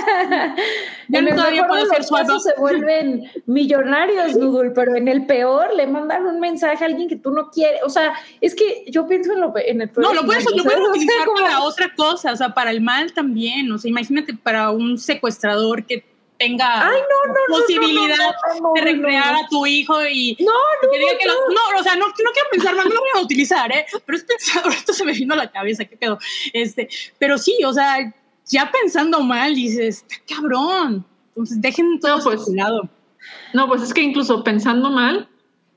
Yo En el todavía mejor puedo de ser los su casos se vuelven millonarios, Nudul, pero en el peor le mandan un mensaje a alguien que tú no quieres. O sea, es que yo pienso en, lo, en el peor. No, lo puedes, escenario, lo puedes ¿sabes? O sea, utilizar como- para otra cosa, o sea, para el mal también. O sea, imagínate para un secuestrador que tenga Ay, no, no, no, posibilidad no, no, no, de no, recrear no. a tu hijo y No, no, que diga que no. lo- no, o sea, no, no quiero pensar mal, no lo voy a utilizar, ¿eh? Pero es pensado, esto se me vino a la cabeza, qué pedo. Este, pero sí, o sea, ya pensando mal, dices, está cabrón. Entonces, dejen todo No, pues, estipulado. No, pues es que incluso pensando mal,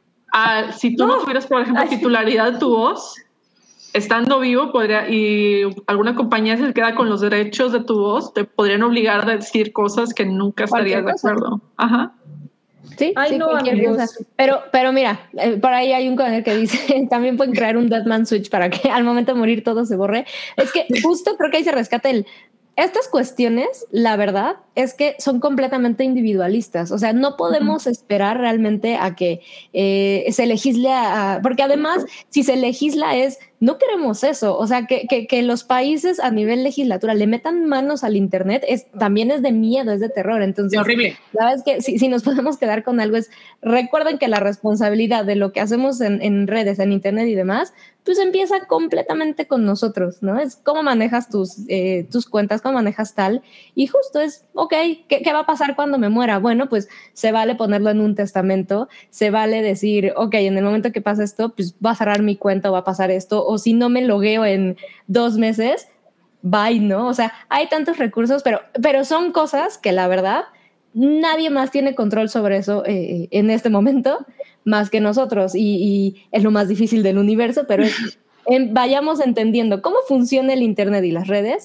ah, si tú no, No. tuvieras, por ejemplo, Ay. titularidad de tu voz, estando vivo, podría, y alguna compañía se queda con los derechos de tu voz, te podrían obligar a decir cosas que nunca estarías Cualquier de cosa. acuerdo. Ajá. Sí, Ay, sí, no, cualquier amigos. cosa. Pero, pero mira, eh, por ahí hay un canal que dice, también pueden crear un Deadman Switch para que al momento de morir todo se borre. Es que justo creo que ahí se rescata el... Estas cuestiones, la verdad, es que son completamente individualistas. O sea, no podemos uh-huh. esperar realmente a que eh, se legisle a, a... Porque además, si se legisla es... No queremos eso, o sea, que, que, que los países a nivel legislatura le metan manos al internet es, también es de miedo, es de terror. Entonces, es horrible. ¿Sabes qué? Si, si nos podemos quedar con algo es, recuerden que la responsabilidad de lo que hacemos en, en redes, en internet y demás, pues empieza completamente con nosotros, ¿no? Es cómo manejas tus, eh, tus cuentas, cómo manejas tal, y justo es, ok, ¿qué, ¿qué va a pasar cuando me muera? Bueno, pues se vale ponerlo en un testamento, se vale decir, ok, en el momento que pasa esto, pues va a cerrar mi cuenta o va a pasar esto, o si no me logueo en dos meses, bye, ¿no? O sea, hay tantos recursos, pero, pero son cosas que la verdad nadie más tiene control sobre eso eh, en este momento más que nosotros y, y es lo más difícil del universo, pero es, en, vayamos entendiendo cómo funciona el internet y las redes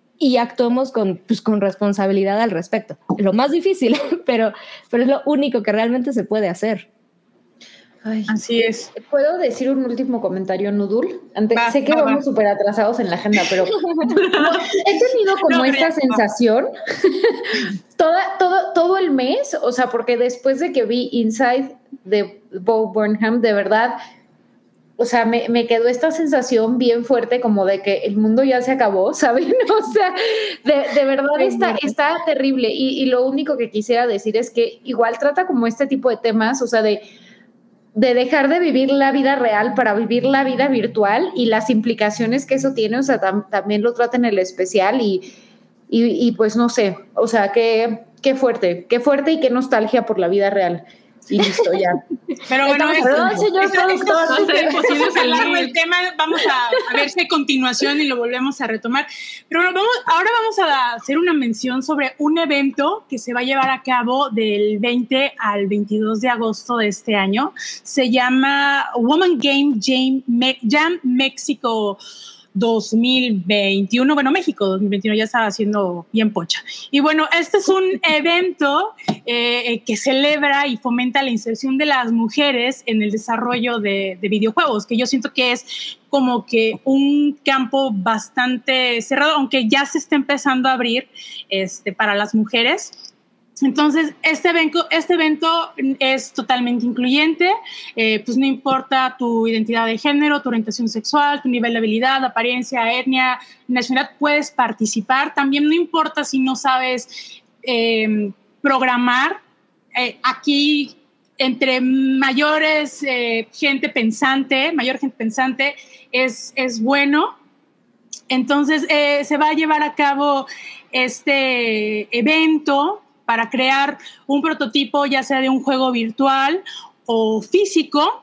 y actuemos con, pues, con responsabilidad al respecto. Es lo más difícil, pero, pero es lo único que realmente se puede hacer. Ay, así es. ¿Puedo decir un último comentario, Nudul? Antes, Va, sé que va, vamos súper atrasados en la agenda, pero he tenido como No, esta pero- sensación toda, todo, todo el mes, o sea, porque después de que vi Inside de Bo Burnham, de verdad, o sea, me, me quedó esta sensación bien fuerte como de que el mundo ya se acabó, ¿saben? O sea, de, de verdad está, está terrible. Y, y lo único que quisiera decir es que igual trata como este tipo de temas, o sea, de, de dejar de vivir la vida real para vivir la vida virtual y las implicaciones que eso tiene, o sea, tam, también lo trata en el especial y, y, y pues no sé, o sea, qué, qué fuerte, qué fuerte y qué nostalgia por la vida real. Y listo, ya. Pero bueno, Estamos esto, perdón, señor esto- productor. esto es Va a ser imposible está largo salir. el tema, vamos a, a ver si hay continuación y lo volvemos a retomar. Pero bueno, vamos, ahora vamos a hacer una mención sobre un evento que se va a llevar a cabo del veinte al veintidós de agosto de este año. Se llama Woman Game Jam, Me- Jam México dos mil veintiuno, bueno, México dos mil veintiuno ya estaba haciendo bien pocha. Y bueno, este es un evento eh, que celebra y fomenta la inserción de las mujeres en el desarrollo de, de videojuegos, que yo siento que es como que un campo bastante cerrado, aunque ya se está empezando a abrir este, para las mujeres. Entonces, este evento, este evento es totalmente incluyente, eh, pues no importa tu identidad de género, tu orientación sexual, tu nivel de habilidad, apariencia, etnia, nacionalidad, puedes participar. También no importa si no sabes eh, programar. Eh, aquí, entre mayores eh, gente pensante, mayor gente pensante, es, es bueno. Entonces, eh, se va a llevar a cabo este evento para crear un prototipo, ya sea de un juego virtual o físico.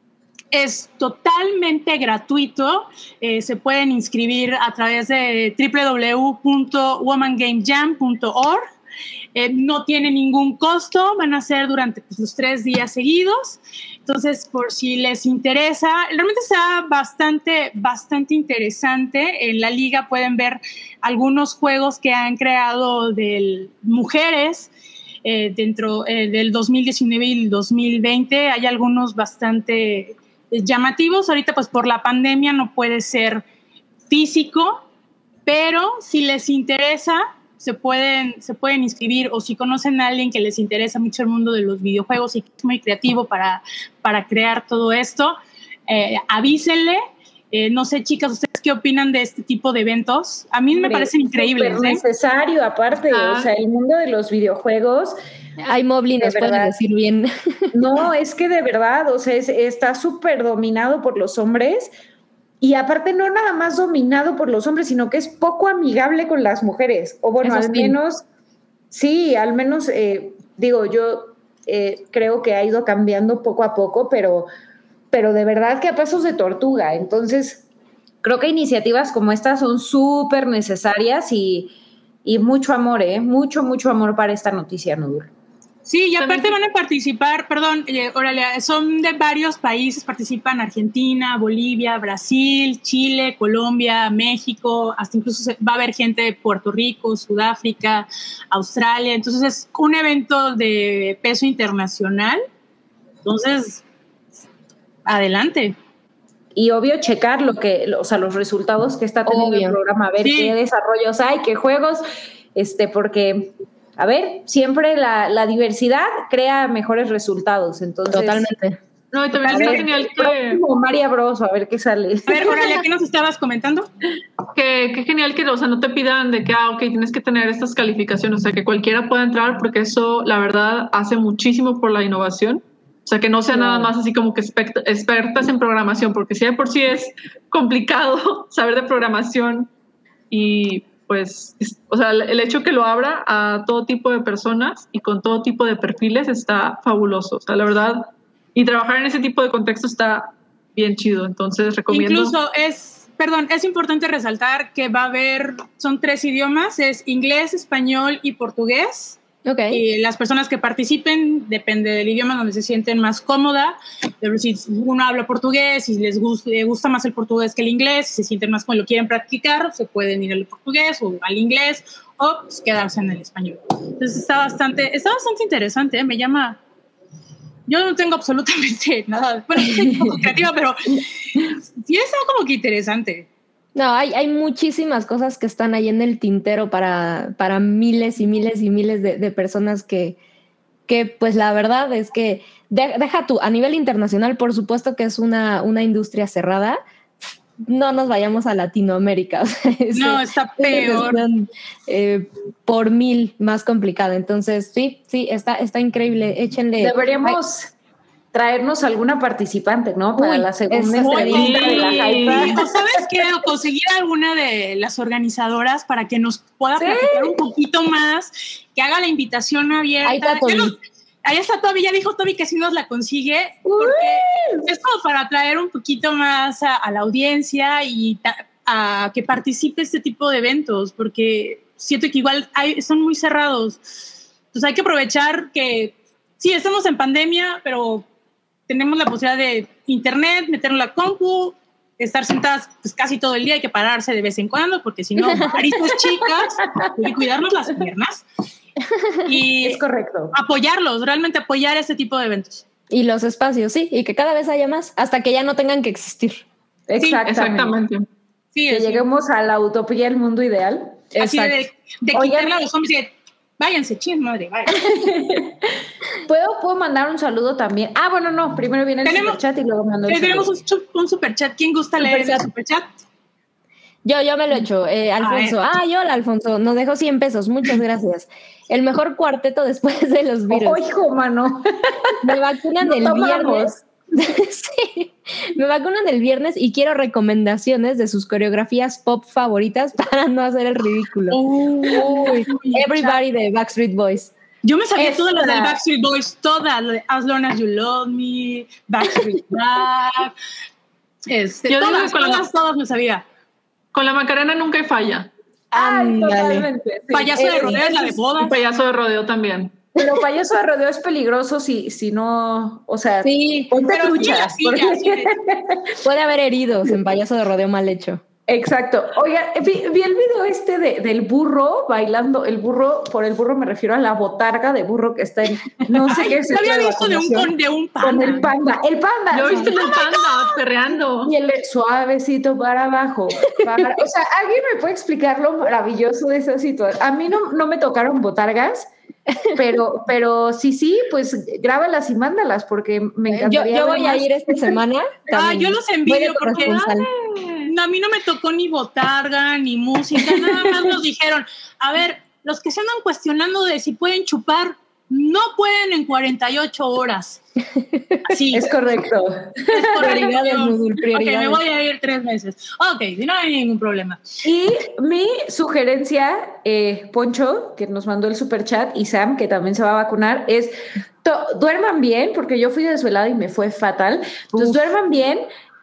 Es totalmente gratuito. Eh, se pueden inscribir a través de doble u doble u doble u punto woman game jam punto org. Eh, no tiene ningún costo, van a ser durante pues, los tres días seguidos. Entonces, por si les interesa, realmente está bastante, bastante interesante. En la liga pueden ver algunos juegos que han creado de mujeres eh, dentro eh, del dos mil diecinueve y el dos mil veinte. Hay algunos bastante llamativos. Ahorita, pues por la pandemia no puede ser físico, pero si les interesa, se pueden, se pueden inscribir, o si conocen a alguien que les interesa mucho el mundo de los videojuegos y que es muy creativo para, para crear todo esto, eh, avísenle. Eh, no sé, chicas, ¿ustedes qué opinan de este tipo de eventos? A mí Hombre, me parecen increíbles. Es ¿eh? necesario, aparte, ah. o sea, el mundo de los videojuegos. Ay, Mobley, nos puedes decir bien. No, es que de verdad, o sea, es, está súper dominado por los hombres. Y aparte no nada más dominado por los hombres, sino que es poco amigable con las mujeres. O bueno, Eso al sí. menos, sí, al menos, eh, digo, yo eh, creo que ha ido cambiando poco a poco, pero, pero de verdad que a pasos de tortuga. Entonces, creo que iniciativas como estas son súper necesarias y, y mucho amor, ¿eh? Mucho, mucho amor para esta noticia, Nudul. Sí, y aparte van a participar, perdón, eh, Oralia, son de varios países, participan Argentina, Bolivia, Brasil, Chile, Colombia, México, hasta incluso se, va a haber gente de Puerto Rico, Sudáfrica, Australia, entonces es un evento de peso internacional, entonces, adelante. Y obvio checar lo que, o sea, los resultados que está teniendo obvio. el programa, a ver sí. qué desarrollos hay, qué juegos, este, porque... A ver, siempre la, la diversidad crea mejores resultados, entonces... Totalmente. No, y también es genial que... Como María Bros, a ver qué sale. A ver, Oralia, ¿qué nos estabas comentando? Que, que genial que, o sea, no te pidan de que, ah, ok, tienes que tener estas calificaciones, o sea, que cualquiera pueda entrar, porque eso, la verdad, hace muchísimo por la innovación. O sea, que no sea nada más así como que expertas en programación, porque si de por sí es complicado saber de programación y... pues, o sea, el hecho que lo abra a todo tipo de personas y con todo tipo de perfiles está fabuloso. O sea, la verdad, y trabajar en ese tipo de contexto está bien chido. Entonces, recomiendo. Incluso es, perdón, es importante resaltar que va a haber, son tres idiomas, es inglés, español y portugués. Okay. Y las personas que participen, depende del idioma donde se sienten más cómoda. Si uno habla portugués y les gusta, les gusta más el portugués que el inglés, si se sienten más como lo quieren practicar, se pueden ir al portugués o al inglés o pues, quedarse en el español. Entonces está bastante, está bastante interesante, ¿eh? me llama, yo no tengo absolutamente nada. Bueno, soy un poco creativa, pero sí es algo como que interesante. No, hay, hay muchísimas cosas que están ahí en el tintero para, para miles y miles y miles de, de personas que, que, pues la verdad es que, de, deja tú, a nivel internacional, por supuesto que es una, una industria cerrada. No nos vayamos a Latinoamérica. O sea, es, no, está peor. Cuestión, eh, por mil más complicada. Entonces, sí, sí, está, está increíble. Échenle. Deberíamos Ay. traernos alguna participante, ¿no? Para Uy, la segunda entrevista de la Hypa. ¿O sabes qué? O conseguir alguna de las organizadoras para que nos pueda ¿Sí? platicar un poquito más, que haga la invitación abierta. Ahí está Toby. Ahí está Toby, ya dijo Toby que sí nos la consigue, porque Uy. es como para atraer un poquito más a, a la audiencia y ta, a que participe este tipo de eventos, porque siento que igual hay, son muy cerrados. Entonces hay que aprovechar que sí, estamos en pandemia, pero tenemos la posibilidad de internet, meternos la compu, estar sentadas pues, casi todo el día, hay que pararse de vez en cuando, porque si no, aristas chicas, hay que cuidarnos las piernas. Y es correcto. Apoyarlos, realmente apoyar este tipo de eventos. Y los espacios, sí, y que cada vez haya más, hasta que ya no tengan que existir. Exactamente. Sí, exactamente. Sí, que sí. lleguemos a la utopía del mundo ideal. Así Exacto. de, de quitarle a los hombres y de, váyanse, ching, madre, váyanse. ¿Puedo, ¿Puedo mandar un saludo también? Ah, bueno, no, primero viene el tenemos, superchat y luego mando el tenemos saludo. Tenemos un, un superchat. ¿Quién gusta super leer chat. el superchat? Yo, yo me lo he hecho. Eh, Alfonso. Ah, yo, Alfonso. Nos dejó cien pesos. Muchas gracias. El mejor cuarteto después de los virus. ¡Oh, hijo, mano! Me vacunan el viernes. Sí, me vacunan el viernes y quiero recomendaciones de sus coreografías pop favoritas para no hacer el ridículo. Uy, Everybody de Backstreet Boys. Yo me sabía Esta. todas las del Backstreet Boys, todas, As Long As You Love Me, Backstreet Back, este, Yo todas, con todas, la, todas me sabía. Con la Macarena nunca hay falla. Ay, totalmente. Sí. Payaso de rodeo es la de bodas. Payaso de rodeo también. Pero payaso de rodeo es peligroso si, si no, o sea, sí, ponte truchas. Sí, porque... sí, sí. Puede haber heridos en payaso de rodeo mal hecho. Exacto. Oiga, vi, vi el video este de, del burro bailando, el burro, por el burro me refiero a la botarga de burro que está en, no sé Ay, qué es. Yo había visto de un, con, de un panda. Con el panda, el panda. Yo he visto el panda perreando. Y el suavecito para abajo. Para, o sea, ¿alguien me puede explicar lo maravilloso de esa situación? A mí no, no me tocaron botargas, pero, pero sí, sí, pues grábalas y mándalas porque me encantaría. Yo, yo voy a ir esta semana. Ah, yo los envidio porque ay, no, a mí no me tocó ni botarga, ni música, nada más nos dijeron, a ver, los que se andan cuestionando de si pueden chupar, no pueden en cuarenta y ocho horas. Sí, es correcto. Es prioridades, Nudul, prioridades. Ok, me voy a ir tres meses. Ok, no hay ningún problema. Y mi sugerencia, eh, Poncho, que nos mandó el superchat, y Sam, que también se va a vacunar, es to- duerman bien, porque yo fui desvelada y me fue fatal. Entonces, Uf. duerman bien,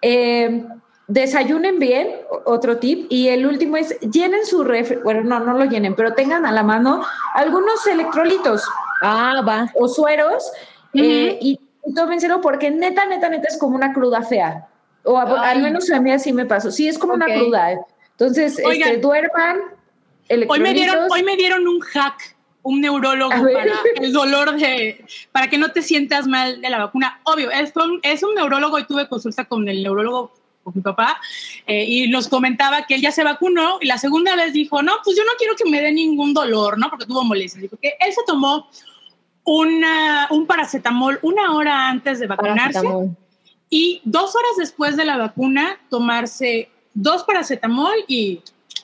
eh, desayunen bien, otro tip, y el último es llenen su refri, bueno, no, no lo llenen, pero tengan a la mano algunos electrolitos. Ah, va. O sueros, uh-huh. eh, y, y tómenselo porque neta, neta, neta es como una cruda fea. O a, al menos a mí así me pasó. Sí, es como okay. una cruda. Entonces, Oigan, este, duerman, hoy me dieron, hoy me dieron un hack, un neurólogo para el dolor de, para que no te sientas mal de la vacuna. Obvio, es un, es un neurólogo y tuve consulta con el neurólogo con mi papá, eh, y nos comentaba que él ya se vacunó y la segunda vez dijo, no, pues yo no quiero que me dé ningún dolor, ¿no? Porque tuvo molestias. Dijo que él se tomó una, un paracetamol una hora antes de vacunarse paracetamol. Y dos horas después de la vacuna tomarse dos paracetamol y...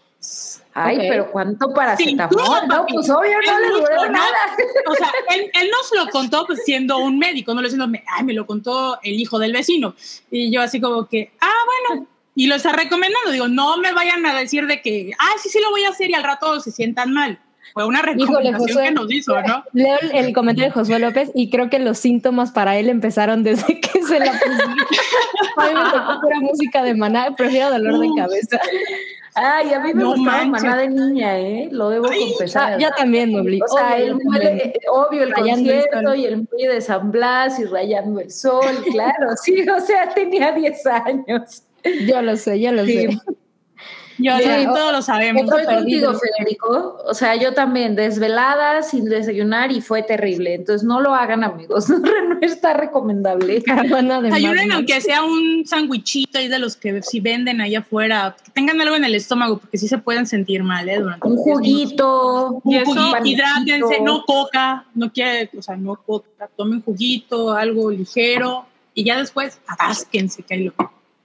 Ay, okay. Pero ¿cuánto paracetamol? Sí, no, pues obvio no le duró no, nada. O sea, él, él nos lo contó pues siendo un médico, no le diciendo, ay, me lo contó el hijo del vecino. Y yo así como que, ah, bueno, y lo está recomendando. Digo, no me vayan a decir de que, ah, sí, sí lo voy a hacer y al rato se sientan mal. Fue una recomendación Híjole, Josué, que nos hizo, ¿no? Leo el comentario de Josué López y creo que los síntomas para él empezaron desde que se la pusieron. A mí me tocó pura música de Maná, prefiero dolor de cabeza. Ay, a mí me no gustaba manches. Maná de niña, ¿eh? Lo debo Ay, confesar. Ah, yo también, Nubli. O sea, el muelle, obvio, el rayando concierto el y el muelle de San Blas y Rayando el Sol, claro, sí, o sea, tenía diez años. Yo lo sé, yo lo sí. sé. Yo Sí, sí, o- todos lo sabemos. otro Estoy contigo, perdido. Federico. O sea, yo también, desvelada, sin desayunar y fue terrible. Entonces, no lo hagan, amigos. No está recomendable. Caravana de Desayunen Madman. aunque sea un sandwichito ahí de los que si venden allá afuera, que tengan algo en el estómago, porque sí se pueden sentir mal, ¿eh? Durante Un los diez minutos. juguito. Un Y eso, juguito, panecito. hidrátense, no coca, no quiere, o sea, no coca, tomen juguito, algo ligero, y ya después atásquense, que hay lo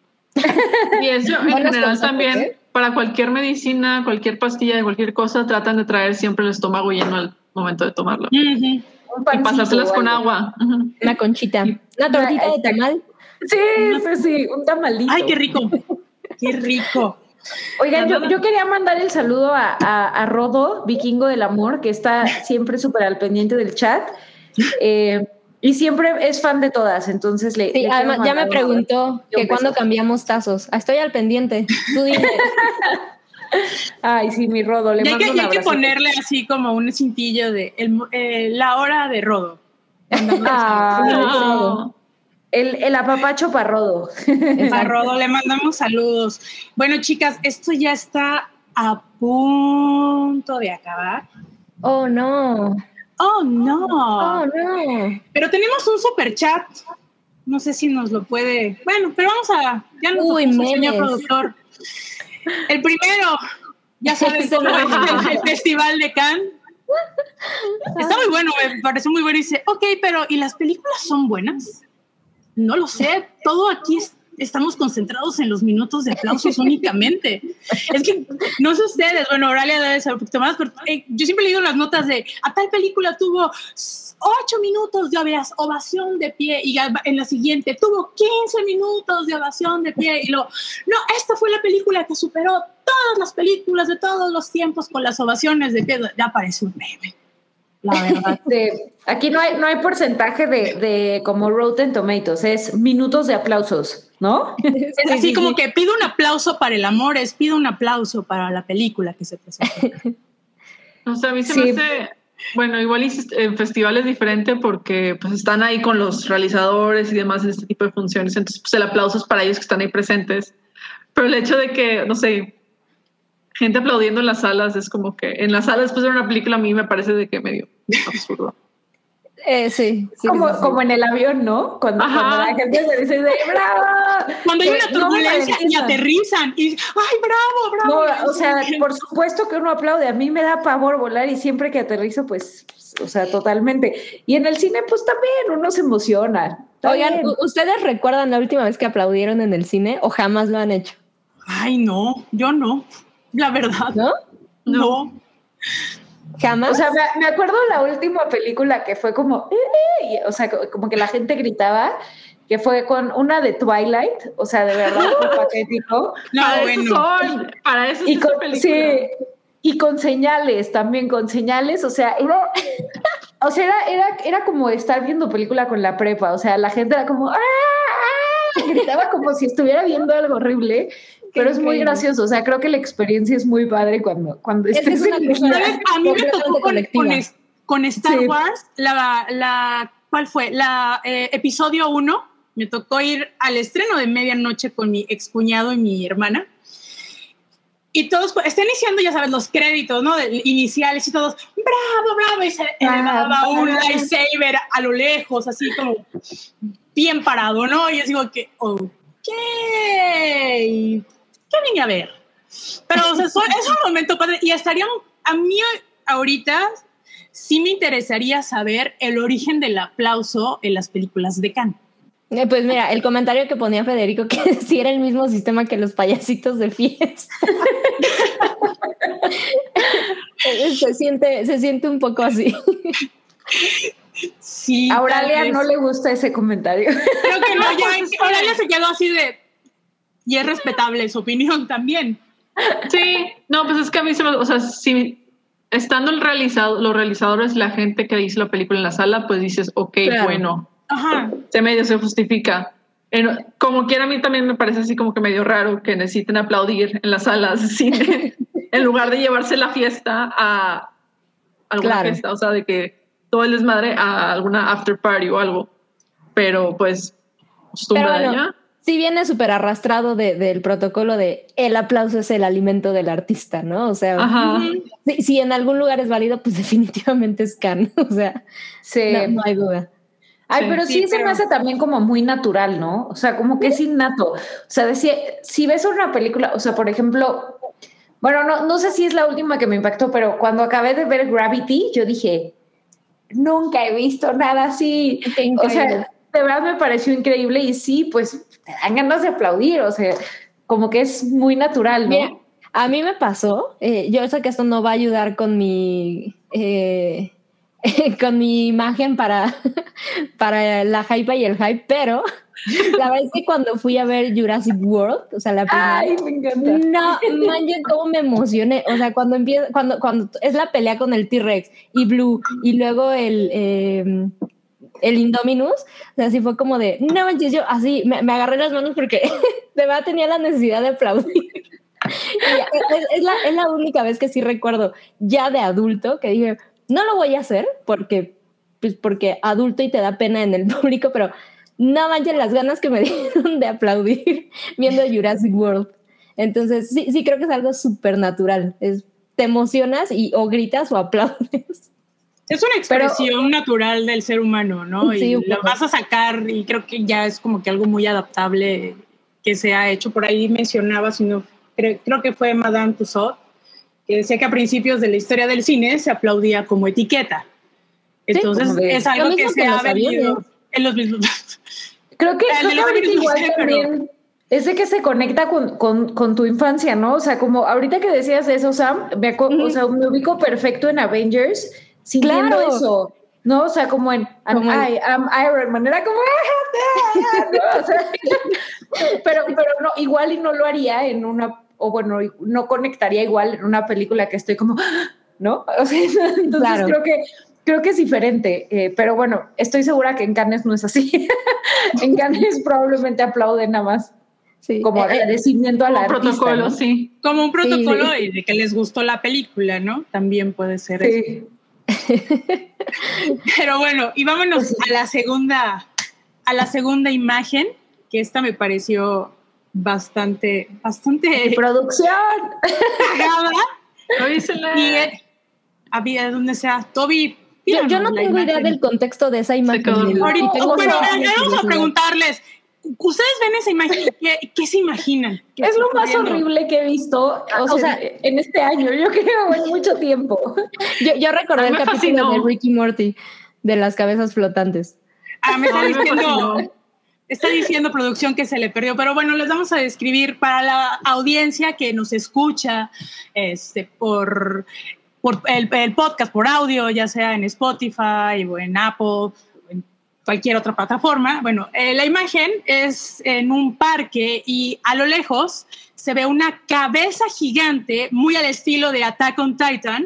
y eso en Buenos general consejos, también, ¿eh? para cualquier medicina, cualquier pastilla de cualquier cosa, tratan de traer siempre el estómago lleno al momento de tomarlo. Ujú. Un Y pancito pasárselas o con algo. agua. Ujú. Una conchita. Una tortita de tamal. Sí, sí, sí, un tamalito. Ay, qué rico, qué rico. Oigan, yo, yo quería mandar el saludo a, a, a Rodo, vikingo del amor, que está siempre súper al pendiente del chat. Eh, y siempre es fan de todas, entonces le. Sí, le además quiero ya me mandar un preguntó abrazo y que un cuándo beso. cambiamos tazos. Ah, estoy al pendiente. Tú dime. Ay, sí, mi Rodo, le Y hay, mando que, un y hay que abrazo. ponerle así como un cintillo de el, eh, la hora de Rodo. Ay, No. el, el apapacho para Rodo. A Rodo le mandamos saludos. Bueno, chicas, esto ya está a punto de acabar. Oh, no. Oh, no. Oh, no. Pero tenemos un super chat. No sé si nos lo puede. Bueno, pero vamos a. Ya nos lo Uy, puso el señor memes. productor. El primero, ya sabes Ese cómo no es es. el, el Festival de Cannes. Está muy bueno, me pareció muy bueno. Y dice, ok, pero ¿y las películas son buenas? No lo sé. Todo aquí es- estamos concentrados en los minutos de aplausos únicamente. Es que no sé ustedes, bueno, Oralia debe saber un poquito más, pero eh, yo siempre he leído las notas de a tal película tuvo ocho minutos de ovación de pie y en la siguiente tuvo quince minutos de ovación de pie y luego, no, esta fue la película que superó todas las películas de todos los tiempos con las ovaciones de pie. Ya parece un meme, la verdad. De- aquí no hay, no hay porcentaje de, de como Rotten Tomatoes, es minutos de aplausos, ¿no? Es Sí, así sí, como sí. que pido un aplauso para el amor, es pido un aplauso para la película que se presenta. O sea, a mí se Sí. me hace, bueno, igual y en festivales diferente porque pues están ahí con los realizadores y demás en este tipo de funciones, entonces pues el aplauso es para ellos que están ahí presentes, pero el hecho de que, no sé, gente aplaudiendo en las salas es como que en las salas después de ver una película a mí me parece de que medio absurdo. Eh, sí, sí, como, sí, sí. como en el avión, ¿no? Cuando, Ajá. cuando la gente se dice de ¡bravo! Cuando hay Que una no me turbulencia y entiendan. aterrizan y ¡ay, bravo, bravo! No, o sea, por supuesto que uno aplaude. A mí me da pavor volar y siempre que aterrizo, pues, pues, o sea, totalmente. Y en el cine, pues también uno se emociona. Está Oigan, bien. ¿u- ¿ustedes recuerdan la última vez que aplaudieron en el cine o jamás lo han hecho? Ay, no, yo no, la verdad. ¿No? No. ¿Jamás? O sea, me, me acuerdo la última película que fue como, "Eh, eh", y, o sea, co- como que la gente gritaba, que fue con una de Twilight, o sea, de verdad fue patético. No, para bueno. eso son, para eso Y es con, esta película. sí, y con señales, también con señales, o sea, era, o sea, era, era, era como estar viendo película con la prepa, o sea, la gente era como, ¡ah! ¡ah! Gritaba como si estuviera viendo algo horrible, pero es muy increíble. gracioso, o sea, creo que la experiencia es muy padre cuando, cuando Es que estés es una en cosa- línea. ¿Sabes? A mí me completamente tocó con, colectiva. con, es- con Star Sí. Wars, la, la, ¿cuál fue? La eh, episodio uno. Me tocó ir al estreno de medianoche con mi excuñado y mi hermana. Y todos pues, están iniciando, ya sabes, los créditos, ¿no? De, iniciales y todos, bravo, bravo, y se elevaba un lightsaber a lo lejos, así como bien parado, ¿no? Y yo digo que, ok, ¿qué vine a ver? Pero, o sea, son- es un momento padre y estaría, a mí ahorita sí me interesaría saber el origen del aplauso en las películas de Cannes. Eh, Pues mira, el comentario que ponía Federico, que sí era el mismo sistema que los payasitos de fiesta. Eh, se, siente, se siente un poco así. Sí, A tal Auralia vez. no le gusta ese comentario. Creo que no, ya, pues es que- Oralia se quedó así de, y es respetable su opinión también. Sí, no, pues es que a mí se me, o sea, si estando el realizado, los realizadores, la gente que hizo la película en la sala, pues dices, ok, Claro. bueno, Ajá. se medio se justifica. En- como quiera, a mí también me parece así como que medio raro que necesiten aplaudir en las salas de cine en lugar de llevarse la fiesta a alguna Claro. fiesta, o sea, de que todo el desmadre a alguna after party o algo. Pero pues, costumbre Pero de bueno, allá. sí viene súper arrastrado de, del protocolo de el aplauso es el alimento del artista, ¿no? O sea, si, si en algún lugar es válido, pues definitivamente es Cannes, o sea, sí. no, no hay duda. Ay, pero sí, sí se pero... me hace también como muy natural, ¿no? O sea, como que es innato. O sea, decía, si ves una película, o sea, por ejemplo, bueno, no, no sé si es la última que me impactó, pero cuando acabé de ver Gravity, yo dije, nunca he visto nada así. O sea, de verdad me pareció increíble y sí, pues te dan ganas de aplaudir, o sea, como que es muy natural, ¿no? Bien, a mí me pasó, eh, yo sé que esto no va a ayudar con mi... Eh, con mi imagen para, para la hype y el hype, pero la verdad es que cuando fui a ver Jurassic World, o sea, la primera, ay, me encanta. No, manches, cómo me emocioné. O sea, cuando empieza, cuando, cuando es la pelea con el T-Rex y Blue, y luego el, eh, el Indominus, o sea, así fue como de, no manches, yo así me, me agarré las manos porque de verdad tenía la necesidad de aplaudir. Y es, es, la, es la única vez que sí recuerdo, ya de adulto, que dije, no lo voy a hacer porque, pues porque adulto y te da pena en el público, pero no manches las ganas que me dieron de aplaudir viendo Jurassic World. Entonces, sí, sí creo que es algo súper natural. Es, te emocionas y o gritas o aplaudes. Es una expresión pero, natural del ser humano, ¿no? Sí, y lo vas a sacar y creo que ya es como que algo muy adaptable que se ha hecho. Por ahí mencionaba, sino, creo, creo que fue Madame Tussauds, que decía que a principios de la historia del cine se aplaudía como etiqueta. Entonces, sí, es algo que, que se ha venido en los mismos... Creo que, creo que ahorita igual sé, también pero... es de que se conecta con, con, con tu infancia, ¿no? O sea, como ahorita que decías eso, Sam, me, mm-hmm. o sea, me ubico perfecto en Avengers sintiendo claro. eso, ¿no? O sea, como en como I am Iron Man, era como... ¿no? O sea, pero, pero no, igual y no lo haría en una... o bueno, no conectaría igual en una película que estoy como, ¿no? O sea, entonces claro. creo que creo que es diferente, eh, pero bueno, estoy segura que en Cannes no es así. En Cannes probablemente aplauden nada más. Sí. Como agradecimiento eh, a la como artista, protocolo, ¿no? sí. Como un protocolo sí, sí. y de que les gustó la película, ¿no? También puede ser sí. eso. Pero bueno, y vámonos pues sí. a la segunda, a la segunda imagen, que esta me pareció bastante, bastante... ¡Mi producción! y eh, había donde sea, Toby... Yo, yo no tengo idea del contexto de esa imagen. Ahorita, tengo bueno, vamos a preguntarles, ¿ustedes ven esa imagen? ¿Qué, qué se imaginan? ¿Qué es lo más horrible que he visto o, o sea, sea, en este año, yo creo, en mucho tiempo. Yo, yo recordé el capítulo fascinó. de Rick y Morty, de las cabezas flotantes. Ah, me está diciendo... Está diciendo producción que se le perdió, pero bueno, les vamos a describir para la audiencia que nos escucha este, por, por el, el podcast, por audio, ya sea en Spotify o en Apple, o en cualquier otra plataforma. Bueno, eh, la imagen es en un parque y a lo lejos se ve una cabeza gigante, muy al estilo de Attack on Titan,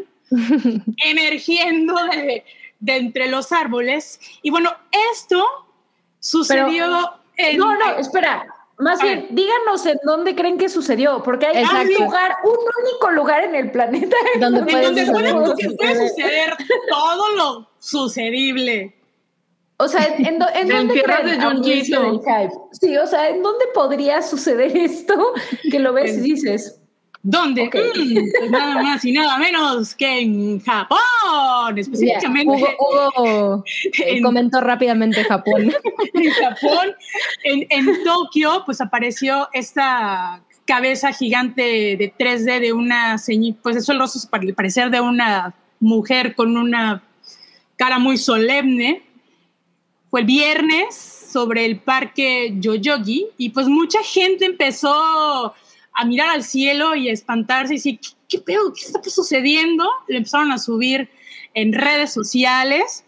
emergiendo de, de entre los árboles. Y bueno, esto... sucedió Pero, en... No, no, espera. Más bien, ver. díganos en dónde creen que sucedió, porque hay Exacto. un lugar, un único lugar en el planeta donde puede, donde puede, puede, puede suceder todo lo sucedible. O sea, ¿en, en, en dónde creen? De sí, o sea, ¿en dónde podría suceder esto? Que lo ves y dices... ¿Dónde? Okay. Mm, pues nada más y nada menos que en Japón, específicamente. Yeah, Hugo, Hugo en, comentó rápidamente Japón. En Japón, en, en Tokio, pues apareció esta cabeza gigante de tres D de una señora, pues eso el rostro al parecer de una mujer con una cara muy solemne. Fue el viernes sobre el parque Yoyogi y pues mucha gente empezó a mirar al cielo y a espantarse y decir, ¿qué, qué pedo? ¿Qué está sucediendo? Le empezaron a subir en redes sociales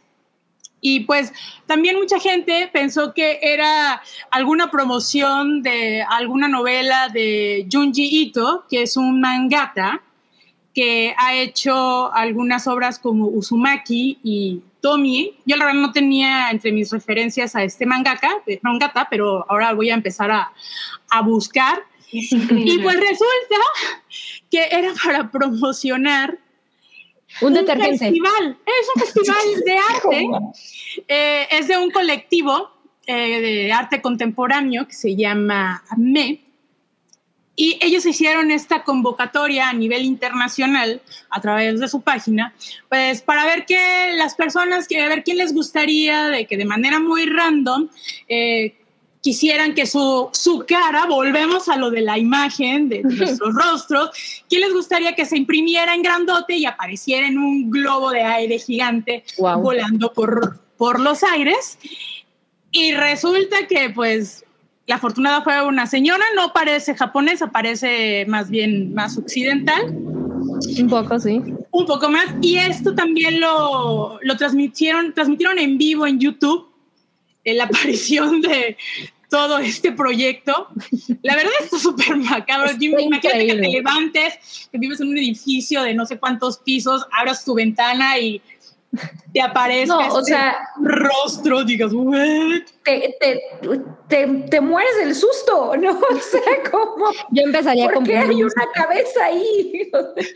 y pues también mucha gente pensó que era alguna promoción de alguna novela de Junji Ito, que es un mangaka que ha hecho algunas obras como Uzumaki y Tomie. Yo la verdad no tenía entre mis referencias a este mangaka, mangaka pero ahora voy a empezar a, a buscar. Y pues resulta que era para promocionar un, un detergente. Festival. Es un festival de arte. Eh, es de un colectivo eh, de arte contemporáneo que se llama M E, y ellos hicieron esta convocatoria a nivel internacional a través de su página, pues para ver que las personas, que, a ver quién les gustaría de que de manera muy random eh, quisieran que su, su cara, volvemos a lo de la imagen de nuestros rostros, quién les gustaría que se imprimiera en grandote y apareciera en un globo de aire gigante wow. volando por, por los aires. Y resulta que pues la afortunada fue una señora, no parece japonesa, parece más bien más occidental. Un poco, sí. Un poco más. Y esto también lo, lo transmitieron, transmitieron en vivo en YouTube, en la aparición de todo este proyecto. La verdad es súper macabro. Imagínate que te levantes, que vives en un edificio de no sé cuántos pisos, abras tu ventana y te aparezca no, este o sea, rostro, digas, ¿what? Te, te, te, te mueres del susto, ¿no? O sea, como... Yo empezaría ¿por con... qué hay una cabeza ahí?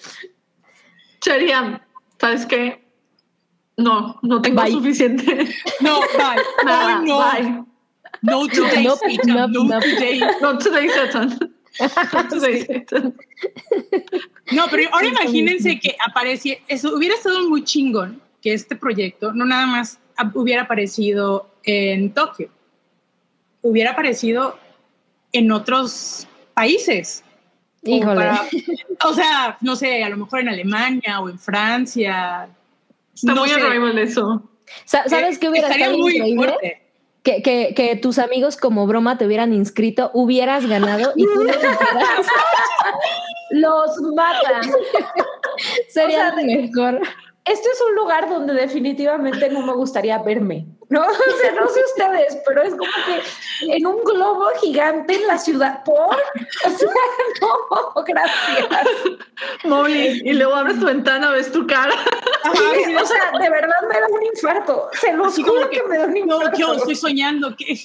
Cheriam, ¿sabes qué? No, no tengo bye. suficiente. No, bye. Nada, no, bye. No today, nope, Satan. nope, No nope. today. No today, Satan. No today, Satan. No, pero ahora imagínense que apareciera, eso hubiera estado muy chingón que este proyecto no nada más hubiera aparecido en Tokio, hubiera aparecido en otros países. Híjole. Para, o sea, no sé, a lo mejor en Alemania o en Francia. Está no muy sé. arrival eso. ¿Sabes qué hubiera Estaría estado muy increíble? fuerte. Que, que, que tus amigos como broma te hubieran inscrito, hubieras ganado y tú no supieras. Los matan. Sería O sea, lo mejor. Este es un lugar donde definitivamente no me gustaría verme, ¿no? O sea, no sé ustedes, pero es como que en un globo gigante en la ciudad, ¿por? O sea, no, gracias. Molly, y luego abres tu ventana, ves tu cara. Sí, o sea, de verdad me da un infarto. Se los juro que, que me da un infarto. No, yo estoy soñando que...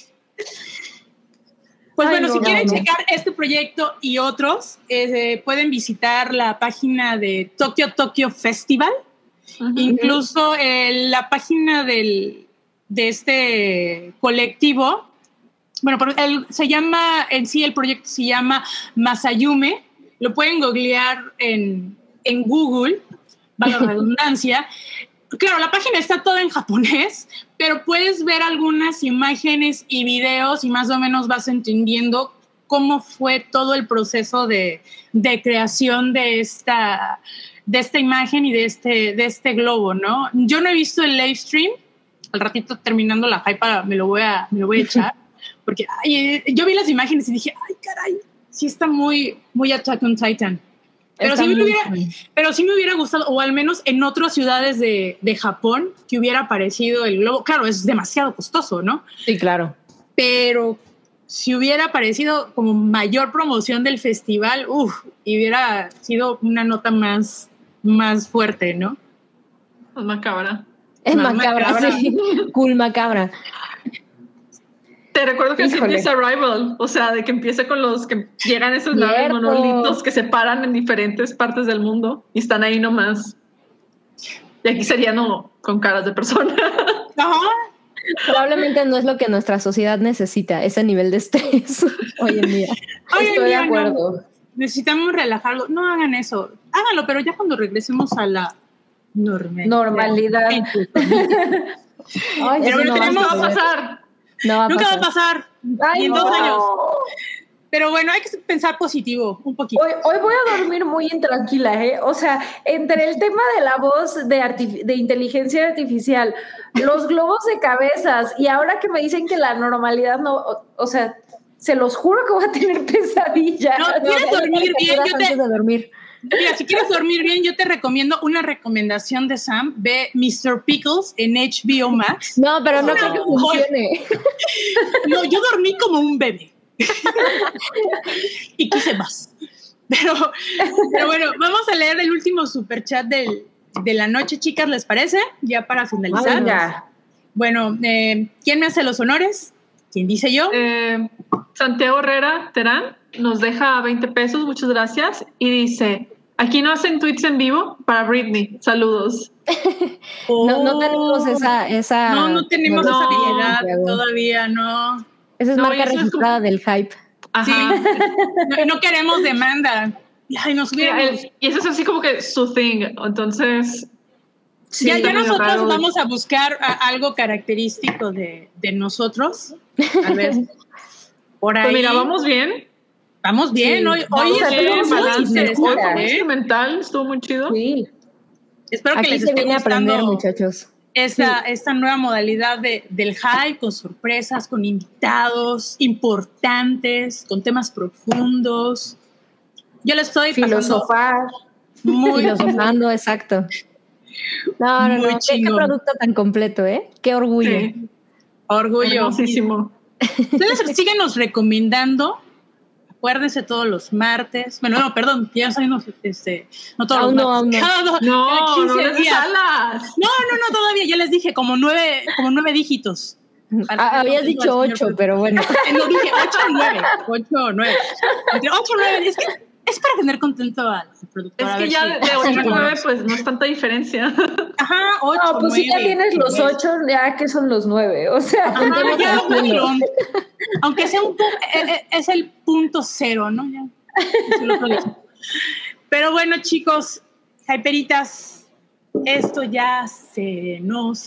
Pues Ay, bueno, no, si no, quieren no. checar este proyecto y otros, eh, pueden visitar la página de Tokyo Tokyo Festival. Uh-huh. Incluso eh, la página del, de este colectivo, bueno, pero él, se llama, en sí el proyecto se llama Masayume, lo pueden googlear en, en Google, para la redundancia. Claro, la página está toda en japonés, pero puedes ver algunas imágenes y videos y más o menos vas entendiendo cómo fue todo el proceso de, de creación de esta... de esta imagen y de este, de este globo, ¿no? Yo no he visto el live stream, al ratito terminando la hype me lo voy a, me lo voy a echar, porque ay, yo vi las imágenes y dije, ay, caray, sí está muy, muy Attack on Titan. Pero sí, me hubiera, pero sí me hubiera gustado, o al menos en otras ciudades de, de Japón, que hubiera aparecido el globo. Claro, es demasiado costoso, ¿no? Sí, claro. Pero si hubiera aparecido como mayor promoción del festival, uff, y hubiera sido una nota más... más fuerte, ¿no? Es macabra. Es más macabra, macabra. sí. Cool macabra. Te recuerdo que así Híjole. empieza Arrival, o sea, de que empieza con los que llegan esos naves monolitos que se paran en diferentes partes del mundo y están ahí nomás. Y aquí sería no con caras de persona. Ajá. Probablemente no es lo que nuestra sociedad necesita, ese nivel de estrés hoy en día. Hoy en Estoy de día acuerdo. no. Necesitamos relajarlo. No hagan eso. Háganlo, pero ya cuando regresemos a la normalidad. Normalidad. Ay, Pero eso no no tenemos- ¿Qué va a pasar? No va a Nunca pasar. va a pasar. Ay, Ni en no. dos años. Pero bueno, hay que pensar positivo un poquito. Hoy, hoy voy a dormir muy intranquila, ¿eh? O sea, entre el tema de la voz de, artif- de inteligencia artificial, los globos de cabezas y ahora que me dicen que la normalidad no, o, o sea, se los juro que voy a tener pesadillas. No, No, ¿quieres ya dormir bien? Yo antes te, de dormir. mira, si quieres dormir bien, yo te recomiendo una recomendación de Sam. Ve mister Pickles en H B O Max. No, pero no Una creo que joya. funcione. No, yo dormí como un bebé. Y quise más. Pero, pero bueno, vamos a leer el último superchat del, de la noche, chicas, ¿les parece? Ya para finalizar. Venga. Bueno, eh, ¿quién me hace los honores? ¿Quién dice yo? Eh, Santiago Herrera Terán nos deja veinte pesos, muchas gracias, y dice, Aquí no hacen tweets en vivo para Britney. Saludos. Oh. No, no tenemos esa, esa. No, no tenemos no, esa habilidad todavía, no. Esa es no, marca registrada como... del hype. Ajá. Sí. No, no queremos demanda. Ay, nos hubiéramos... Y eso es así como que su thing. Entonces. Sí, ya, ya nosotros raro. Vamos a buscar a, algo característico de, de nosotros. Tal vez. Por ahí. Pues mira, vamos bien. Vamos bien. Sí. Hoy, hoy es bien, balance. Hoy fue instrumental, estuvo muy chido. Sí. Espero que Aquí les se esté viene gustando, a aprender, muchachos. Esta, sí. esta nueva modalidad de, del hype, con sorpresas, con invitados importantes, con temas profundos. Yo le estoy filosofar. Muy filosofando, exacto. No, no, muy no. ¿Qué, qué producto tan completo, ¿eh? Qué orgullo. Sí. Orgullo. Hermosísimo. Ustedes síguenos recomendando. Acuérdense todos los martes. Bueno, no, perdón, ya sabemos, este, no todos aún los no, martes. Aún no, cada, no, cada no, no les salas. No, no, no, todavía, ya les dije, como nueve, como nueve dígitos. Ah, habías dicho ocho, pero bueno. No, dije ocho o nueve, ocho o nueve. Entre ocho o nueve, es que es para tener contento al productor. Es que ya si, de ocho a nueve, pues no es tanta diferencia. Ajá, ocho, no, pues nueve, si ya tienes los ocho, ya que son los nueve, o sea. Ajá, ya, bueno, aunque sea un es el punto cero, ¿no? Ya. Pero bueno, chicos, hyperitas, esto ya se nos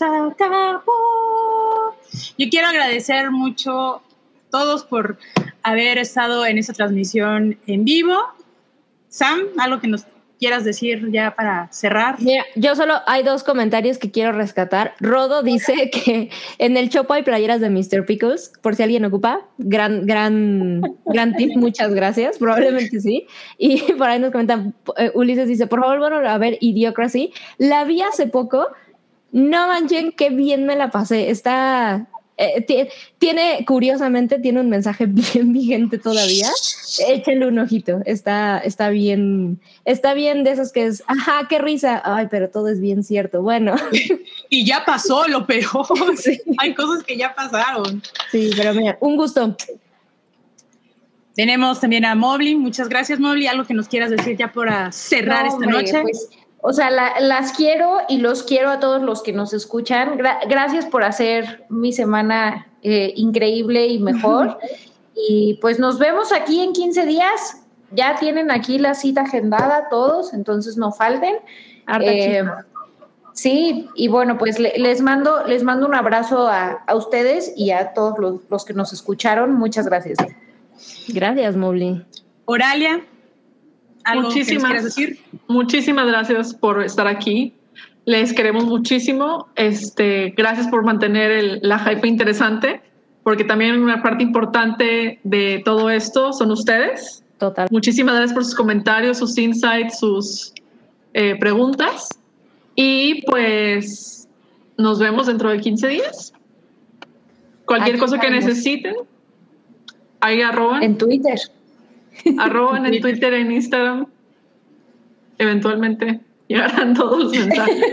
acabó. Yo quiero agradecer mucho a todos por haber estado en esta transmisión en vivo. Sam, algo que nos quieras decir ya para cerrar. Mira, yo solo hay dos comentarios que quiero rescatar. Rodo dice que en el Chopo hay playeras de mister Pickles, por si alguien ocupa. Gran, gran, gran tip, muchas gracias. Probablemente sí. Y por ahí nos comentan, uh, Ulises dice, por favor, bueno, a ver Idiocracy. La vi hace poco. No manchen, qué bien me la pasé. Está... Eh, t- tiene, curiosamente, tiene un mensaje bien vigente todavía. Échenle un ojito, está, está bien, está bien de esos que es, ajá, qué risa, ay, pero todo es bien cierto, bueno. Y ya pasó lo peor, sí. Hay cosas que ya pasaron. Sí, pero mira, un gusto. Tenemos también a Mobley, muchas gracias Mobley, algo que nos quieras decir ya para cerrar no, esta hombre, noche. Pues, o sea, la, las quiero y los quiero a todos los que nos escuchan. Gra- gracias por hacer mi semana eh, increíble y mejor. Y pues nos vemos aquí en quince días. Ya tienen aquí la cita agendada todos, entonces no falten. Eh, sí, y bueno, pues le, les mando les mando un abrazo a, a ustedes y a todos los, los que nos escucharon. Muchas gracias. Gracias, Mobley. Oralia. ¿Algo muchísimas, que nos decir? Muchísimas gracias por estar aquí. Les queremos muchísimo. Este, gracias por mantener el, la hype interesante, porque también una parte importante de todo esto son ustedes. Total. Muchísimas gracias por sus comentarios, sus insights, sus eh, preguntas. Y pues nos vemos dentro de quince días. Cualquier aquí cosa que estamos. necesiten, ahí arroban. En Twitter. Arroban en Twitter, en Instagram. Eventualmente llegarán todos los mensajes.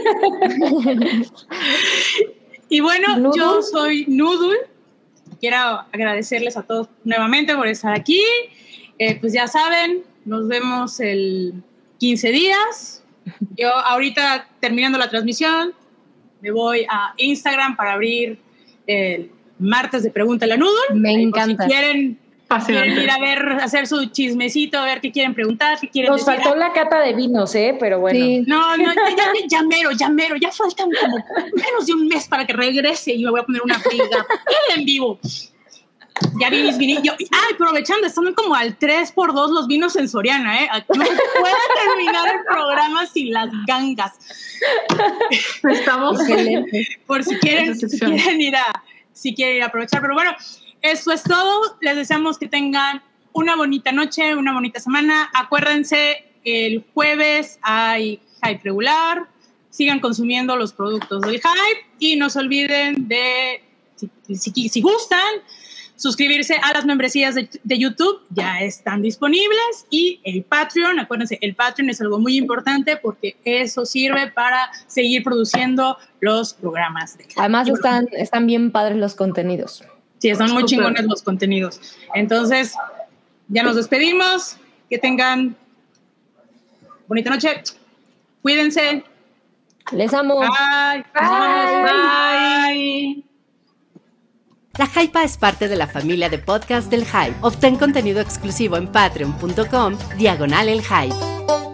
Y bueno, ¿Noodle? Yo soy Noodle. Quiero agradecerles a todos nuevamente por estar aquí. Eh, pues ya saben, nos vemos el quince días. Yo ahorita, terminando la transmisión, me voy a Instagram para abrir el martes de Pregúntale a Noodle. Me Ahí, encanta. Si quieren... Quieren ir a ver, hacer su chismecito, a ver qué quieren preguntar, qué quieren Nos decir. faltó la cata de vinos, ¿eh? Pero bueno. Sí. No, no, ya, ya, ya mero, ya mero, ya faltan como menos de un mes para que regrese y me voy a poner una friga en vivo. Ya vi mis vinillos. Ah, aprovechando, están como al tres por dos los vinos en Soriana, ¿eh? No se puede terminar el programa sin las gangas. Estamos por si quieren, si quieren ir a, si quieren ir a aprovechar, pero bueno. Eso es todo. Les deseamos que tengan una bonita noche, una bonita semana. Acuérdense, el jueves hay hype regular. Sigan consumiendo los productos del hype y no se olviden de, si, si, si gustan, suscribirse a las membresías de, de YouTube. Ya están disponibles. Y el Patreon, acuérdense, el Patreon es algo muy importante porque eso sirve para seguir produciendo los programas de hype. Además están, están bien padres los contenidos. Sí, están muy chingones los contenidos. Entonces, ya nos despedimos. Que tengan Bonita noche. Cuídense. Les amo. Bye. Bye. Bye. La Hypa es parte de la familia de podcast del Hype. Obtén contenido exclusivo en patreon punto com diagonal el Hype.